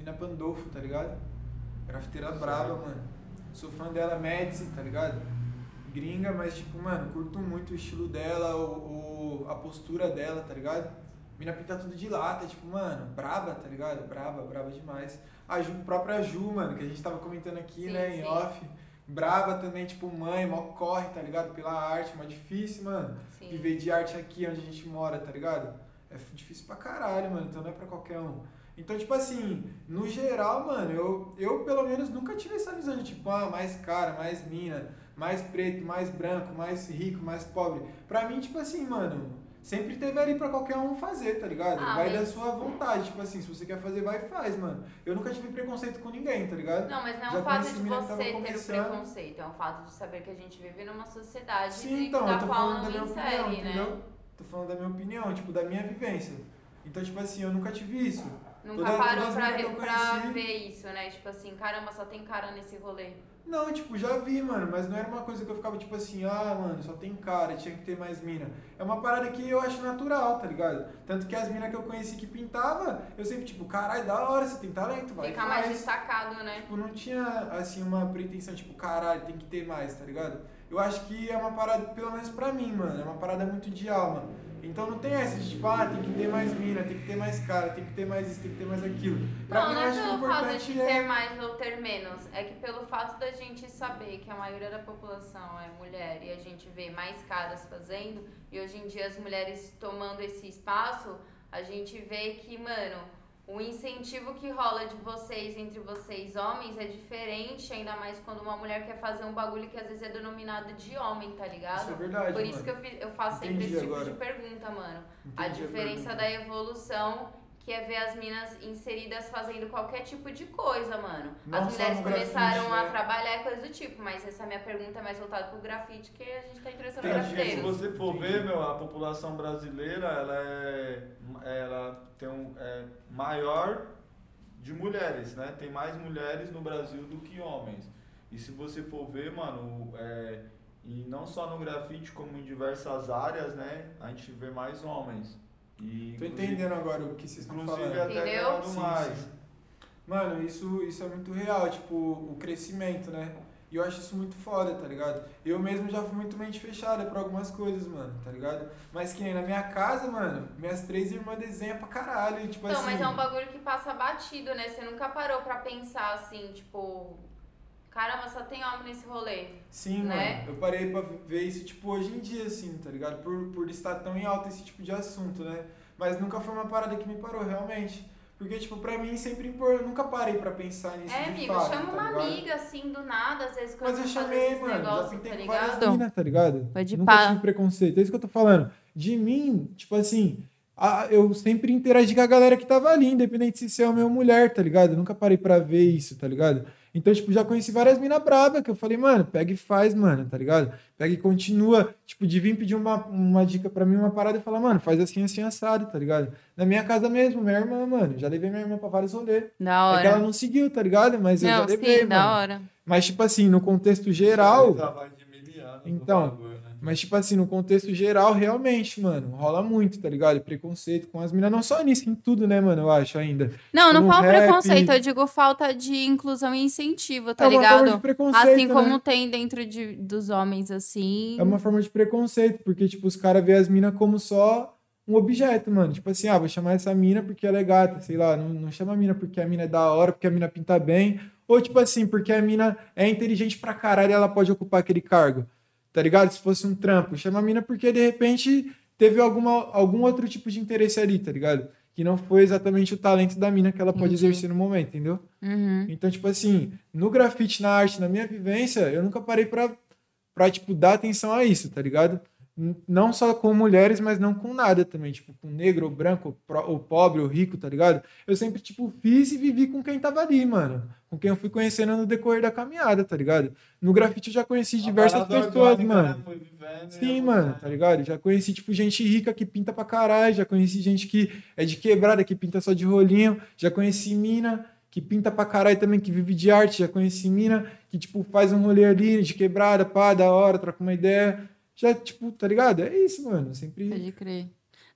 Mina Pandolfo, tá ligado? Grafiteira braba, mano. Sou fã dela, Medici, tá ligado? Gringa, mas tipo, mano, curto muito o estilo dela, o, o, a postura dela, tá ligado? Mina pinta tudo de lata, tipo, mano, braba, tá ligado? Braba, braba demais. A Ju, própria Ju, mano, que a gente tava comentando aqui, sim, né, sim. em off. Braba também, tipo, mãe, mó corre, tá ligado? Pela arte, mó difícil, mano. Sim. Viver de arte aqui onde a gente mora, tá ligado? É difícil pra caralho, mano, então não é pra qualquer um. Então, tipo assim, no geral, mano, eu, eu pelo menos nunca tive essa visão de tipo, ah, mais cara, mais mina, mais preto, mais branco, mais rico, mais pobre. Pra mim, tipo assim, mano, sempre teve ali pra qualquer um fazer, tá ligado? Ah, vai mas... da sua vontade, tipo assim, se você quer fazer, vai e faz, mano. Eu nunca tive preconceito com ninguém, tá ligado? Não, mas não é um fato de você ter o preconceito, é um fato de saber que a gente vive numa sociedade Sim, então, da qual não insere, opinião, né? Entendeu? Tô falando da minha opinião, tipo, da minha vivência. Então, tipo assim, eu nunca tive isso. Nunca Toda, parou pra, pra ver isso, né? Tipo assim, caramba, só tem cara nesse rolê. Não, tipo, já vi, mano, mas não era uma coisa que eu ficava tipo assim, ah, mano, só tem cara, tinha que ter mais mina. É uma parada que eu acho natural, tá ligado? Tanto que as minas que eu conheci que pintava, eu sempre tipo, caralho, da hora, você tem talento, vai. Fica mais destacado, né? Tipo, não tinha, assim, uma pretensão, tipo, caralho, tem que ter mais, tá ligado? Eu acho que é uma parada, pelo menos pra mim, mano, é uma parada muito de alma. Então não tem essa de tipo, ah, tem que ter mais mina, tem que ter mais cara, tem que ter mais isso, tem que ter mais aquilo. Pra não, mim, não eu é acho pelo fato de é... ter mais ou ter menos, é que pelo fato da gente saber que a maioria da população é mulher e a gente vê mais caras fazendo, e hoje em dia as mulheres tomando esse espaço, a gente vê que, mano, o incentivo que rola de vocês, entre vocês homens, é diferente, ainda mais quando uma mulher quer fazer um bagulho que às vezes é denominado de homem, tá ligado? Isso é verdade, Por isso mano. que eu, fiz, eu faço sempre Entendi esse tipo agora. de pergunta, mano. Entendi a diferença a da evolução, que é ver as minas inseridas fazendo qualquer tipo de coisa, mano. Não as mulheres começaram grafite, a né? trabalhar e coisa do tipo, mas essa minha pergunta é mais voltada pro grafite, que a gente tá interessado no Entendi. grafiteiro. Se você for ver, meu, a população brasileira, ela é, ela tem um é, maior de mulheres, né? Tem mais mulheres no Brasil do que homens. E se você for ver, mano, é, e não só no grafite, como em diversas áreas, né? A gente vê mais homens. E, tô entendendo agora o que vocês estão falando. Inclusive até ganhando mais. Sim. Mano, isso, isso é muito real, tipo, o crescimento, né? E eu acho isso muito foda, tá ligado? Eu mesmo já fui muito mente fechada pra algumas coisas, mano, tá ligado? Mas que nem na minha casa, mano, minhas três irmãs desenham pra caralho, tipo então, assim... mas é um bagulho que passa batido, né? Você nunca parou pra pensar assim, tipo... Caramba, só tem homem nesse rolê. Sim, né? Mano, eu parei pra ver isso, tipo, hoje em dia, assim, tá ligado? Por, por estar tão em alta esse tipo de assunto, né? Mas nunca foi uma parada que me parou, realmente. Porque, tipo, pra mim sempre impor, eu nunca parei pra pensar nisso. É, de amigo, fato, chama tá uma ligado? amiga, assim, do nada, às vezes, quando Mas eu você chamei, esses mano, negócios, já pintei tá com ligado? várias minas, tá ligado? Pode Nunca pá. tive preconceito, é isso que eu tô falando. De mim, tipo assim, a, eu sempre interagi com a galera que tava ali, independente se você é homem ou mulher, tá ligado? Eu nunca parei pra ver isso, tá ligado? Então, tipo, já conheci várias minas brabas que eu falei, mano, pega e faz, mano, tá ligado? Pega e continua, tipo, de vir pedir uma, uma dica pra mim, uma parada e falar, mano, faz assim, assim, assado, tá ligado? Na minha casa mesmo, minha irmã, mano, já levei minha irmã pra vários rolês. Da hora. É que ela não seguiu, tá ligado? Mas não, eu já levei, sim, mano. da hora. Mas, tipo assim, no contexto geral... Então, Então, mas tipo assim, no contexto geral, realmente, mano, rola muito, tá ligado? Preconceito com as minas, não só nisso, em tudo, né, mano, eu acho ainda. Não, tipo, não falo rap, preconceito, eu digo falta de inclusão e incentivo, tá é uma ligado? Forma de preconceito, assim como né? tem dentro de, dos homens, assim. É uma forma de preconceito, porque, tipo, os caras veem as minas como só um objeto, mano. Tipo assim, ah, vou chamar essa mina porque ela é gata, sei lá, não, não chama a mina porque a mina é da hora, porque a mina pinta bem, ou tipo assim, porque a mina é inteligente pra caralho e ela pode ocupar aquele cargo. Tá ligado? Se fosse um trampo. Chama a mina porque, de repente, teve alguma, algum outro tipo de interesse ali, tá ligado? Que não foi exatamente o talento da mina que ela pode Entendi. exercer no momento, entendeu? Uhum. Então, tipo assim, no grafite, na arte, na minha vivência, eu nunca parei pra, pra tipo, dar atenção a isso, tá ligado? Não só com mulheres, mas não com nada também. Tipo, com negro, ou branco, ou pobre, ou rico, tá ligado? Eu sempre, tipo, fiz e vivi com quem tava ali, mano. Com quem eu fui conhecendo no decorrer da caminhada, tá ligado? No grafite eu já conheci diversas pessoas, mano. Né? Foi vivendo, Sim, mano, tá ligado? Já conheci, tipo, gente rica que pinta pra caralho. Já conheci gente que é de quebrada, que pinta só de rolinho. Já conheci mina que pinta pra caralho também, que vive de arte. Já conheci mina que, tipo, faz um rolê ali de quebrada, pá, da hora, troca uma ideia. Já, tipo, tá ligado? É isso, mano. Sempre. Pode crer.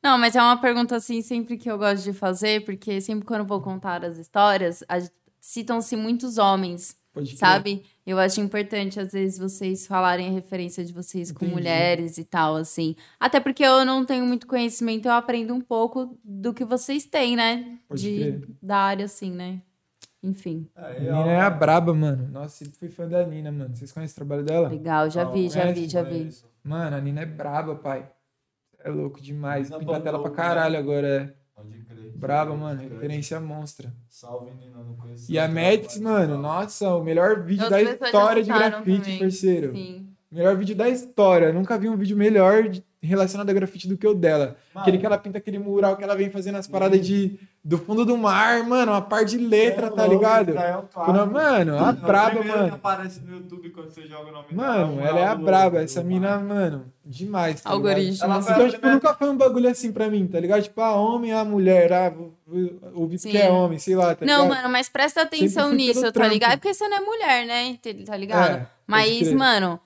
Não, mas é uma pergunta, assim, sempre que eu gosto de fazer, porque sempre quando eu vou contar as histórias, a- citam-se muitos homens, Pode crer. sabe? Eu acho importante, às vezes, vocês falarem a referência de vocês com Entendi. mulheres e tal, assim. Até porque eu não tenho muito conhecimento, eu aprendo um pouco do que vocês têm, né? Pode de, crer. da área, assim, né? Enfim. É, A real, Nina é a mano. braba, mano. Nossa, sempre fui fã da Nina, mano. Vocês conhecem o trabalho dela? Legal, já Não, vi, já conhece? vi, já vi. Conheço. Mano, a Nina é braba, pai. É louco demais. Nina Pinta a tela pra bombou, caralho né? agora, é. Pode crer. Braba, Pode mano. crer. Referência monstra. Salve, Nina, não conheço. E a Mads, mano, nossa, o melhor vídeo As da pessoas já história de citaram grafite, também. parceiro. Sim. Melhor vídeo da história. Nunca vi um vídeo melhor de- relacionado a grafite do que o dela. Mano. Aquele que ela pinta aquele mural que ela vem fazendo as paradas de, do fundo do mar, mano. Uma par de letra, tá ligado? Quando- mano, a braba, que mano. aparece no YouTube quando você joga o nome Mano, dela, ela é a do- braba. do Essa mar. mina, mano, demais, tá ligado? Algoritmo. Ela foi a Então, tipo, primeira- nunca foi um bagulho assim pra mim, tá ligado? Tipo, a homem, a mulher, ah, vou- vou ouvir Sim. porque é homem, sei lá, tá Não, ligado? mano, mas presta atenção fui pelo nisso, tá trampo. ligado? É porque você não é mulher, né? Tá ligado? É, pode mas, crer. mano,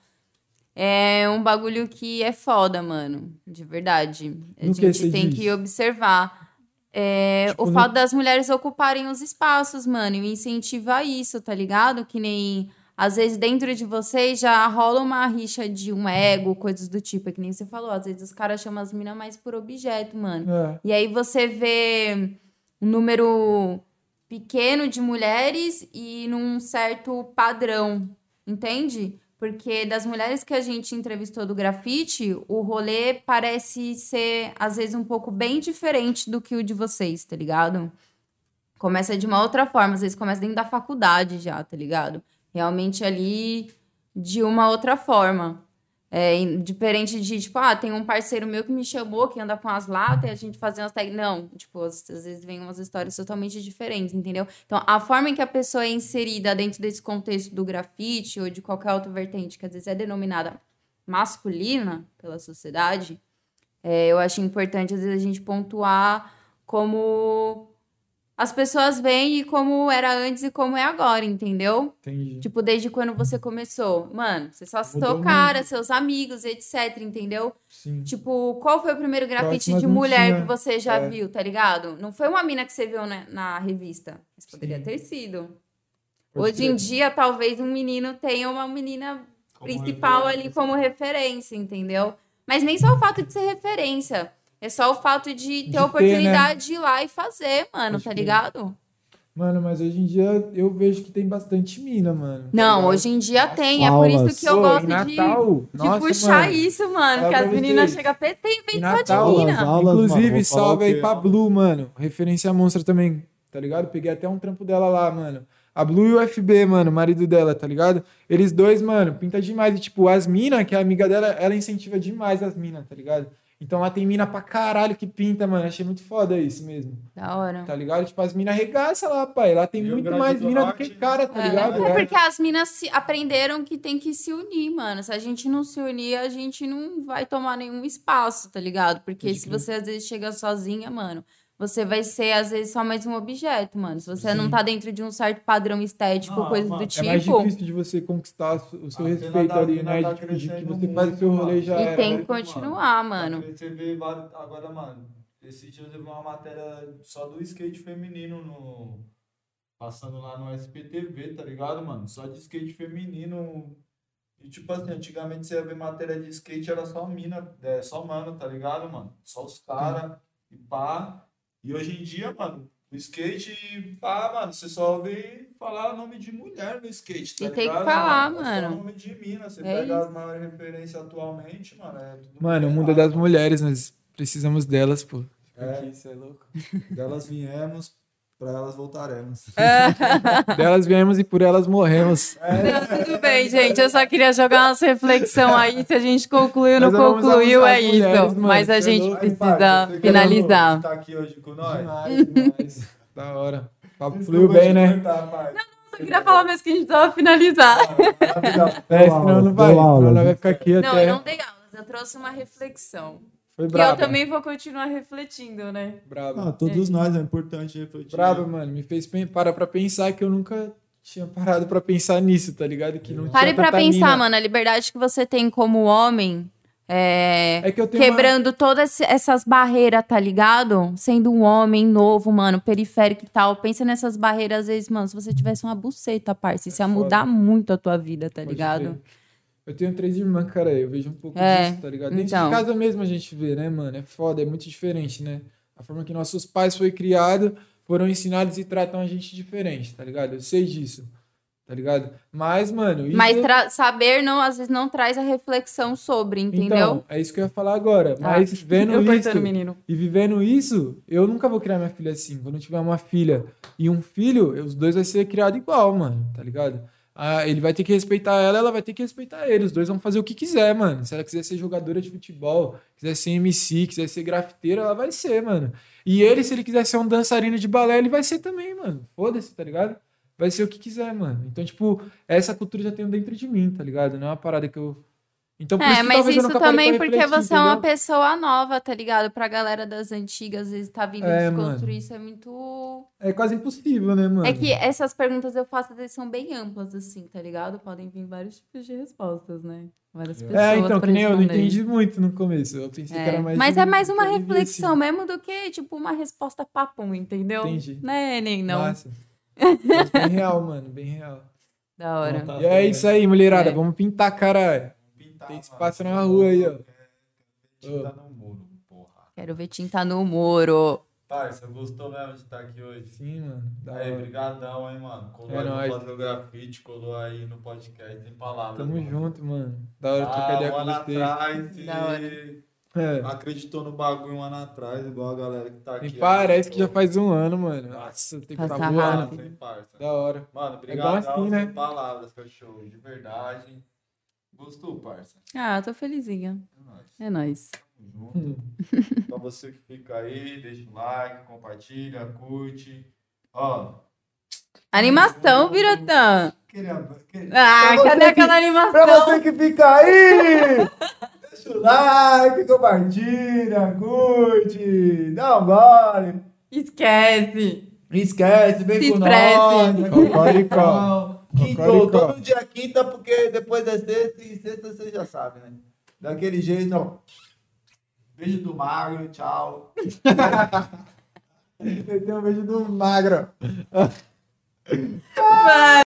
é um bagulho que é foda, mano. De verdade. A No que gente você tem diz? que observar. É, Tipo, o no- fato das mulheres ocuparem os espaços, mano, e incentivar isso, tá ligado? Que nem. Às vezes, dentro de vocês já rola uma rixa de um ego, coisas do tipo. É que nem você falou, às vezes os caras chamam as minas mais por objeto, mano. É. E aí você vê um número pequeno de mulheres e num certo padrão, entende? Porque das mulheres que a gente entrevistou do grafite, o rolê parece ser, às vezes, um pouco bem diferente do que o de vocês, tá ligado? Começa de uma outra forma, às vezes começa dentro da faculdade já, tá ligado? Realmente ali de uma outra forma. É, em- diferente de, tipo, ah, tem um parceiro meu que me chamou, que anda com as latas, e a gente fazia umas técnicas. Não, tipo, às, às vezes vem umas histórias totalmente diferentes, entendeu? Então, a forma em que a pessoa é inserida dentro desse contexto do grafite ou de qualquer outra vertente, que às vezes é denominada masculina pela sociedade, é, eu acho importante, às vezes, a gente pontuar como as pessoas veem e como era antes e como é agora, entendeu? Entendi. Tipo, desde quando você começou. Mano, você só citou Mudou cara, muito. seus amigos, etcétera, entendeu? Sim. Tipo, qual foi o primeiro grafite Próximas de não mulher tinha. que você já É. viu, tá ligado? Não foi uma mina que você viu na, na revista. Mas poderia Sim. ter sido. Pode Hoje em crer. dia, talvez um menino tenha uma menina Como principal ali referência. como referência, entendeu? Mas nem só o fato de ser referência. É só o fato de ter De a ter, oportunidade né? de ir lá e fazer, mano, Pode tá crer. ligado? Mano, mas hoje em dia eu vejo que tem bastante mina, mano. tá Não, ligado? hoje em dia Nossa. tem. É por isso Aulas. que eu Pô, gosto em de... Natal, De nossa, puxar mano. isso, mano. Fala Que as pra meninas vocês. chegam a ter tem Em vem só de Natal, mina. Aulas, aulas, Inclusive, mano, vou falar salve o aí quê? pra Blue, mano. Referência monstra também, tá ligado? Peguei até um trampo dela lá, mano. A Blue e o F B, mano, o marido dela, tá ligado? Eles dois, mano, pinta demais. E, tipo, as minas, que é amiga dela, ela incentiva demais as minas, tá ligado? Então lá tem mina pra caralho que pinta, mano. Achei muito foda isso mesmo, Da hora. tá ligado? Tipo, as minas arregaçam lá, pai. Lá tem Rio muito Grande mais do mina do Norte. que cara, tá É, ligado? é É. porque as minas se- aprenderam que tem que se unir, mano. Se a gente não se unir, a gente não vai tomar nenhum espaço, tá ligado? Porque Pode se crer. você às vezes chega sozinha, mano, você vai ser às vezes só mais um objeto, mano. Se você não Sim. tá dentro de um certo padrão estético, Não, coisas mano, do É mais tipo. difícil de você conquistar o seu A respeito cena da ali, mina né? tá De, tipo, de que crescendo você faz o seu muito, rolê mano. já E era. tem que Mano, continuar, mano. Você vê vários- agora, mano, esse dia eu vi uma matéria só do skate feminino no. Passando lá no S P T V, tá ligado, mano? Só de skate feminino. E tipo assim, antigamente você ia ver matéria de skate, era só mina, é, só mano, tá ligado, mano? Só os caras e pá. E hoje em dia, mano, o skate, pá, mano, você só vê falar nome de mulher no skate, tá E tem que ligado, falar, É só mano. nome de mina. Você É pega isso. as maiores referências atualmente, mano, é tudo Mano, o mulher, mundo é das mano. mulheres, nós precisamos delas, pô. É. Porque isso é louco. Delas viemos, pra elas voltaremos. Delas viemos e por elas morremos. Não, tudo bem, gente. Eu só queria jogar umas reflexão aí. Se a gente concluiu, não Mas vamos concluiu, usar é as isso. mulheres, mano, Mas a cê é gente louco. precisa finalizar. Tá aqui hoje com nós. Demais, demais. Da hora. O papo fluiu bem, né? Eu queria falar mesmo que a gente precisava finalizar. É, senão não vai. Deu aula, Senão ela vai gente. ficar aqui Não, até. eu não dei aulas. Eu trouxe uma reflexão. Foi E eu braba. também vou continuar refletindo, né? Braba. Ah, todos nós, é importante refletir. Braba, mano. Me fez pen- parar pra pensar que eu nunca tinha parado pra pensar nisso, tá ligado? Que não Pare tinha pra tanta pensar, mina. mano. A liberdade que você tem como homem É, É que eu tenho quebrando uma... todas essas barreiras, tá ligado? Sendo um homem novo, mano, periférico e tal. Pensa nessas barreiras, às vezes, mano, se você tivesse uma buceta, parça, isso ia mudar muito a tua vida, tá Pode ligado? ver. Eu tenho três irmãs, cara, eu vejo um pouco é, disso, tá ligado? Dentro então. de casa mesmo a gente vê, né, mano? É foda, é muito diferente, né? A forma que nossos pais foram criados, foram ensinados e tratam a gente diferente, tá ligado? Eu sei disso, tá ligado? Mas, mano... Isso... Mas tra- saber, não, às vezes, não traz a reflexão sobre, entendeu? Então, é isso que eu ia falar agora. Mas ah, vendo isso menino. e vivendo isso, eu nunca vou criar minha filha assim. Quando eu tiver uma filha e um filho, os dois vai ser criado igual, mano, tá ligado? Ah, ele vai ter que respeitar ela, ela vai ter que respeitar ele. Os dois vão fazer o que quiser, mano. Se ela quiser ser jogadora de futebol, quiser ser M C, quiser ser grafiteira, ela vai ser, mano. E ele, se ele quiser ser um dançarino de balé, ele vai ser também, mano. Foda-se, tá ligado? Vai ser o que quiser, mano. Então, tipo, essa cultura já tem dentro de mim, tá ligado? Não é uma parada que eu... Então, por é, isso que mas talvez isso eu nunca também porque refletir, você entendeu? é uma pessoa nova, tá ligado? Pra galera das antigas, às vezes tá vindo É, desconstruir, mano. isso é muito... É quase impossível, né, mano? É que essas perguntas eu faço, às vezes, são bem amplas, assim, tá ligado? Podem vir vários tipos de respostas, né? Várias pessoas É, então, que nem eu não responder. entendi muito no começo. Eu pensei É. que era mais... Mas de- é mais uma de alívio, reflexão assim. mesmo do que, tipo, uma resposta papum, entendeu? Entendi. Né, nem não. Massa. Mas bem real, mano, bem real. Da hora. Então tá. E é isso aí, mulherada. É. Vamos pintar, caralho. Pintar, Tem mano, espaço na esse rua aí, ó. muro, quer Tinta no muro, porra. Quero ver tinta no muro. Parça, gostou mesmo de estar aqui hoje? Sim, mano. Da Aí, hora. brigadão, hein, mano. Colou É aí nóis. no Fazer o Grafite, colou aí no podcast, tem palavras. Tamo mano. junto, mano. Da hora trocar Ah, ideia um com ano você. atrás e Da hora. É. acreditou no bagulho um ano atrás, igual a galera que tá aqui. Me parece que já acreditou. faz um ano, mano. Nossa, o tempo Passa tá voando. rápido. Sem parça. Da hora. Mano, É obrigado. bom assim, né? Sem palavras, cachorro. De verdade. Gostou, parça? Ah, eu tô felizinha. É nóis. É nóis. Tamo junto. Pra você que fica aí, deixa o like, compartilha, curte. Ó. Animação, Birotã. Queria, queria... Ah, Pra cadê você aquela que- animação? Pra você que fica aí, deixa o like, compartilha, curte, dá um gole. Esquece. Esquece, vem Se com expresse. nós. né? Cocoricó. Quinto, Cocoricó. todo dia é quinta, porque depois é sexta e sexta você já sabe, né? Daquele jeito, ó. Beijo do Magro, tchau. Eu tenho um beijo do magro. Mano.